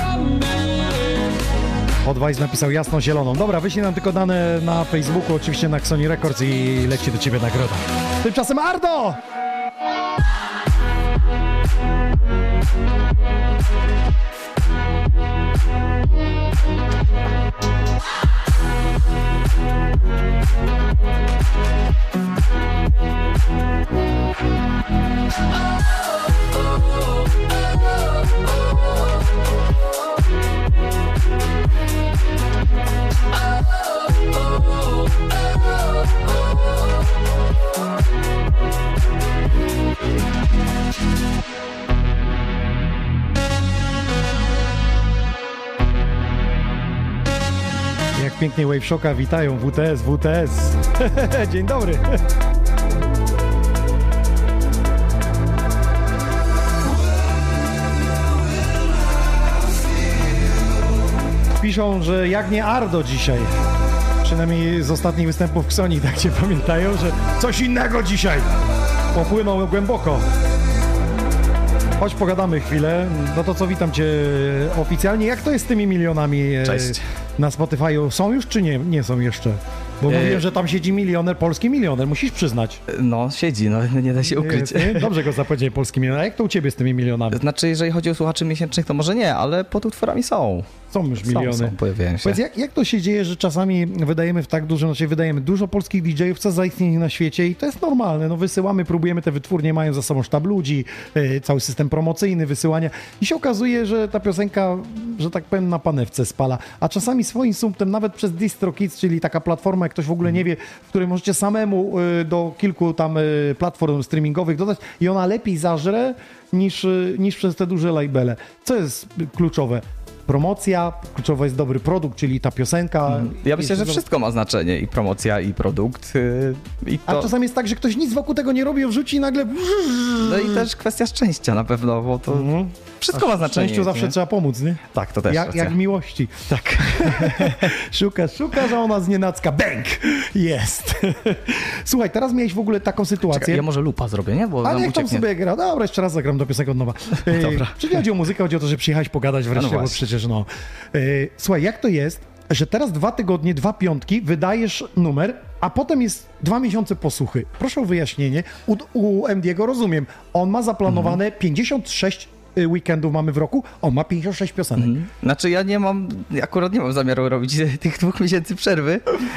Odwajs napisał jasno-zieloną. Dobra, wyślij nam tylko dane na Facebooku, oczywiście na Sony Records i leci do ciebie nagroda. Tymczasem Ardo! Jak pięknie Wave Shocka witają, WTS. Dzień dobry. Piszą, że jak nie Ardo dzisiaj. Przynajmniej z ostatnich występów w Sony tak cię pamiętają, że coś innego dzisiaj. Popłynął głęboko. Chodź pogadamy chwilę. No to co, witam cię oficjalnie. Jak to jest z tymi milionami? Cześć. Na Spotify'u są już czy nie? Nie są jeszcze. Bo mówiłem, że tam siedzi milioner, polski milioner, musisz przyznać. No, siedzi, no nie da się ukryć. Dobrze go zapowiedział, polski milioner. A jak to u ciebie z tymi milionami? Znaczy, jeżeli chodzi o słuchaczy miesięcznych, to może nie, ale pod utworami są. Są już miliony. Pojawiają się. Powiedz, jak to się dzieje, że czasami wydajemy w tak dużo, znaczy wydajemy dużo polskich DJ-ów, co zaistnienie na świecie i to jest normalne. No wysyłamy, próbujemy, te wytwórnie mają za sobą sztab ludzi, cały system promocyjny, wysyłania i się okazuje, że ta piosenka, że tak powiem, na panewce spala. A czasami swoim sumptem, nawet przez DistroKids, czyli taka platforma, jak ktoś w ogóle nie wie, w której możecie samemu do kilku tam platform streamingowych dodać i ona lepiej zażre niż przez te duże labele. Co jest kluczowe? Promocja, kluczowy jest dobry produkt, czyli ta piosenka. Ja myślę, że wszystko ma znaczenie, i promocja, i produkt. I to... A czasami jest tak, że ktoś nic wokół tego nie robi, wrzuci i nagle... No i też kwestia szczęścia na pewno, bo to wszystko ma znaczenie. Szczęściu zawsze trzeba pomóc, nie? Tak, to też jak w miłości. Tak. Szukasz, a ona znienacka. Bang! Jest. Słuchaj, teraz miałeś w ogóle taką sytuację. Czekaj, ja może lupa zrobię, nie? Bo ale jak tam sobie gra? Dobra, jeszcze raz zagram do piosenki od nowa. Dobra. Czy nie chodzi o muzykę, chodzi o to, że przyjechałeś pogadać wreszcie, bo przecież no... Słuchaj, jak to jest, że teraz 2 tygodnie, 2 piątki wydajesz numer, a potem jest 2 miesiące posłuchy? Proszę o wyjaśnienie. U MD'ego rozumiem, on ma zaplanowane 56 weekendów mamy w roku, on ma 56 piosenek. Znaczy ja akurat nie mam zamiaru robić tych 2 miesięcy przerwy.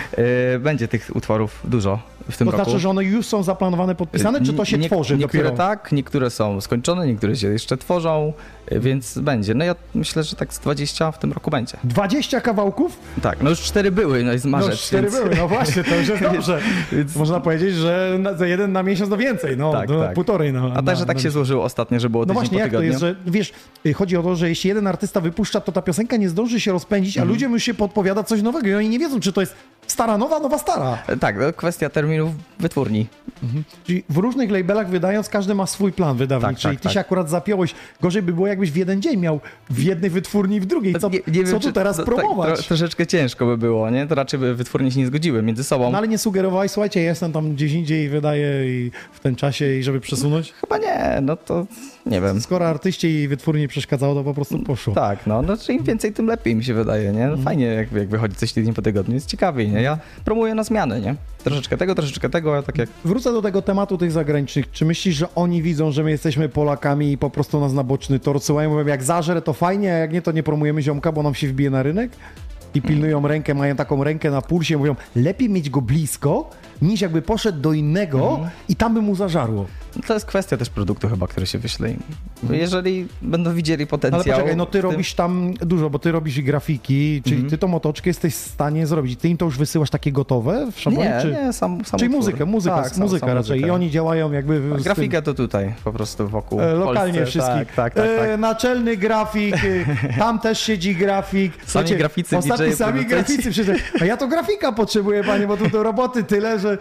Będzie tych utworów dużo w tym roku. To znaczy, że one już są zaplanowane, podpisane, czy to się tworzy niektóre dopiero? Tak, niektóre są skończone, niektóre się jeszcze tworzą, więc będzie. No ja myślę, że tak z 20 w tym roku będzie. 20 kawałków? Tak, no już 4 były, no jest marzec. No już 4 były, no właśnie, to już jest dobrze. Więc... Można powiedzieć, że za jeden na miesiąc do więcej, no tak, tak. Półtorej. A także tak się złożyło ostatnio, że było tydzień po tygodniu. No właśnie, jak to jest, że wiesz, chodzi o to, że jeśli jeden artysta wypuszcza, to ta piosenka nie zdąży się rozpędzić, a ludziom już się podpowiada coś nowego i oni nie wiedzą, czy to jest stara, nowa, stara. Tak, no, kwestia terminów wytwórni. Czyli w różnych labelach wydając, każdy ma swój plan wydawniczy. Czyli ty się akurat zapiąłeś. Gorzej by było, jakbyś w jeden dzień miał w jednej wytwórni i w drugiej. Co, nie wiem, tu teraz promować? Troszeczkę ciężko by było, nie? To raczej by wytwórnie się nie zgodziły między sobą. No ale nie sugerowałeś, słuchajcie, jestem tam gdzieś indziej i wydaję i w tym czasie i żeby przesunąć? Chyba nie, no to nie wiem. Skoro artyście i wytwórni przeszkadzało, to po prostu poszło. Tak, no im więcej, tym lepiej mi się wydaje, nie? No, fajnie, jak wychodzi coś tydzień po tygodniu, jest ciekawiej, nie? Ja promuję na zmiany, nie? Troszeczkę tego, a tak jak... Wrócę do tego tematu tych zagranicznych. Czy myślisz, że oni widzą, że my jesteśmy Polakami i po prostu nas na boczny tor odsyłają? Mówią, jak zażre, to fajnie, a jak nie, to nie promujemy ziomka, bo nam się wbije na rynek? I pilnują rękę, mają taką rękę na pulsie, mówią, lepiej mieć go blisko, niż jakby poszedł do innego i tam by mu zażarło. To jest kwestia też produktu chyba, który się wyśle. Jeżeli będą widzieli potencjał... Ale poczekaj, no ty w tym- robisz tam dużo, bo ty robisz i grafiki, czyli ty tą otoczkę jesteś w stanie zrobić. Ty im to już wysyłasz takie gotowe w szablonie? Nie, czy... nie, sam Czyli utwór. muzyka Tak, muzyka sam raczej. muzykę. I oni działają jakby... A z grafikę to tutaj, po prostu wokół lokalnie Polsce. wszystkich. Tak. Naczelny grafik, tam też siedzi grafik. Sami Wiecie, graficy, ostatni DJ-e, sami producenci. graficy przyszedł. A ja to grafika potrzebuję, panie, bo tu do roboty tyle, że...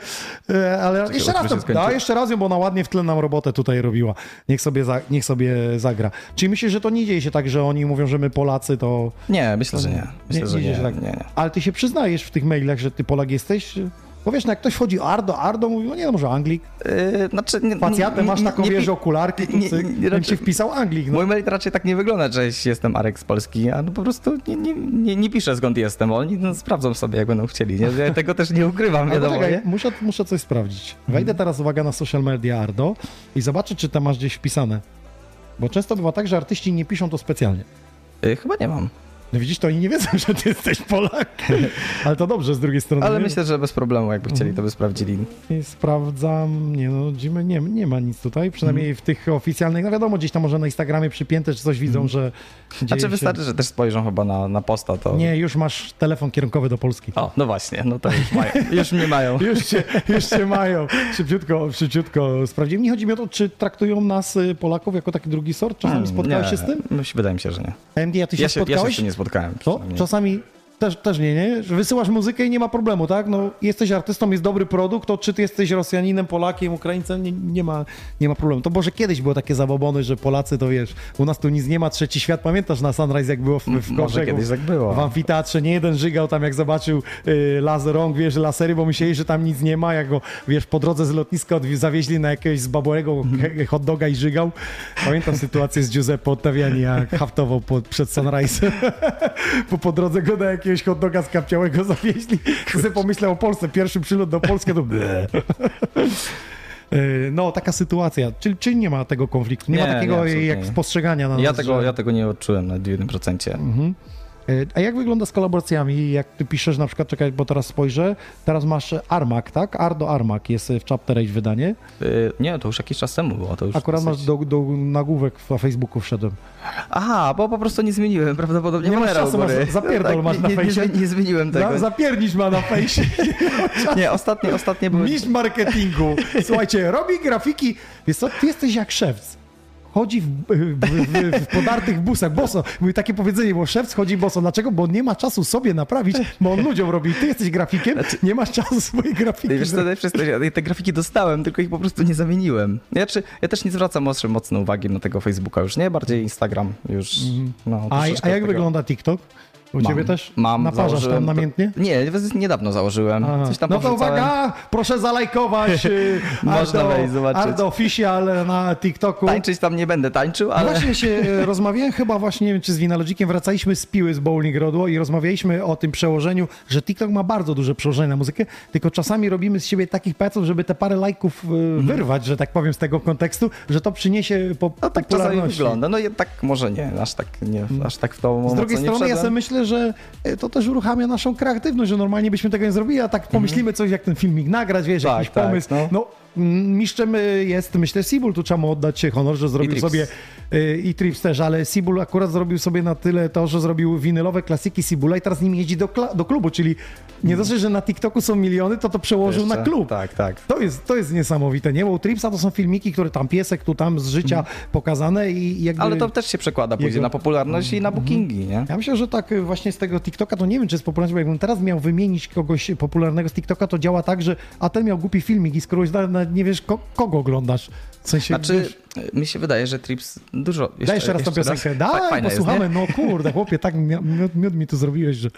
Ale jeszcze raz, się skończyło. jeszcze raz ją, bo ona ładnie w tle nam robotę tutaj robiła. Niech sobie zagra. Czyli myślisz, że to nie dzieje się tak, że oni mówią, że my Polacy to... Nie, myślę, że nie. Myślę, że dzieje nie, się tak. nie. Ale ty się przyznajesz w tych mailach, że ty Polak jesteś? Bo wiesz, no jak ktoś wchodzi Ardo mówi, no nie, no może Anglik. Znaczy, Facjatę masz taką, wiesz, okularki, tu cyk, jak się wpisał Anglik. No. Mój mail raczej tak nie wygląda, że jestem Arek z Polski, a no po prostu nie piszę skąd jestem. Oni sprawdzą sobie, jak będą chcieli. Nie? Ja tego też nie ukrywam, Ale wiadomo. poczekaj, Nie? muszę coś sprawdzić. Wejdę teraz, uwaga, na social media Ardo i zobaczę, czy tam masz gdzieś wpisane. Bo często bywa tak, że artyści nie piszą to specjalnie. Chyba nie mam. No widzisz, to oni nie wiedzą, że ty jesteś Polak. Ale to dobrze z drugiej strony. Ale nie? myślę, że bez problemu, jakby chcieli, to by sprawdzili. I sprawdzam, nie ma nic tutaj, przynajmniej w tych oficjalnych, no wiadomo, gdzieś tam może na Instagramie przypięte, czy coś widzą, że dzieje Znaczy się. Wystarczy, że też spojrzą chyba na posta, to... Nie, już masz telefon kierunkowy do Polski. O, no właśnie, no to już mają. Już mnie mają. Już cię mają. Szybciutko sprawdziłem. Nie chodzi mi o to, czy traktują nas, Polaków, jako taki drugi sort. Czasami spotkałeś się z tym? Wydaje mi się, że nie. MD, a ty się Ja się spotkałeś? jeszcze nie spotkałem. To? przynajmniej. Czasami też nie? Że wysyłasz muzykę i nie ma problemu, tak? No, jesteś artystą, jest dobry produkt, to czy ty jesteś Rosjaninem, Polakiem, Ukraińcem, nie ma problemu. To może kiedyś było takie zabobony, że Polacy to wiesz, u nas tu nic nie ma, trzeci świat, pamiętasz na Sunrise, jak było w Może Koszegu? kiedyś tak było. W amfiteatrze nie jeden żygał tam, jak zobaczył rąk, wiesz, lasery, bo myśleli, że tam nic nie ma, jak go, wiesz, po drodze z lotniska zawieźli na jakiegoś zbaborego hot doga i żygał. Pamiętam sytuację z Giuseppe Ottaviani, jak haftował przed Sunrise. po drodze go na jakiegoś hot doga skapciałego zawieźli. Sobie pomyślał o Polsce, pierwszy przylot do Polski, to no, taka sytuacja. Czyli nie ma tego konfliktu? Nie ma takiego absolutnie jak nie. spostrzegania na nas, Ja tego nie odczułem nawet w 1%. A jak wygląda z kolaboracjami? Jak ty piszesz na przykład, czekaj, bo teraz spojrzę, teraz masz Armak, tak? Ardo Armak jest w Chapter Age wydanie. Nie, to już jakiś czas temu było. To już Akurat dosyć... masz do nagłówek na Facebooku wszedłem. Aha, bo po prostu nie zmieniłem prawdopodobnie Nie masz banera u czasu, góry. zapierdol masz na fejsie. Nie zmieniłem tego. Zapiernisz ma na fejsie. Nie, ostatnie były... Mistrz marketingu. Słuchajcie, robi grafiki. Wiesz co, ty jesteś jak szewc. Chodzi w podartych busach, boso. Mówi takie powiedzenie, bo szewc chodzi boso. Dlaczego? Bo on nie ma czasu sobie naprawić, bo on ludziom robi. Ty jesteś grafikiem, nie masz czasu swojej grafiki. Wiesz co, ja te grafiki dostałem, tylko ich po prostu nie zamieniłem. Ja też nie zwracam mocno uwagi na tego Facebooka już, nie? Bardziej Instagram już. No, A troszeczkę jak tego... wygląda TikTok? U ciebie też? Mam, Naparzasz założyłem tam namiętnie? Nie, niedawno założyłem. Aha. Coś tam No to powrzucałem. uwaga, proszę zalajkować Można wejść, zobaczyć. Ardo Official na TikToku. Tańczyć tam nie będę tańczył, ale... Właśnie się rozmawiałem chyba właśnie, nie wiem, czy z Winalogikiem, wracaliśmy z Piły z Bowling Roadu i rozmawialiśmy o tym przełożeniu, że TikTok ma bardzo duże przełożenie na muzykę, tylko czasami robimy z siebie takich peców, żeby te parę lajków wyrwać, że tak powiem, z tego kontekstu, że to przyniesie No tak czasami popularności. wygląda. No tak może nie, aż tak w to Z drugiej strony ja sobie myślę, że to też uruchamia naszą kreatywność, że normalnie byśmy tego nie zrobili, a tak pomyślimy coś, jak ten filmik nagrać, wiesz, Tak, jakiś tak, pomysł. no. Mistrzem jest, myślę, Seabull, tu trzeba mu oddać się honor, że zrobił sobie i Trips też, ale Seabull akurat zrobił sobie na tyle to, że zrobił winylowe klasyki Seabulla i teraz z nim jeździ do klubu, czyli nie dosyć, że na TikToku są miliony, to przełożył Jeszcze? na klub. Tak. To jest niesamowite, nie? Bo u Tripsa to są filmiki, które tam piesek, tu tam z życia pokazane i jakby... Ale to też się przekłada później na popularność i na bookingi, nie? Ja myślę, że tak właśnie z tego TikToka, to nie wiem, czy jest popularność, bo jakbym teraz miał wymienić kogoś popularnego z TikToka, to działa tak, że a ten miał głupi filmik i skoro nie wiesz, kogo oglądasz. W sensie, Znaczy, wiesz, mi się wydaje, że Trips dużo... daj jeszcze raz tą piosenkę. Daj, Fajna posłuchamy. jest, No kurde, chłopie, tak miód mi tu zrobiłeś, że...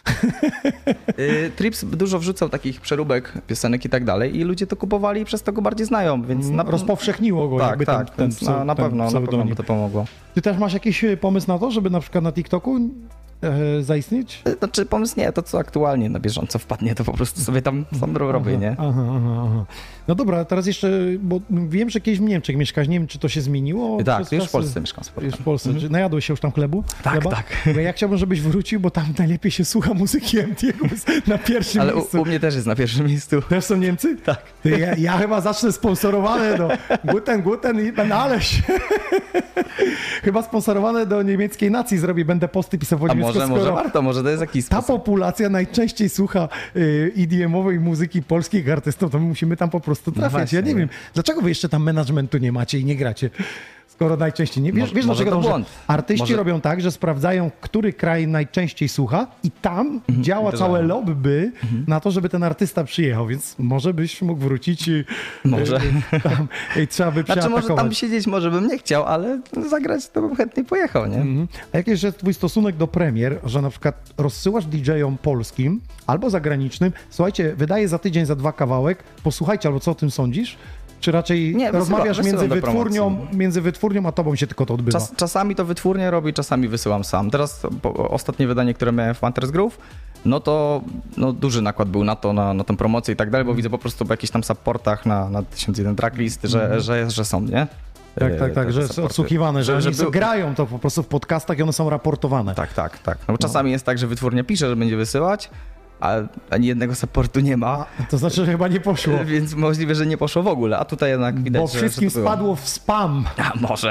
Trips dużo wrzucał takich przeróbek, piosenek i tak dalej i ludzie to kupowali i przez to go bardziej znają, więc... Rozpowszechniło go jakby tak, ten na pewno by to pomogło. Ty też masz jakiś pomysł na to, żeby na przykład na TikToku zaistnieć? Znaczy pomysł nie, to co aktualnie na bieżąco wpadnie, to po prostu sobie tam sam robię, nie? Aha. No dobra, teraz jeszcze, bo wiem, że kiedyś w Niemczech mieszkasz, nie wiem, czy to się zmieniło? Tak, już w Polsce mieszkam. Już w Polsce. Czy najadłeś się już tam chleba? Tak. Bo ja chciałbym, żebyś wrócił, bo tam najlepiej się słucha muzyki MT'ego na pierwszym Ale miejscu. u mnie też jest na pierwszym miejscu. Też są Niemcy? Tak. Ja chyba zacznę sponsorowane do Guten i ale się. Chyba sponsorowane do niemieckiej nacji zrobię, będę posty pisał po niemiecku. Może warto, może to jest jakiś Ta sposób. populacja najczęściej słucha EDM-owej muzyki polskich artystów, to my musimy tam po prostu trafiać. właśnie. Ja nie wiem, dlaczego wy jeszcze tam managementu nie macie i nie gracie? Skoro najczęściej nie wiesz, Może dlaczego to że błąd. artyści robią tak, że sprawdzają, który kraj najczęściej słucha i tam działa całe lobby na to, żeby ten artysta przyjechał, więc może byś mógł wrócić Może. tam i trzeba by Znaczy może przeatakować. tam siedzieć może bym nie chciał, ale zagrać to bym chętnie pojechał, nie? A jaki jest twój stosunek do premier, że na przykład rozsyłasz DJ-om polskim albo zagranicznym, słuchajcie, wydaję za tydzień za 2 kawałek, posłuchajcie, albo co o tym sądzisz? Czy raczej Nie, rozmawiasz wysyłam do między wytwórnią, a tobą się tylko to odbywa? Czasami to wytwórnia robi, czasami wysyłam sam. Teraz ostatnie wydanie, które miałem w Panthers Groove, no to duży nakład był na to, na tę promocję i tak dalej, bo widzę po prostu w jakichś tam supportach na 1001 tracklist, że są, nie? Tak, że jest odsłuchiwane, że oni grają to po prostu w podcastach i one są raportowane. Tak. No bo czasami jest tak, że wytwórnia pisze, że będzie wysyłać, a ani jednego supportu nie ma. To znaczy, że chyba nie poszło. Więc możliwe, że nie poszło w ogóle, a tutaj jednak widać, bo wszystkim że to było. spadło w spam. A może.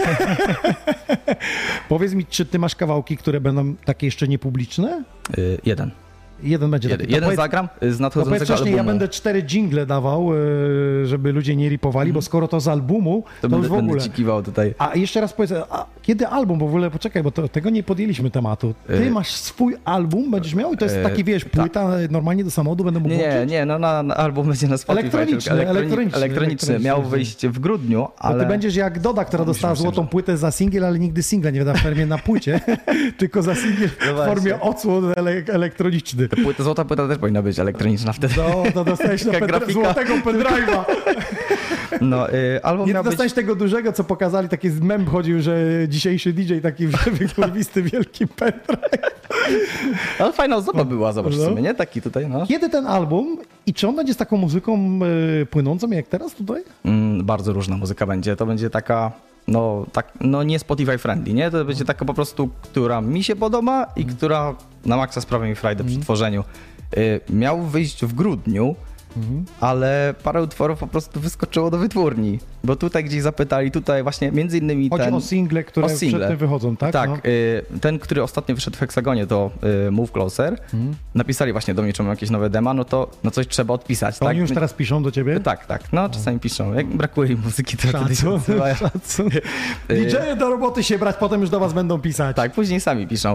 Powiedz mi, czy ty masz kawałki, które będą takie jeszcze niepubliczne? Jeden. Jeden będzie taki. Jeden zagram z nadchodzącego wcześniej albumu. ja będę 4 dżingle dawał, żeby ludzie nie ripowali, bo skoro to z albumu, to już w ogóle. Będę ci kiwał tutaj. A jeszcze raz powiedz, kiedy album? Bo w ogóle poczekaj, bo tego nie podjęliśmy tematu. Ty masz swój album, będziesz miał i to jest taki, wiesz, płyta normalnie do samochodu, będę mógł włączyć? Nie, no na album będzie na Spotify. Elektroniczny. Miał wyjść w grudniu, ale... Bo ty będziesz jak Doda, która dostała złotą płytę za singiel, ale nigdy singla nie wyda w formie na płycie, tylko za singiel w formie odsłon elektroniczny. Złota płyta też powinna być elektroniczna wtedy. No, to dostałeś złotego pendrive'a. No, album nie miał dostałeś tego dużego, co pokazali, taki mem chodził, że dzisiejszy DJ taki wykurwisty wielki pendrive. Ale fajna ozdoba była, zobacz sobie, nie? Taki tutaj, no. Kiedy ten album i czy on będzie z taką muzyką płynącą jak teraz tutaj? Bardzo różna muzyka będzie. To będzie taka... No nie Spotify friendly, nie? To będzie taka po prostu, która mi się podoba i która na maksa sprawia mi frajdę przy tworzeniu. Miał wyjść w grudniu, ale parę utworów po prostu wyskoczyło do wytwórni, bo tutaj gdzieś zapytali, tutaj właśnie między innymi Chodzi o single, które przed tym wychodzą, tak? Tak, ten, który ostatnio wyszedł w Heksagonie, to Move Closer, napisali właśnie do mnie, czy mam jakieś nowe dema, no to coś trzeba odpisać. To tak? Oni już teraz piszą do ciebie? Tak, no czasami piszą. Jak brakuje im muzyki, to wtedy się odzywają. DJ-e do roboty się brać, potem już do was będą pisać. Tak, później sami piszą.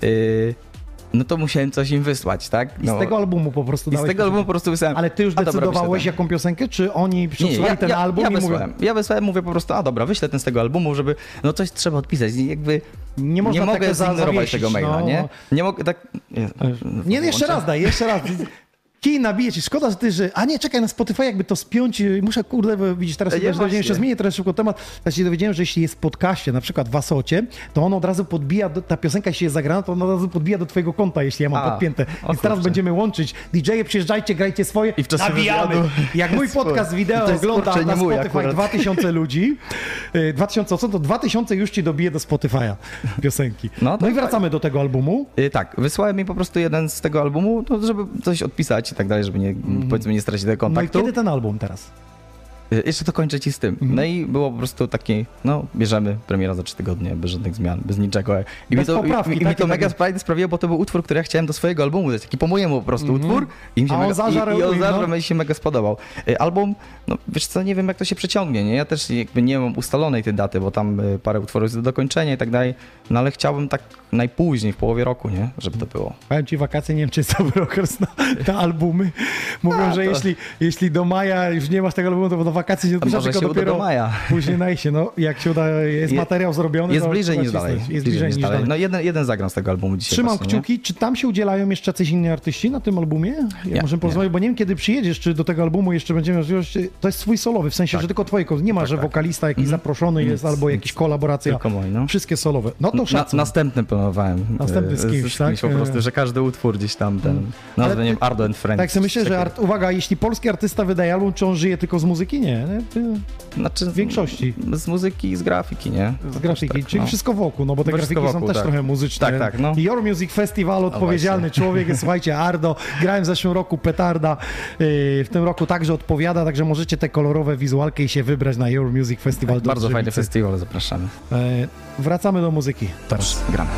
No to musiałem coś im wysłać, tak? I z tego albumu po prostu dałeś? I z tego albumu po prostu wysłałem. Ale ty już decydowałeś jaką piosenkę, czy oni przesłali ten album ja i wysłałem. mówią... Ja wysłałem, mówię po prostu, dobra, wyślę ten z tego albumu, żeby, coś trzeba odpisać. Jakby nie mogę zignorować tego maila, nie? Nie mogę, tak... Nie, jeszcze raz. Kij nabijesz i szkoda, że a nie, czekaj, na Spotify jakby to spiąć, muszę, kurde, widzisz, teraz jeszcze zmienię teraz szybko temat, teraz się dowiedziałem, że jeśli jest w podcaście, na przykład w Asocie, to on od razu podbija, ta piosenka jeśli jest zagrana, to on od razu podbija do twojego konta, jeśli ja mam podpięte. Więc teraz będziemy łączyć. DJ-e, przyjeżdżajcie, grajcie swoje, i w czasie nawijamy. Jak mój podcast wideo ogląda na Spotify 2000 ludzi, 2000 to 2000 już ci dobije do Spotify'a piosenki. No i wracamy do tego albumu. Tak, wysłałem mi po prostu jeden z tego albumu, żeby coś odpisać i tak dalej, żeby powiedzmy nie stracić tego kontaktu. No i kiedy ten album teraz? Jeszcze to kończę ci z tym. No i było po prostu taki, bierzemy, premiera za 3 tygodnie, bez żadnych zmian, bez niczego. I bez poprawki, mi to mega sprite sprawiło, bo to był utwór, który ja chciałem do swojego albumu dać, taki po mojemu po prostu utwór. I mi się mi się mega spodobał. Album, wiesz co, nie wiem jak to się przeciągnie, nie? Ja też jakby nie mam ustalonej tej daty, bo tam parę utworów jest do dokończenia i tak dalej, no ale chciałbym tak najpóźniej, w połowie roku, nie? Żeby to było. Powiem ci, wakacje, nie wiem czy jest dobry okres na te albumy. Mówią, że jeśli do maja już nie masz tego albumu, to do wakacji nie odpuszcza, Może tylko się uda dopiero do maja. później na jesień. No, jak się uda, jest materiał zrobiony, Jest to bliżej niż trzeba dalej. cisnąć. Jest bliżej niż dalej. No jeden zagram z tego albumu dzisiaj. Trzymam właśnie, kciuki. Czy tam się udzielają jeszcze jacyś inni artyści na tym albumie? Nie, Możemy porozmawiać, bo nie wiem, kiedy przyjedziesz, czy do tego albumu jeszcze będziemy możliwość. To jest swój solowy, w sensie, że tylko twoje. Nie ma, że wokalista jakiś zaproszony jest, albo jakiś kolaboracja. Tylko mój, no. Wszystkie solowe. No to szacun. Następny planowałem. Następny z kimś, tak? Po prostu, że każdy utwór gdzieś tam ten. Nazwaniem Ardo and Friends. Tak sobie myślę, że uwaga, jeśli polski artysta wydaje album, czy on żyje tylko z muzyki? Nie. Znaczy, w większości. Z muzyki i z grafiki, nie? Z grafiki, czyli no. wszystko wokół, no bo te grafiki wokół, są też tak. trochę muzyczne. Tak, no. Your Music Festival, odpowiedzialny człowiek, słuchajcie, Ardo, grałem w zeszłym roku Petarda, w tym roku także odpowiada, także możecie te kolorowe wizualki i się wybrać na Your Music Festival. Bardzo fajny festiwal, zapraszamy. Wracamy do muzyki. Teraz gramy.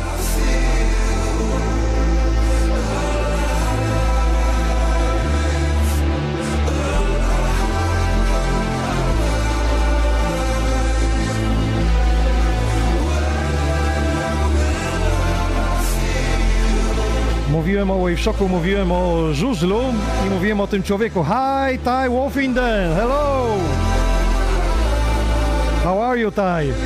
Mówiłem o Wave Shocku, mówiłem o żużlu i mówiłem o tym człowieku. Hi, Ty Wolfenden, hello! How are you, Ty?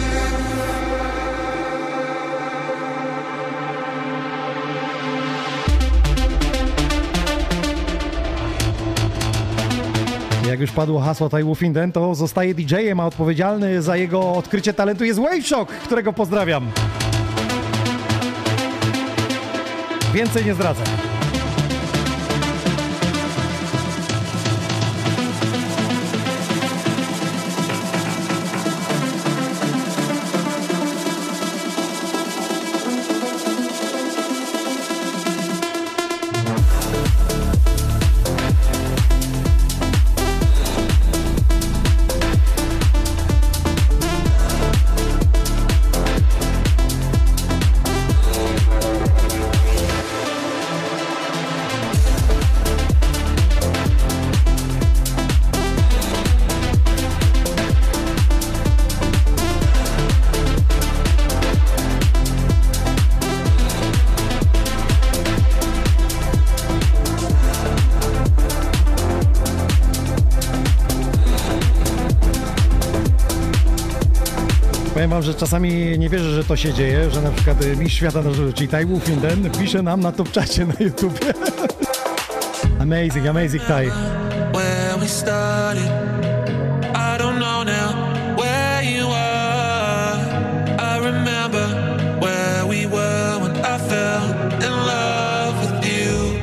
Jak już padło hasło Ty Wolfenden, to zostaje DJ-em, a odpowiedzialny za jego odkrycie talentu jest Wave Shock, którego pozdrawiam. Więcej nie zdradzę. Powiem wam, że czasami nie wierzę, że to się dzieje, że na przykład mistrz świata na żywo, czyli Ty Wolfenden, pisze nam na topczacie na YouTubie. Amazing, amazing Ty. Where we started, I don't know now where you are. I remember where we were when I fell in love with you.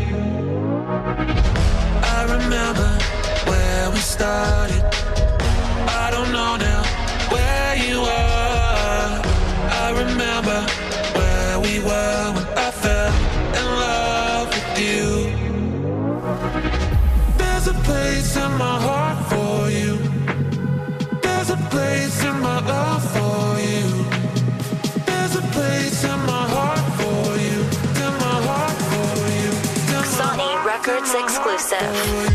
I remember where we started, I don't know now where you are. I remember where we were when I fell in love with you. There's a place in my heart for you. There's a place in my love for you. There's a place in my heart for you. In my heart for you. Sony Records exclusive.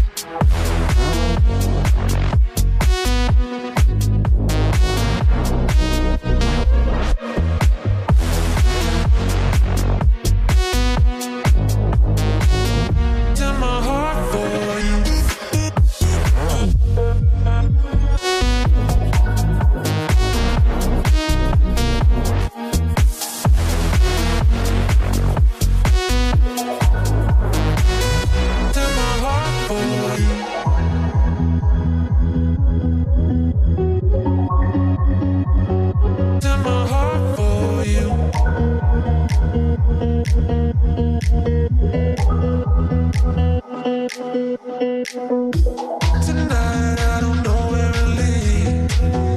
Tonight I don't know where to lead.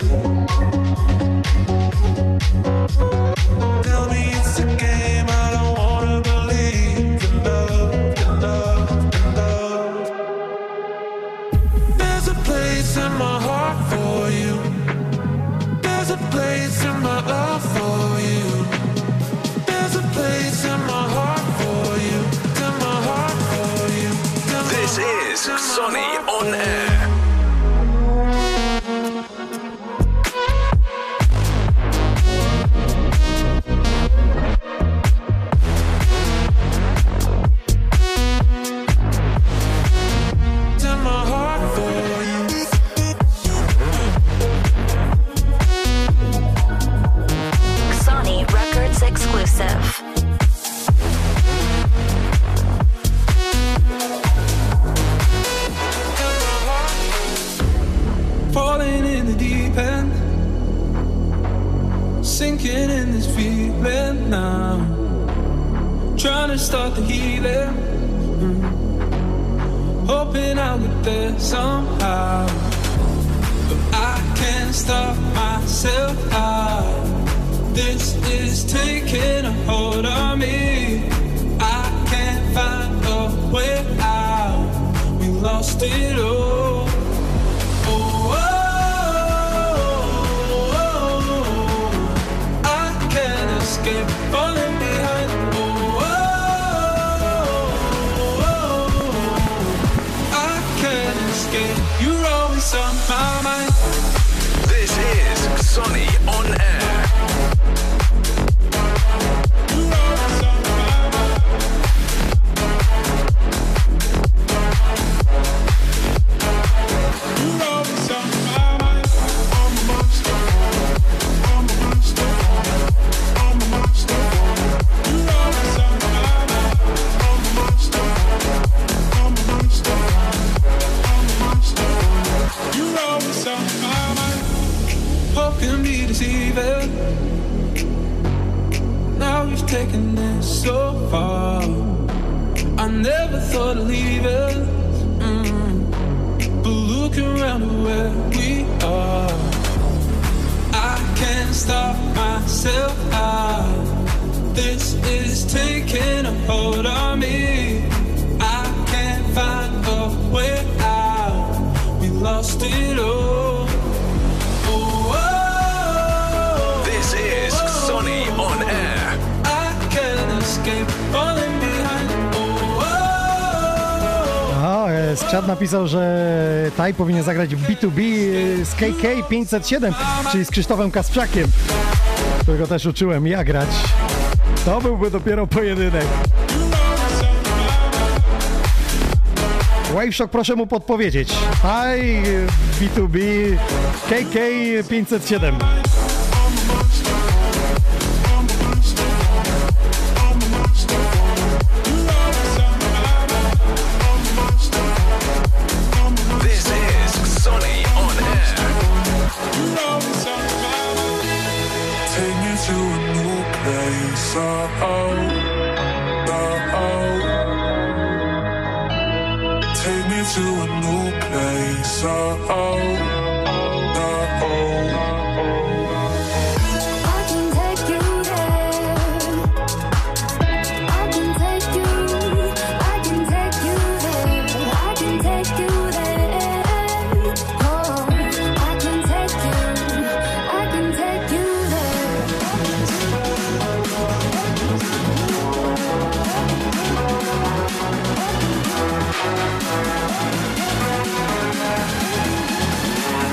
Tell me it's a game, I don't wanna believe in love, in love, in love. There's a place in my heart for you. There's a place in my love for you. There's a place in my heart for you. In my heart for you. This is Sonny on Air. In my heart for you. to start the healing. Hoping I'll get there somehow, but I can't stop myself out. This is taking a hold on me. I can't find a way out. We lost it all. Oh, oh, oh, oh. I can't escape falling behind. Oh, oh, oh, oh. I can't escape. You're always on my mind. This is Sonny on Air. Now we've taken this so far. I never thought I'd leave it, but look around at where we are. I can't stop myself out. This is taking a hold on me. I can't find a way out. We lost it all. Oh, oh, This is Sonny on Air. I can't escape falling behind. Oh, oh, Skrzat napisał, że Taj powinien zagrać B2B z KK 507, czyli z Krzysztofem Kasprzakiem, którego też uczyłem ja grać. To byłby dopiero pojedynek. Waveshock, proszę mu podpowiedzieć. Taj, B2B, KK 507. This is Sonny on Air. Take me to a new place, Take me to a new place, I can take you there. I can take you. I can take you there. I can take you there. Oh, I can take you. I can take you there.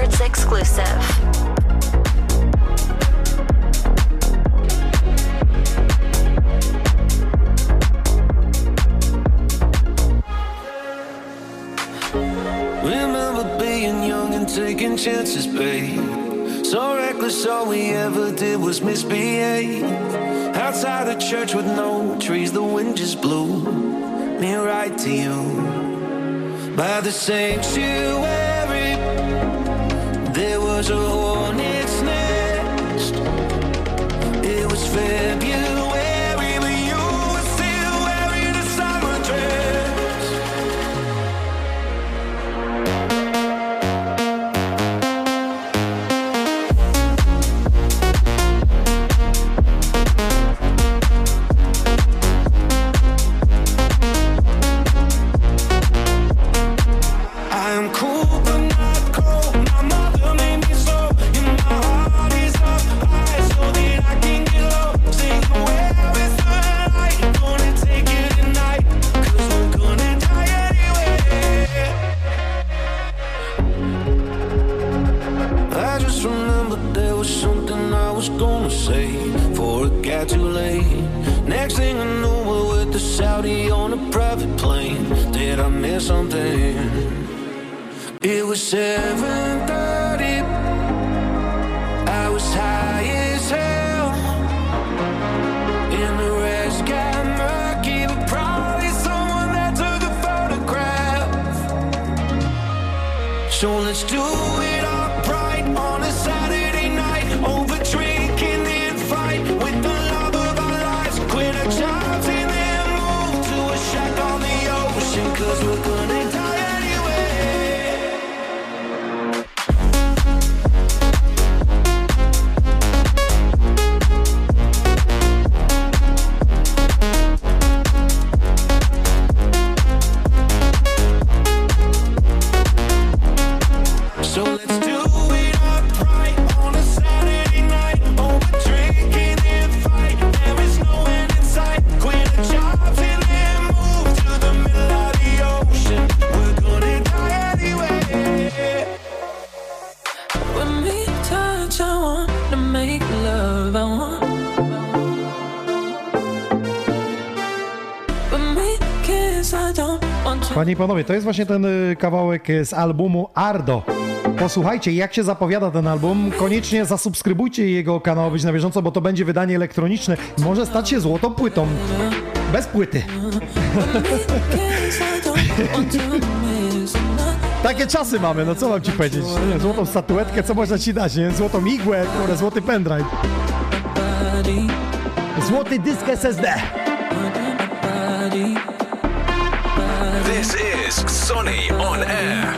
Records exclusive. Remember being young and taking chances, babe. So reckless, all we ever did was misbehave. Outside the church with no trees, the wind just blew me right to you. By the sanctuary, there was a hornet's nest. It was February, but you were still wearing a summer dress. It was 7:30. I was high as hell, and the rest got murky, but probably someone that took a photograph. So let's do it upright on a Saturday night, over drinking and fight with the love of our lives. Quit our jobs and then move to a shack on the ocean, 'cause we're gonna die. Panie i panowie, to jest właśnie ten kawałek z albumu Ardo. Posłuchajcie, jak się zapowiada ten album, koniecznie zasubskrybujcie jego kanał, być na bieżąco, bo to będzie wydanie elektroniczne i może stać się złotą płytą. Bez płyty. Takie czasy mamy, no co mam ci powiedzieć? Nie, złotą statuetkę, co można ci dać? Nie? Złotą igłę, złoty pendrive. Złoty dysk SSD. This is Sonny on Air.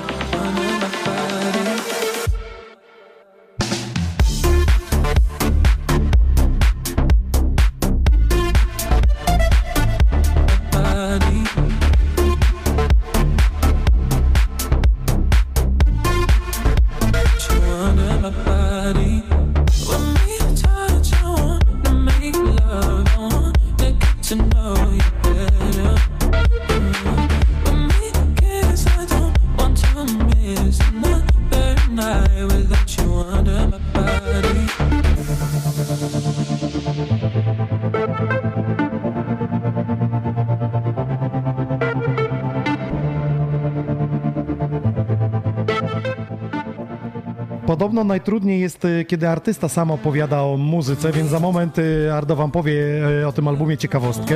Podobno najtrudniej jest, kiedy artysta sam opowiada o muzyce, więc za moment Ardo wam powie o tym albumie ciekawostkę.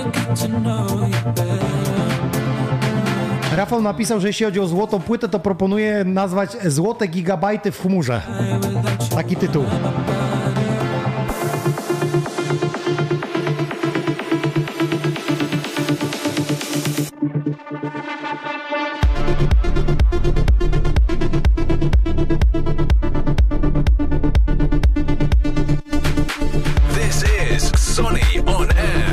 Rafał napisał, że jeśli chodzi o złotą płytę, to proponuję nazwać Złote gigabajty w chmurze. Taki tytuł. This is Sonny on Air.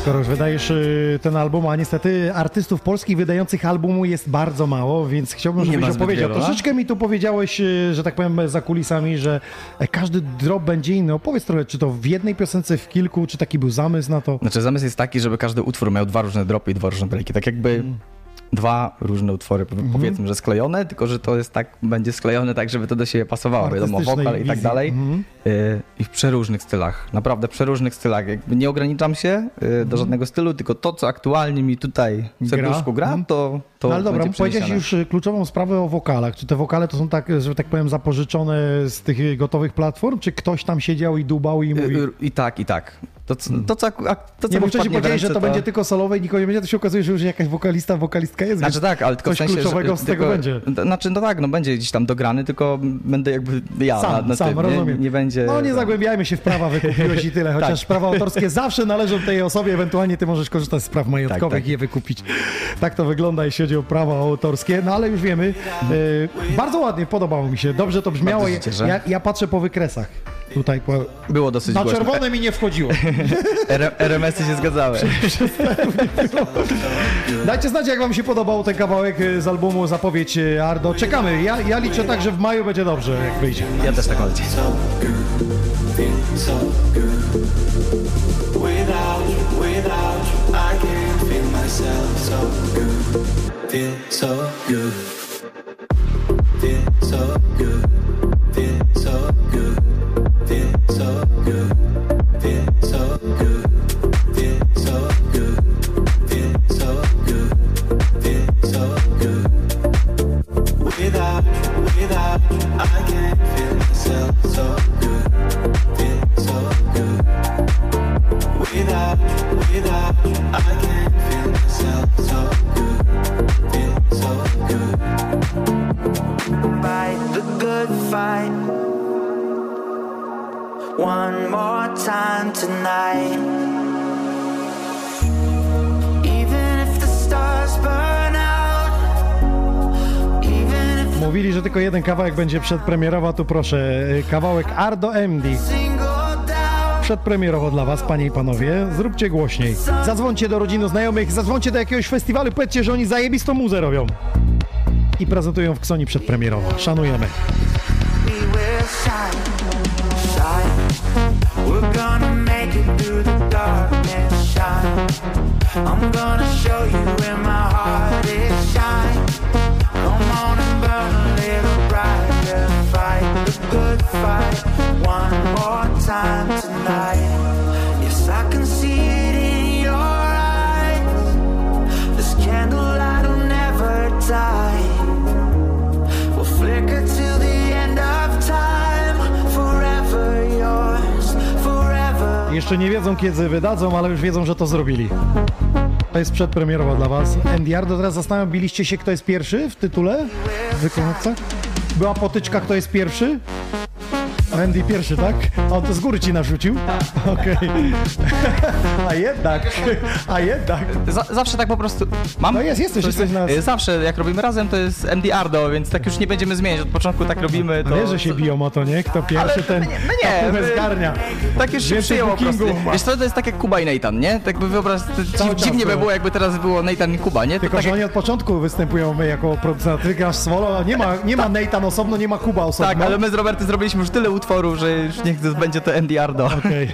skoro już wydajesz ten album, a niestety artystów polskich wydających albumu jest bardzo mało, więc chciałbym, żebyś opowiedział. Troszeczkę mi tu powiedziałeś, że tak powiem za kulisami, że każdy drop będzie inny. Opowiedz trochę, czy to w jednej piosence, w kilku, czy taki był zamysł na to? Znaczy zamysł jest taki, żeby każdy utwór miał 2 różne dropy i 2 różne breaki. Tak jakby 2 różne utwory, powiedzmy, że sklejone, tylko że to jest tak, będzie sklejone tak, żeby to do siebie pasowało, wiadomo, wokal i tak dalej. I w przeróżnych stylach, naprawdę przeróżnych stylach. Jakby nie ograniczam się do żadnego stylu, tylko to, co aktualnie mi tutaj w serduszku gra, to no ale dobra, będzie powiedziałeś już kluczową sprawę o wokalach. Czy te wokale to są tak, że tak powiem, zapożyczone z tych gotowych platform, czy ktoś tam siedział i dubał i mówił? I tak. To co nie, bo mi wcześniej powiedziałeś, że to będzie to... tylko solowe i nikogo nie będzie, to się okazuje, że już jakaś wokalistka jest, znaczy tak, ale tylko coś w sensie, kluczowego z tego będzie. Znaczy, no tak, no będzie gdzieś tam dograny, tylko będę jakby ja sam tym, rozumiem. Nie będzie... No nie zagłębiajmy się w prawa, wykupiłeś i tyle, chociaż tak. prawa autorskie zawsze należą tej osobie, ewentualnie ty możesz korzystać z praw majątkowych tak. i je wykupić. Tak to wygląda, jeśli chodzi o prawa autorskie, no ale już wiemy. Bardzo ładnie, podobało mi się, dobrze to brzmiało. Ja patrzę po wykresach. Tutaj było dosyć na głośno. czerwone mi nie wchodziło. RMS-y się zgadzały. Dajcie znać, jak wam się podobał ten kawałek z albumu Zapowiedź Ardo. Czekamy. Ja liczę tak, że w maju będzie dobrze, jak wyjdzie. Ja też tak mam nadzieję. One more time tonight. Even if the stars burn out. Even if mówili, że tylko jeden kawałek będzie przedpremierowo, tu proszę, kawałek Ardo MD. Przedpremierowo dla was, panie i panowie, zróbcie głośniej. Zadzwońcie do rodziny, znajomych, zadzwońcie do jakiegoś festiwalu, powiedzcie, że oni zajebistą muzę robią. I prezentują w Ksoni przedpremierowo. Szanujemy. We're gonna make it through the darkness, shine. I'm gonna show you where my heart is, shine. Come on and burn a little brighter, fight the good fight one more time tonight. Yes, I can see it in your eyes. This candlelight will never die. We'll flicker till the end of time, forever yours. Jeszcze nie wiedzą, kiedy wydadzą, ale już wiedzą, że to zrobili. To jest przedpremierowo dla was. Andy Ardo, teraz zastanawialiście się, kto jest pierwszy w tytule? W wykonawcach? Była potyczka, kto jest pierwszy? Andy pierwszy, tak? A on to z góry ci narzucił? Okej. A jednak. Zawsze tak po prostu mam. No jesteś nas. Zawsze, jak robimy razem, to jest Andy Ardo, więc tak już nie będziemy zmieniać. Od początku tak robimy. To... Wiesz, że się biją o to, nie? Kto pierwszy, ten zgarnia. Tak już się przyjęło po prostu. Wiesz co, to jest tak jak Kuba i Nathan, nie? Tak by wyobraź, dziwnie by było, jakby teraz było Nathan i Kuba, nie? Tylko, tak że oni od początku występują jako producent. Ty grasz solo, nie ma Nathan osobno, nie ma Kuba osobno. Tak, ale my z Robertem zrobiliśmy już tyle utworów, że już niech to będzie to Andy Ardo. Okej.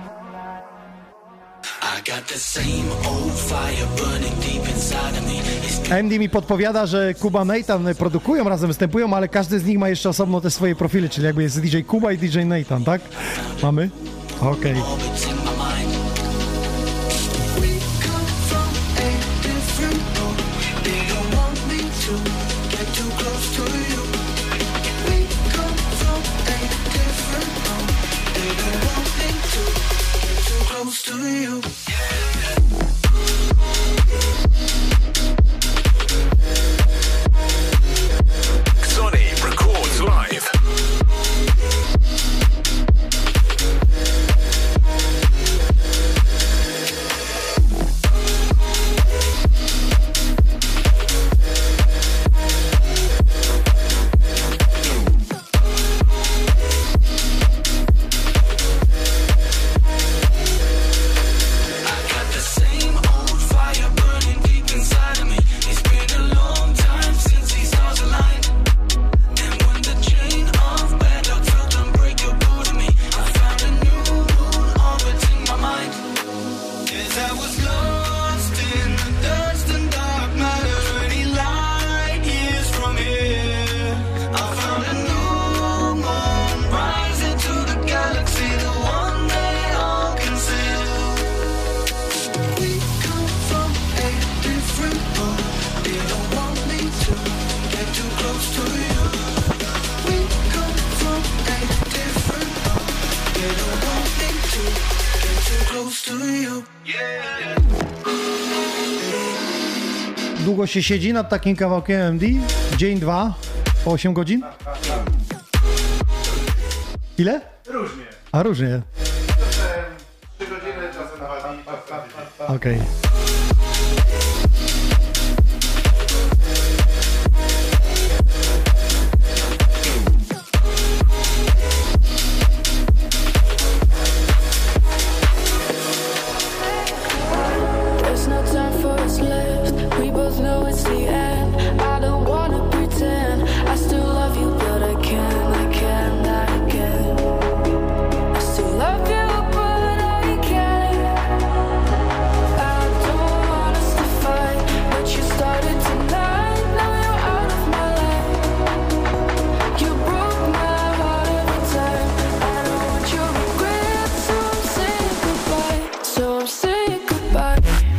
Andy mi podpowiada, że Kuba, Nathan produkują, razem występują, ale każdy z nich ma jeszcze osobno te swoje profile, czyli jakby jest DJ Kuba i DJ Nathan, tak? Mamy? Okej. close to you. Długo się siedzi nad takim kawałkiem MD? Dzień, 2? Po 8 godzin? Ile? Różnie. A różnie. 3 godziny, czasem nawet mniej. Okej. There's no time for us left. We both know it's the end. I don't wanna pretend. I still love you, but I can't. I still love you, but I can't. I don't want us to fight, but you started tonight. Now you're out of my life. You broke my heart every time. I don't want your regrets, so I'm saying goodbye. So I'm saying goodbye.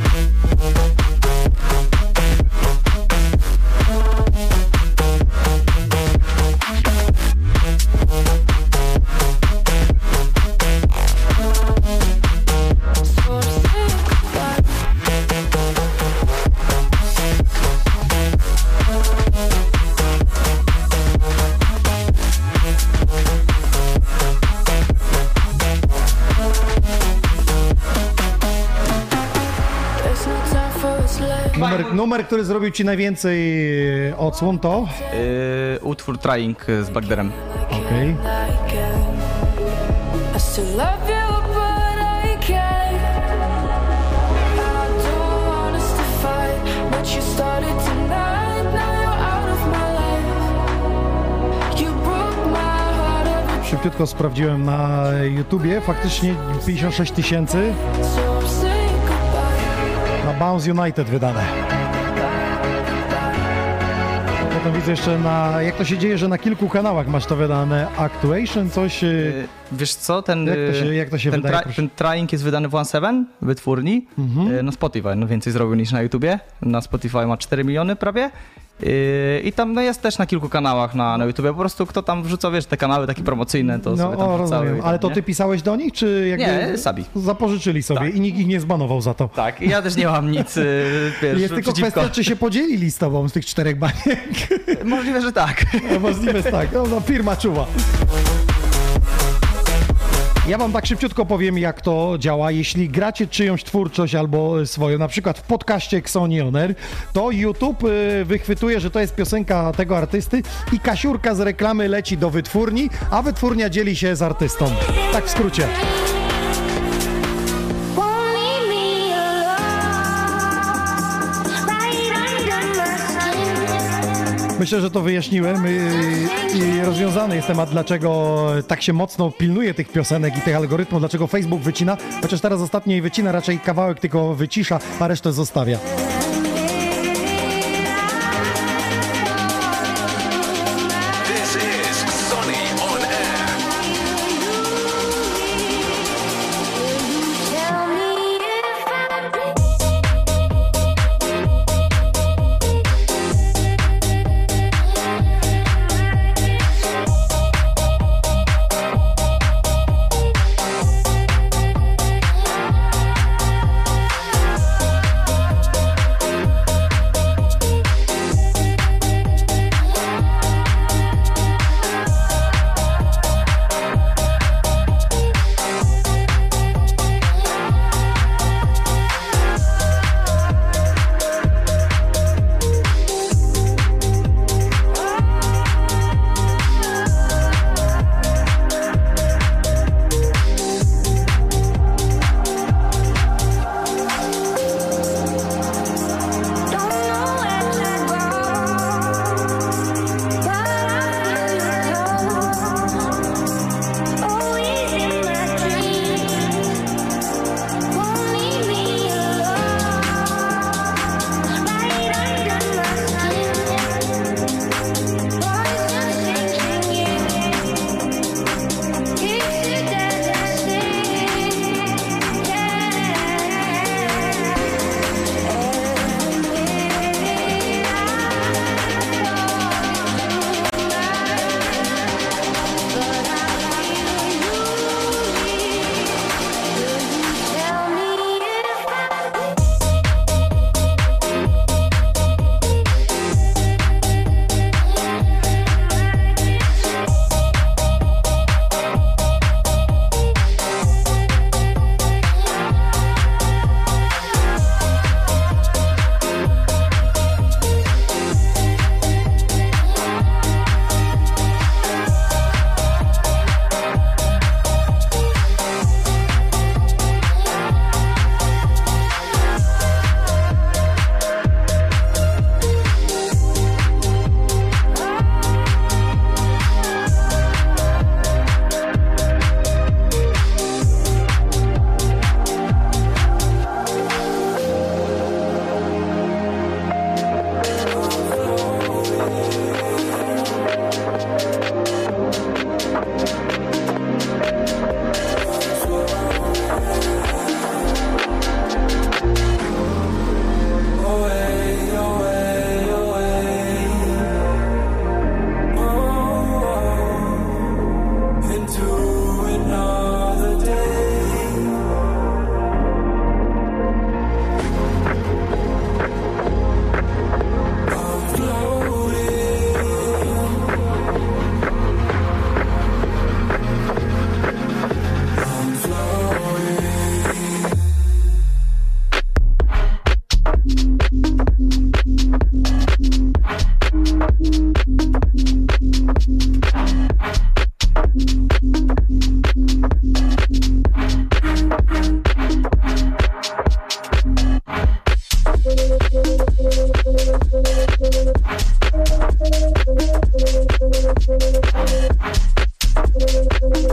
Numer, który zrobił ci najwięcej odsłon to? Utwór Trying z Bagderem. Okej. I still love you, but I can't. I don't want us to fight, but you started tonight. Now you're out of my life. You broke my heart every Szybciutko sprawdziłem na YouTubie, faktycznie 56 000 so I'm saying goodbye. na Bounce United wydane. Potem widzę jeszcze jak to się dzieje, że na kilku kanałach masz to wydane. Actuation, coś... Wiesz co, jak to się wydaje? Ten Trying jest wydany w OneSeven, wytwórni, na Spotify, no więcej zrobił niż na YouTubie. Na Spotify ma 4 miliony prawie. I tam jest też na kilku kanałach na YouTubie. Po prostu kto tam wrzuca, wiesz, te kanały takie promocyjne, to sobie tam wrzucały. Rozumiem. Ale to ty pisałeś do nich, czy jakby... Nie, sami. Zapożyczyli sobie i nikt ich nie zbanował za to. Tak, i ja też nie mam nic, wiesz, jest tylko przeciwko. kwestia, czy się podzielili z tobą z tych 4 baniek. Możliwe, że tak. Możliwe, że tak. No, firma czuwa. Ja wam tak szybciutko powiem, jak to działa. Jeśli gracie czyjąś twórczość albo swoją, na przykład w podcaście Xoni On Air, to YouTube wychwytuje, że to jest piosenka tego artysty i kasiurka z reklamy leci do wytwórni, a wytwórnia dzieli się z artystą. Tak w skrócie. Myślę, że to wyjaśniłem i rozwiązany jest temat, dlaczego tak się mocno pilnuje tych piosenek i tych algorytmów, dlaczego Facebook wycina, chociaż teraz ostatnio wycina, raczej kawałek tylko wycisza, a resztę zostawia. This is Xoni On Air.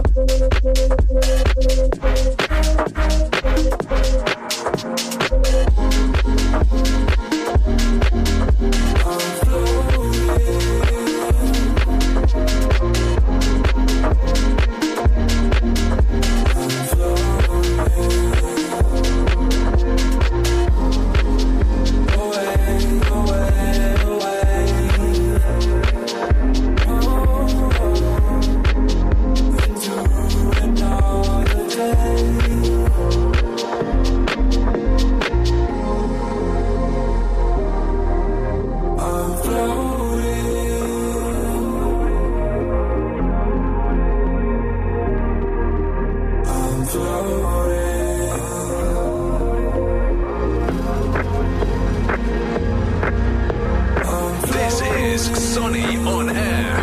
This is Sonny on Air.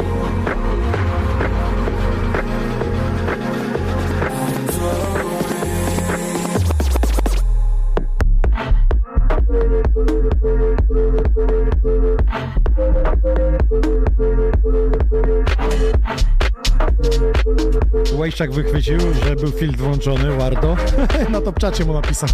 Łejszczak wychwycił, że był filtr włączony, Wardo. Na top czacie mu napisał.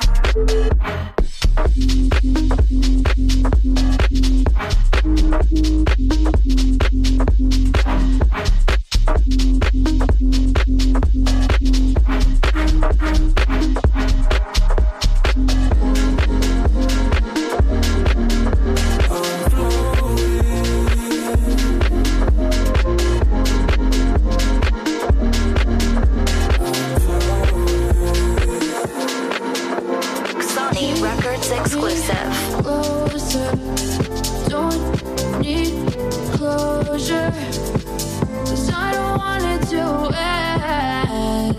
Sony Records exclusive. Closer, don't need closure, 'cause I don't want it to end.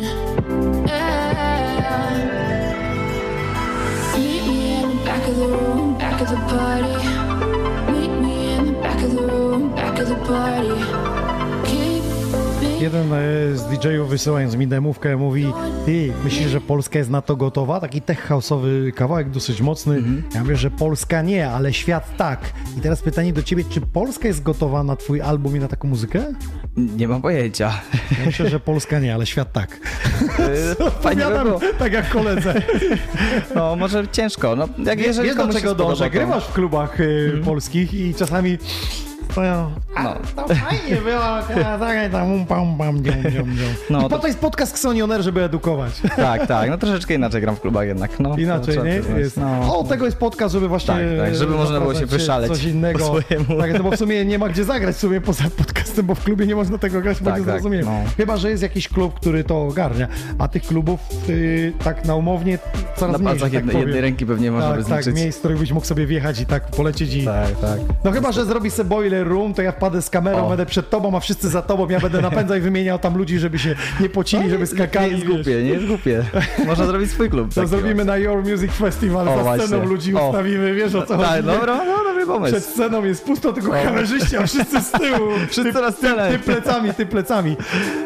Meet me in the back of the room, back of the party. Meet me in the back of the room, back of the party. Keep me. Jeden z DJ-ów wysyłając mi demówkę mówi: ty, myślisz, że Polska jest na to gotowa? Taki tech house'owy kawałek, dosyć mocny. Ja mówię, że Polska nie, ale świat tak. I teraz pytanie do ciebie, czy Polska jest gotowa na twój album i na taką muzykę? Nie mam pojęcia. Ja myślę, że Polska nie, ale świat tak. Fajnie by było. Tak jak koledze. No, może ciężko. No, jak jeżeli Wiesz do komuś się czego dążę? spodoba, to- Grywasz w klubach polskich i czasami stoją... No. To fajnie było, zagraj tam dzium. No, I po to- to jest podcast Xonioner, żeby edukować. Tak, tak. No troszeczkę inaczej gram w klubach jednak. No, Inaczej, to nie? trzeba Jest. przyznać, no. O, tego jest podcast, żeby właśnie... Tak, żeby można było się zapraszać wyszaleć Coś innego. po swojemu. Tak, no bo w sumie nie ma gdzie zagrać w sumie poza podcastem, bo w klubie nie można tego grać, Tak, tak, tak, zrozumiem. no. Chyba, że jest jakiś klub, który to ogarnia, a tych klubów tak na umownie coraz Na mniej, palcach że tak jednej powiem. ręki pewnie można by Tak, tak, zliczyć. miejsc, w których byś mógł sobie wjechać i tak polecieć i... Tak, tak. No chyba, że zrobi sobie boiler room, to ja wpadę z kamerą, O. będę przed tobą, a wszyscy za tobą, ja będę napędzał i wymieniał tam ludzi, żeby się nie pocili, żeby skakali. Nie jest wiesz. głupie, nie jest głupie. Można zrobić swój klub. To taki zrobimy na Your Music Festival, O, za właśnie. sceną ludzi O. ustawimy, wiesz o co Tak, chodzi. dobra, no dobry pomysł. Przed sceną jest pusto, tylko kamerzyści, a wszyscy z tyłu. Wszyscy na scenę. Ty plecami.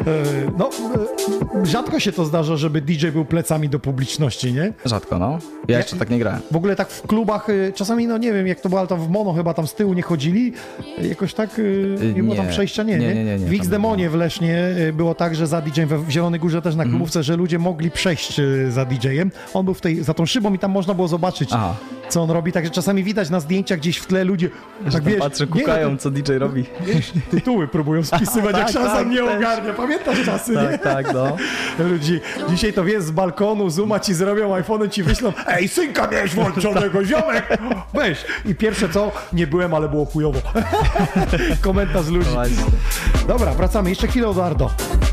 Rzadko się to zdarza, żeby DJ był plecami do publiczności, nie? Rzadko, no. Ja jeszcze tak nie grałem. W ogóle tak w klubach, czasami, no nie wiem, jak to było, ale tam w Mono chyba tam z tyłu nie chodzili, jakoś tak nie było tam Nie. przejścia, nie. Nie, W X-Demonie w Lesznie było tak, że za DJ-em w Zielonej Górze też na Mhm. klubówce, że ludzie mogli przejść za DJ-em. On był za tą szybą i tam można było zobaczyć, Aha. co on robi, także czasami widać na zdjęciach gdzieś w tle ludzie, tak wiesz, Patrzę, nie, kukają, no, co DJ robi. tytuły próbują spisywać, jak Tak, Shazam tak, nie też. ogarnia. Pamiętasz czasy, nie? Tak, tak, no. Ludzi, dzisiaj to wiesz, z balkonu Zooma ci zrobią, iPhone ci wyślą, ej, synka miałeś włączonego, ziomek! Weź! I pierwsze co, nie byłem, ale było chujowo. Komentarz ludzi. Właśnie. Dobra, wracamy, jeszcze chwilę od Ardo.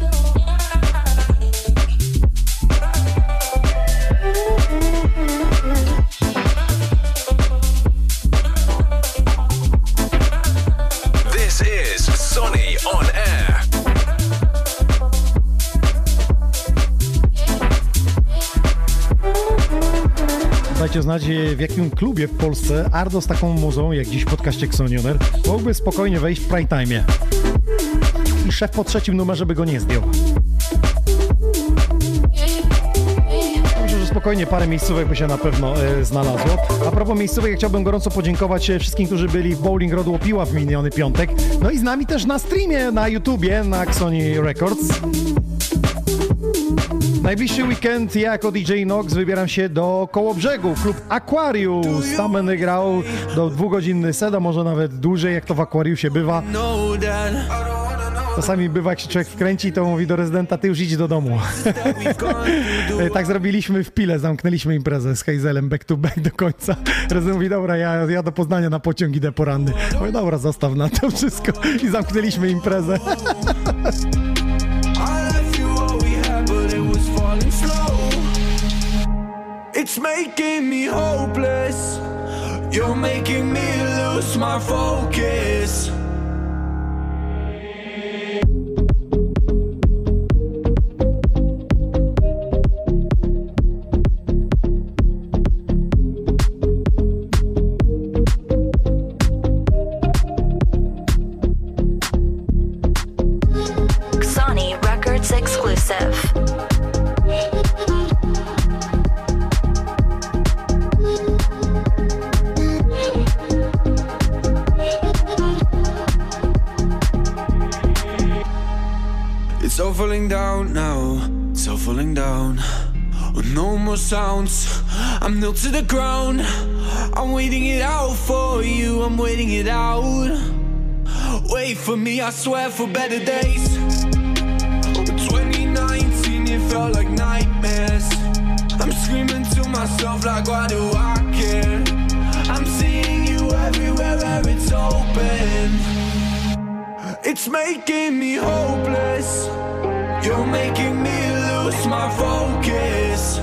This is Sonny on Air. Dajcie znać, w jakim klubie w Polsce Ardo z taką muzą, jak dziś w podcaście Xonioner, mógłby spokojnie wejść w prime time. I szef po trzecim numerze by go nie zdjął. Myślę, że spokojnie parę miejscówek by się na pewno znalazło. A propos miejscówek, chciałbym gorąco podziękować wszystkim, którzy byli w Bowling Road Łopiła w miniony piątek. No i z nami też na streamie na YouTubie, na Axoni Records. Najbliższy weekend ja jako DJ Nox wybieram się do Kołobrzegu, klub Aquarius. Tam będę grał do 2-godzinny set, a może nawet dłużej, jak to w Aquariusie bywa. Czasami bywa, jak się człowiek wkręci, to mówi do rezydenta, ty już idź do domu. Tak zrobiliśmy w Pile, zamknęliśmy imprezę z Hazelem back to back do końca. Rezydent mówi, dobra, ja do Poznania na pociąg idę poranny. Mówię, dobra, zostaw na to wszystko i zamknęliśmy imprezę. It's making me hopeless. You're making me lose my focus. Sony Records exclusive. It's all falling down now, it's all falling down. No more sounds, I'm nailed to the ground. I'm waiting it out for you, I'm waiting it out. Wait for me, I swear, for better days. 2019, it felt like nightmares. I'm screaming to myself like, why do I care? I'm seeing you everywhere where it's open. It's making me hopeless. You're making me lose my focus.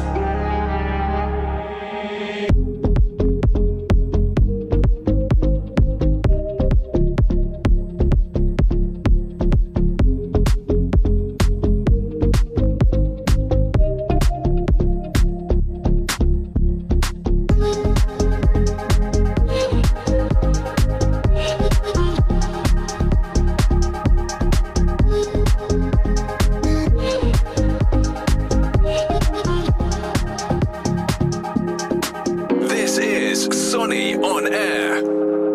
Sonny on air.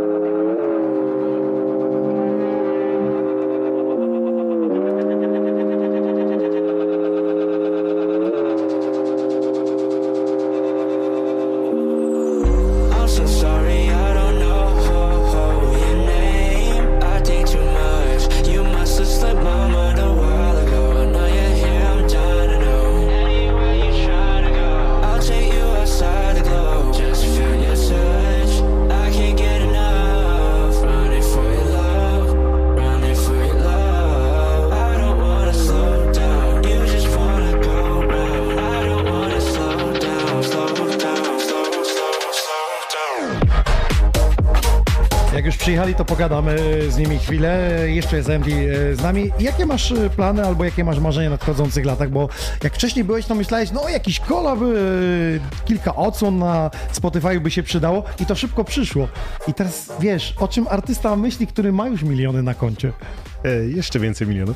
I'm so sorry, I don't know your name. I think too much. You must have slipped my mind a while ago. I know you're here, I'm dying to know. Anywhere you try to go, I'll take you outside the globe. Just feel your touch. I can't get enough. Running for your love, running for your love. I don't wanna slow down. You just wanna go round. I don't wanna slow down, slow down, slow down. Jak już przyjechali, to pogadamy z nimi chwilę. Jeszcze jest Andy z nami. Jakie masz plany albo jakie masz marzenia w nadchodzących latach? Bo jak wcześniej byłeś, to myślałeś, no jakiś collab, kilka odsłon na Spotify by się przydało i to szybko przyszło. I teraz wiesz, o czym artysta myśli, który ma już miliony na koncie? Jeszcze więcej milionów.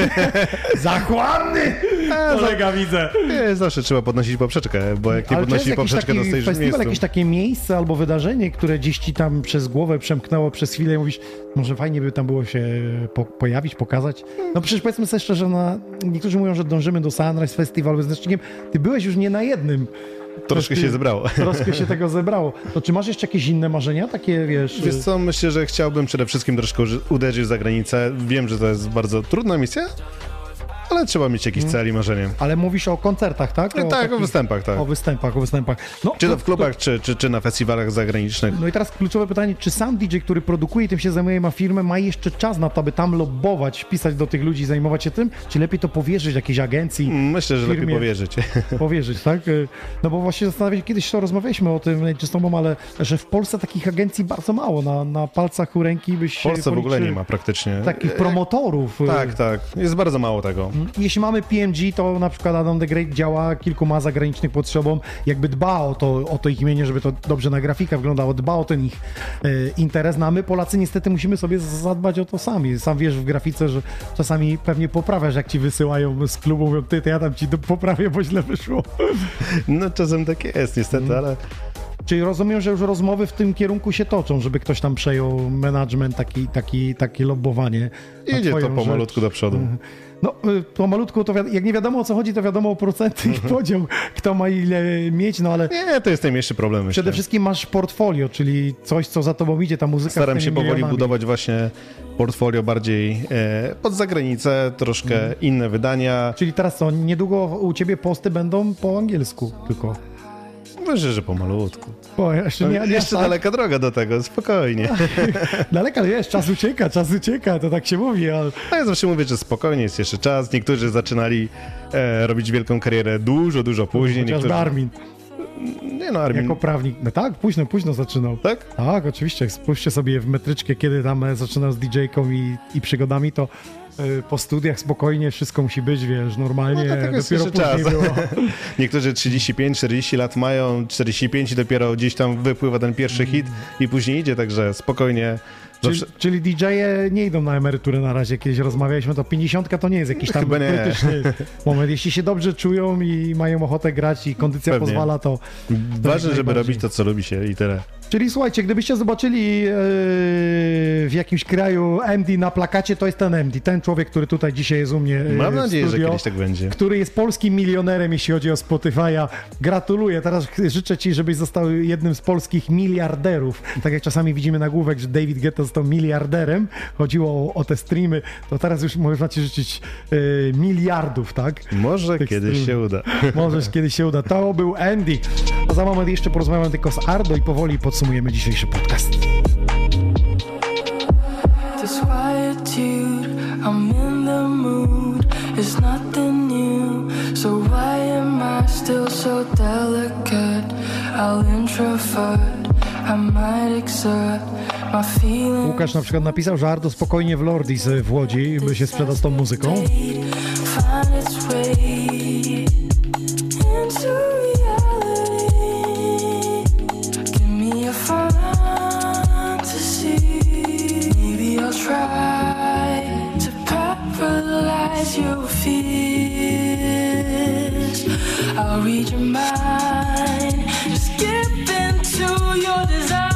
Zachłanny! Kolega, widzę. Nie, zawsze trzeba podnosić poprzeczkę, bo jak nie podnosi poprzeczkę, to stoisz w festiwal, miejscu. jakieś takie miejsce albo wydarzenie, które gdzieś ci tam przez głowę przemknęło przez chwilę i mówisz, może fajnie by tam było się pojawić, pokazać. No przecież powiedzmy sobie szczerze, niektórzy mówią, że dążymy do Sunrise Festiwalu z Deszczykiem. Ty byłeś już nie na jednym. Troszkę się zebrało. Troszkę się tego zebrało. To czy masz jeszcze jakieś inne marzenia? Takie, wiesz... Wiesz co, myślę, że chciałbym przede wszystkim troszkę uderzyć za granicę. Wiem, że to jest bardzo trudna misja, ale trzeba mieć jakiś cel i marzenie. Ale mówisz o koncertach, tak? O występach, tak. O występach. No, czy to w klubach, czy na festiwalach zagranicznych. No i teraz kluczowe pytanie, czy sam DJ, który produkuje i tym się zajmuje, ma firmę, ma jeszcze czas na to, aby tam lobbować, pisać do tych ludzi, zajmować się tym? Czy lepiej to powierzyć jakiejś agencji? Myślę, że lepiej powierzyć. Powierzyć, tak? No bo właśnie zastanawiam się, kiedyś to rozmawialiśmy o tym z tobą, ale że w Polsce takich agencji bardzo mało. Na palcach u ręki byś W Polsce w ogóle nie ma praktycznie. Takich promotorów. Tak. Jest bardzo mało tego. Jeśli mamy PMG, to na przykład Adam the Great działa kilkoma zagranicznych potrzebom, jakby dba o to ich imienie, żeby to dobrze na grafikę wyglądało, dba o ten ich interes, no a my Polacy niestety musimy sobie zadbać o to sami. Sam wiesz w grafice, że czasami pewnie poprawiasz, jak ci wysyłają z klubu, mówią, to ja tam ci poprawię, bo źle wyszło. No czasem tak jest niestety, ale... Czyli rozumiem, że już rozmowy w tym kierunku się toczą, żeby ktoś tam przejął management, takie lobbowanie. Idzie to pomalutku do przodu. No, pomalutku, to jak nie wiadomo o co chodzi, to wiadomo o procenty i podział, kto ma ile mieć, no ale... Nie, to jest najmniejszy problem, myślę. Przede wszystkim masz portfolio, czyli coś, co za tobą idzie, ta muzyka. Staram się powoli budować właśnie portfolio bardziej pod zagranicę, troszkę inne wydania. Czyli teraz co, niedługo u ciebie posty będą po angielsku tylko? Myślę, że pomalutku. Bo jeszcze daleka droga do tego, spokojnie. Daleka, ale wiesz, czas ucieka, to tak się mówi, ale... A ja zawsze mówię, że spokojnie, jest jeszcze czas. Niektórzy zaczynali robić wielką karierę dużo później. Chociażby Armin. Nie no, Armin... Jako prawnik. No tak, późno zaczynał. Tak? Tak, oczywiście. Spójrzcie sobie w metryczkę, kiedy tam zaczynał z DJ-ką i przygodami, to po studiach spokojnie wszystko musi być, wiesz, normalnie, no tak dopiero później czas. było. Niektórzy 35-40 lat mają, 45 i dopiero gdzieś tam wypływa ten pierwszy hit i później idzie, także spokojnie. Czyli DJ-e nie idą na emeryturę na razie, kiedyś rozmawialiśmy, to 50 to nie jest jakiś tam krytyczny moment. Jeśli się dobrze czują i mają ochotę grać i kondycja pozwala, to... Ważne, żeby robić to, co lubi się i tyle. Czyli słuchajcie, gdybyście zobaczyli w jakimś kraju MD na plakacie, to jest ten MD, ten człowiek, który tutaj dzisiaj jest u mnie Mam nadzieję, studio, że kiedyś tak będzie. Który jest polskim milionerem, jeśli chodzi o Spotify'a. Gratuluję. Teraz życzę ci, żebyś został jednym z polskich miliarderów. Tak jak czasami widzimy nagłówek, że David Guetta został miliarderem. Chodziło o te streamy. To teraz już można ci życzyć miliardów, tak? Może kiedyś się uda. Może kiedyś się uda. To był Andy. A za moment jeszcze porozmawiam tylko z Ardo i powoli podsumujemy dzisiejszy podcast. Disquietude, I'm in the mood. It's nothing new, so why am I still so delicate? I'll introvert, I might exert my feelings. Łukasz na przykład napisał, że Ardo spokojnie w Lordis w Łodzi by się sprzedał z tą muzyką. Find its way into reality. Give me a fantasy. Maybe I'll try to paralyze your fears. I'll read your mind. Just give in to your desire.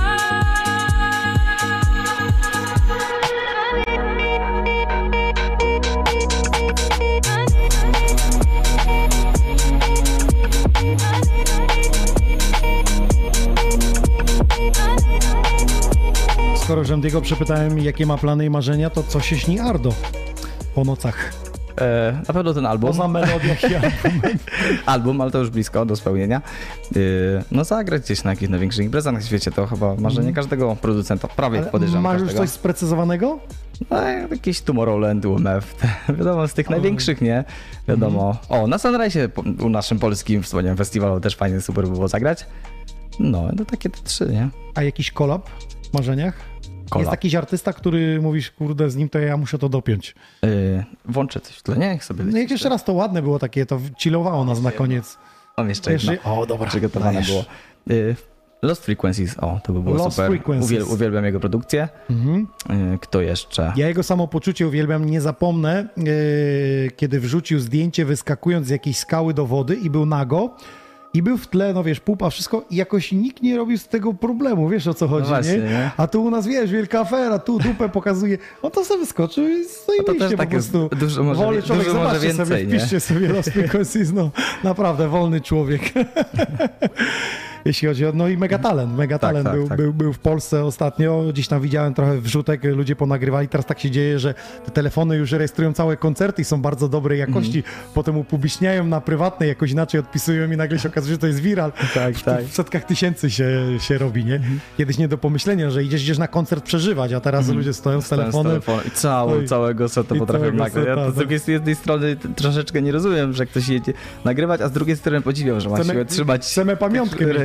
Skoro Rzędiego przepytałem, jakie ma plany i marzenia, to co się śni Ardo po nocach? Na pewno ten album. Poza melodiach i album, ale to już blisko do spełnienia. No zagrać gdzieś na jakichś największych imprezach na świecie, to chyba marzenie każdego producenta, prawie podejrzewam masz każdego. już coś sprecyzowanego? No, jakiś Tomorrowland, UMF, wiadomo, z tych największych, nie? Wiadomo. O, na Sunrise u naszym polskim wspomniałem festiwalu też fajnie, super by było zagrać. No, to takie te trzy, nie? A jakiś collab w marzeniach? Collab. Jest jakiś artysta, który mówisz, kurde, z nim to ja muszę to dopiąć. Włączę coś w tle, nie? Jak sobie no jak jeszcze raz to ładne było takie, to chillowało nas na koniec. Mam jeszcze jedno. O, dobra. Przygotowane było. Lost Frequencies, o, to by było Lost super. Frequencies. Uwielbiam jego produkcję. Kto jeszcze? Ja jego samopoczucie uwielbiam, nie zapomnę, kiedy wrzucił zdjęcie wyskakując z jakiejś skały do wody i był nago. I był w tle, no wiesz, pupa, wszystko i jakoś nikt nie robił z tego problemu, wiesz o co chodzi, no właśnie, nie? A tu u nas, wiesz, wielka afera, tu dupę pokazuje, on to sobie wyskoczył i zajebiście po prostu. Dużo może, wolny człowiek, dużo może więcej, sobie, nie? wpiszcie sobie Lost Frequencies, no naprawdę, wolny człowiek. Jeśli chodzi o, no i Megatalent był w Polsce ostatnio, gdzieś tam widziałem trochę wrzutek, ludzie ponagrywali, teraz tak się dzieje, że te telefony już rejestrują całe koncerty i są bardzo dobrej jakości, potem upubliczniają na prywatnej, jakoś inaczej odpisują i nagle się okazuje, że to jest viral. W setkach tysięcy się robi, nie? Kiedyś nie do pomyślenia, że idziesz na koncert przeżywać, a teraz ludzie stoją z telefonem. I całego seta potrafią nagrać. Ja to z jednej strony troszeczkę nie rozumiem, że ktoś jedzie nagrywać, a z drugiej strony podziwiam, że ma siłę trzymać Chcemy pamiątkę mieć.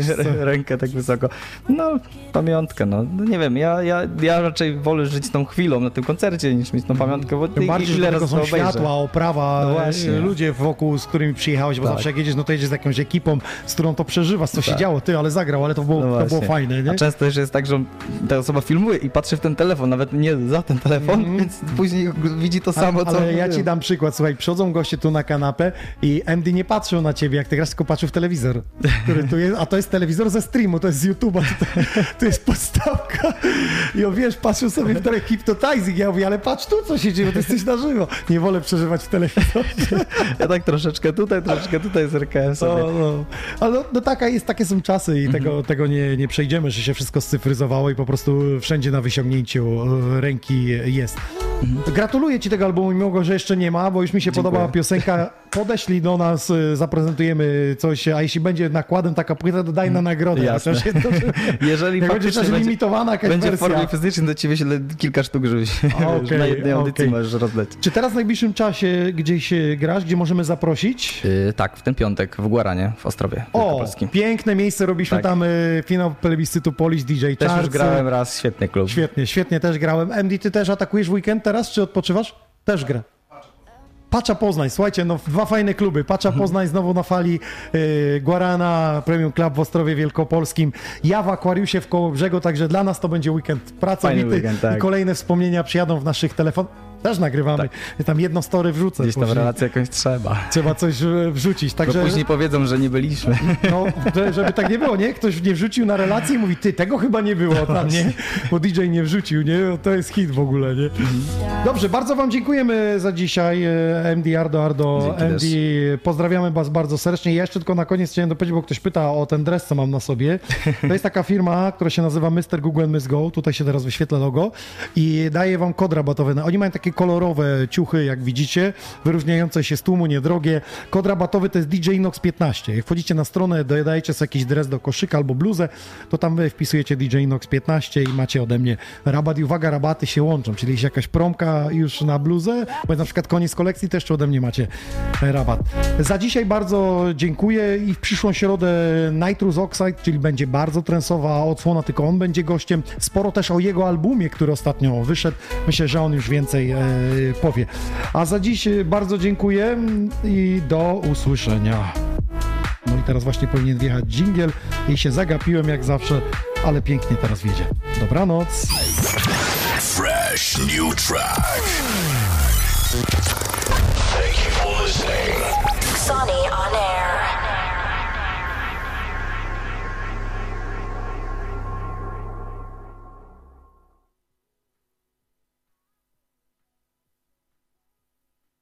rękę tak wysoko. No, pamiątka, no nie wiem, ja raczej wolę żyć tą chwilą na tym koncercie, niż mieć tą pamiątkę, bo tym bardziej, ile że razy są światła, oprawa, no ludzie wokół, z którymi przyjechałeś, bo zawsze jak jedziesz, no to jedziesz z jakąś ekipą, z którą to przeżywasz, co się działo, ale zagrał, ale to było fajne, nie? A często też jest tak, że ta osoba filmuje i patrzy w ten telefon, nawet nie za ten telefon, więc później widzi to samo, co... Ale ja ci dam przykład, słuchaj, przychodzą goście tu na kanapę i MD nie patrzył na ciebie, jak ty grasz, tylko patrzył w telewizor, który tu jest, a to jest telewizor ze streamu, to jest z YouTube'a, to jest podstawka i on, wiesz, patrzył sobie w telewizor, hypnotizing, ja mówię, ale patrz tu, co się dzieje, bo ty jesteś na żywo. Nie wolę przeżywać w telewizorze. Ja tak troszeczkę tutaj zerkałem sobie. Ale no takie są czasy i tego nie przejdziemy, że się wszystko scyfryzowało i po prostu wszędzie na wyciągnięciu ręki jest. Gratuluję ci tego albumu, mimo że jeszcze nie ma, bo już mi się podobała piosenka. Podeślij do nas, zaprezentujemy coś, a jeśli będzie nakładem taka płyta, to daj na nagrodę. Jasne. Jeżeli będzie limitowana jakaś będzie wersja. w formie fizycznej, to ci wyślę kilka sztuk, żebyś na jednej audycji możesz rozdać. Czy teraz w najbliższym czasie gdzieś grasz, gdzie możemy zaprosić? Tak, w ten piątek w Guaranie, w Ostrowie Wielkopolskim. Piękne miejsce, robiliśmy tam finał plebiscytu Polish DJ Charts. Też już grałem raz, świetny klub. Świetnie też grałem. MD, ty też atakujesz w weekend teraz, czy odpoczywasz? Też gra. Pacza Poznań, słuchajcie, no 2 fajne kluby. Pacza Poznań znowu na fali, Guarana, Premium Club w Ostrowie Wielkopolskim. Ja w Akwariusie w Kołobrzegu, także dla nas to będzie weekend pracowity i kolejne wspomnienia przyjadą w naszych telefonach. Też nagrywamy. Tam jedno story wrzucę. Gdzieś tam relację jakąś trzeba. Trzeba coś wrzucić. Także... Bo później powiedzą, że nie byliśmy. No, żeby tak nie było, nie? Ktoś nie wrzucił na relację i mówi, ty, tego chyba nie było tam, nie? Bo DJ nie wrzucił, nie? To jest hit w ogóle, nie? Dobrze, bardzo wam dziękujemy za dzisiaj. MD, Ardo. MD, pozdrawiamy was bardzo serdecznie. Ja jeszcze tylko na koniec chciałem dopowiedzieć, bo ktoś pyta o ten dres, co mam na sobie. To jest taka firma, która się nazywa Mr. Google and Miss Go. Tutaj się teraz wyświetla logo i daje wam kod rabatowy. Oni mają takie kolorowe ciuchy, jak widzicie, wyróżniające się z tłumu, niedrogie. Kod rabatowy to jest DJ Inox 15. Jak wchodzicie na stronę, dodajecie sobie jakiś dres do koszyka albo bluzę, to tam wy wpisujecie DJ Inox 15 i macie ode mnie rabat. I uwaga, rabaty się łączą, czyli jeśli jakaś promka już na bluzę, bo na przykład koniec kolekcji, też ode mnie macie rabat. Za dzisiaj bardzo dziękuję i w przyszłą środę Nitrous Oxide, czyli będzie bardzo trensowa odsłona, tylko on będzie gościem. Sporo też o jego albumie, który ostatnio wyszedł. Myślę, że on już więcej powie. A za dziś bardzo dziękuję i do usłyszenia. No i teraz właśnie powinien wjechać dżingiel i się zagapiłem jak zawsze, ale pięknie teraz wiedzie. Dobranoc. Fresh new track. Thank you for listening. Sonny on air.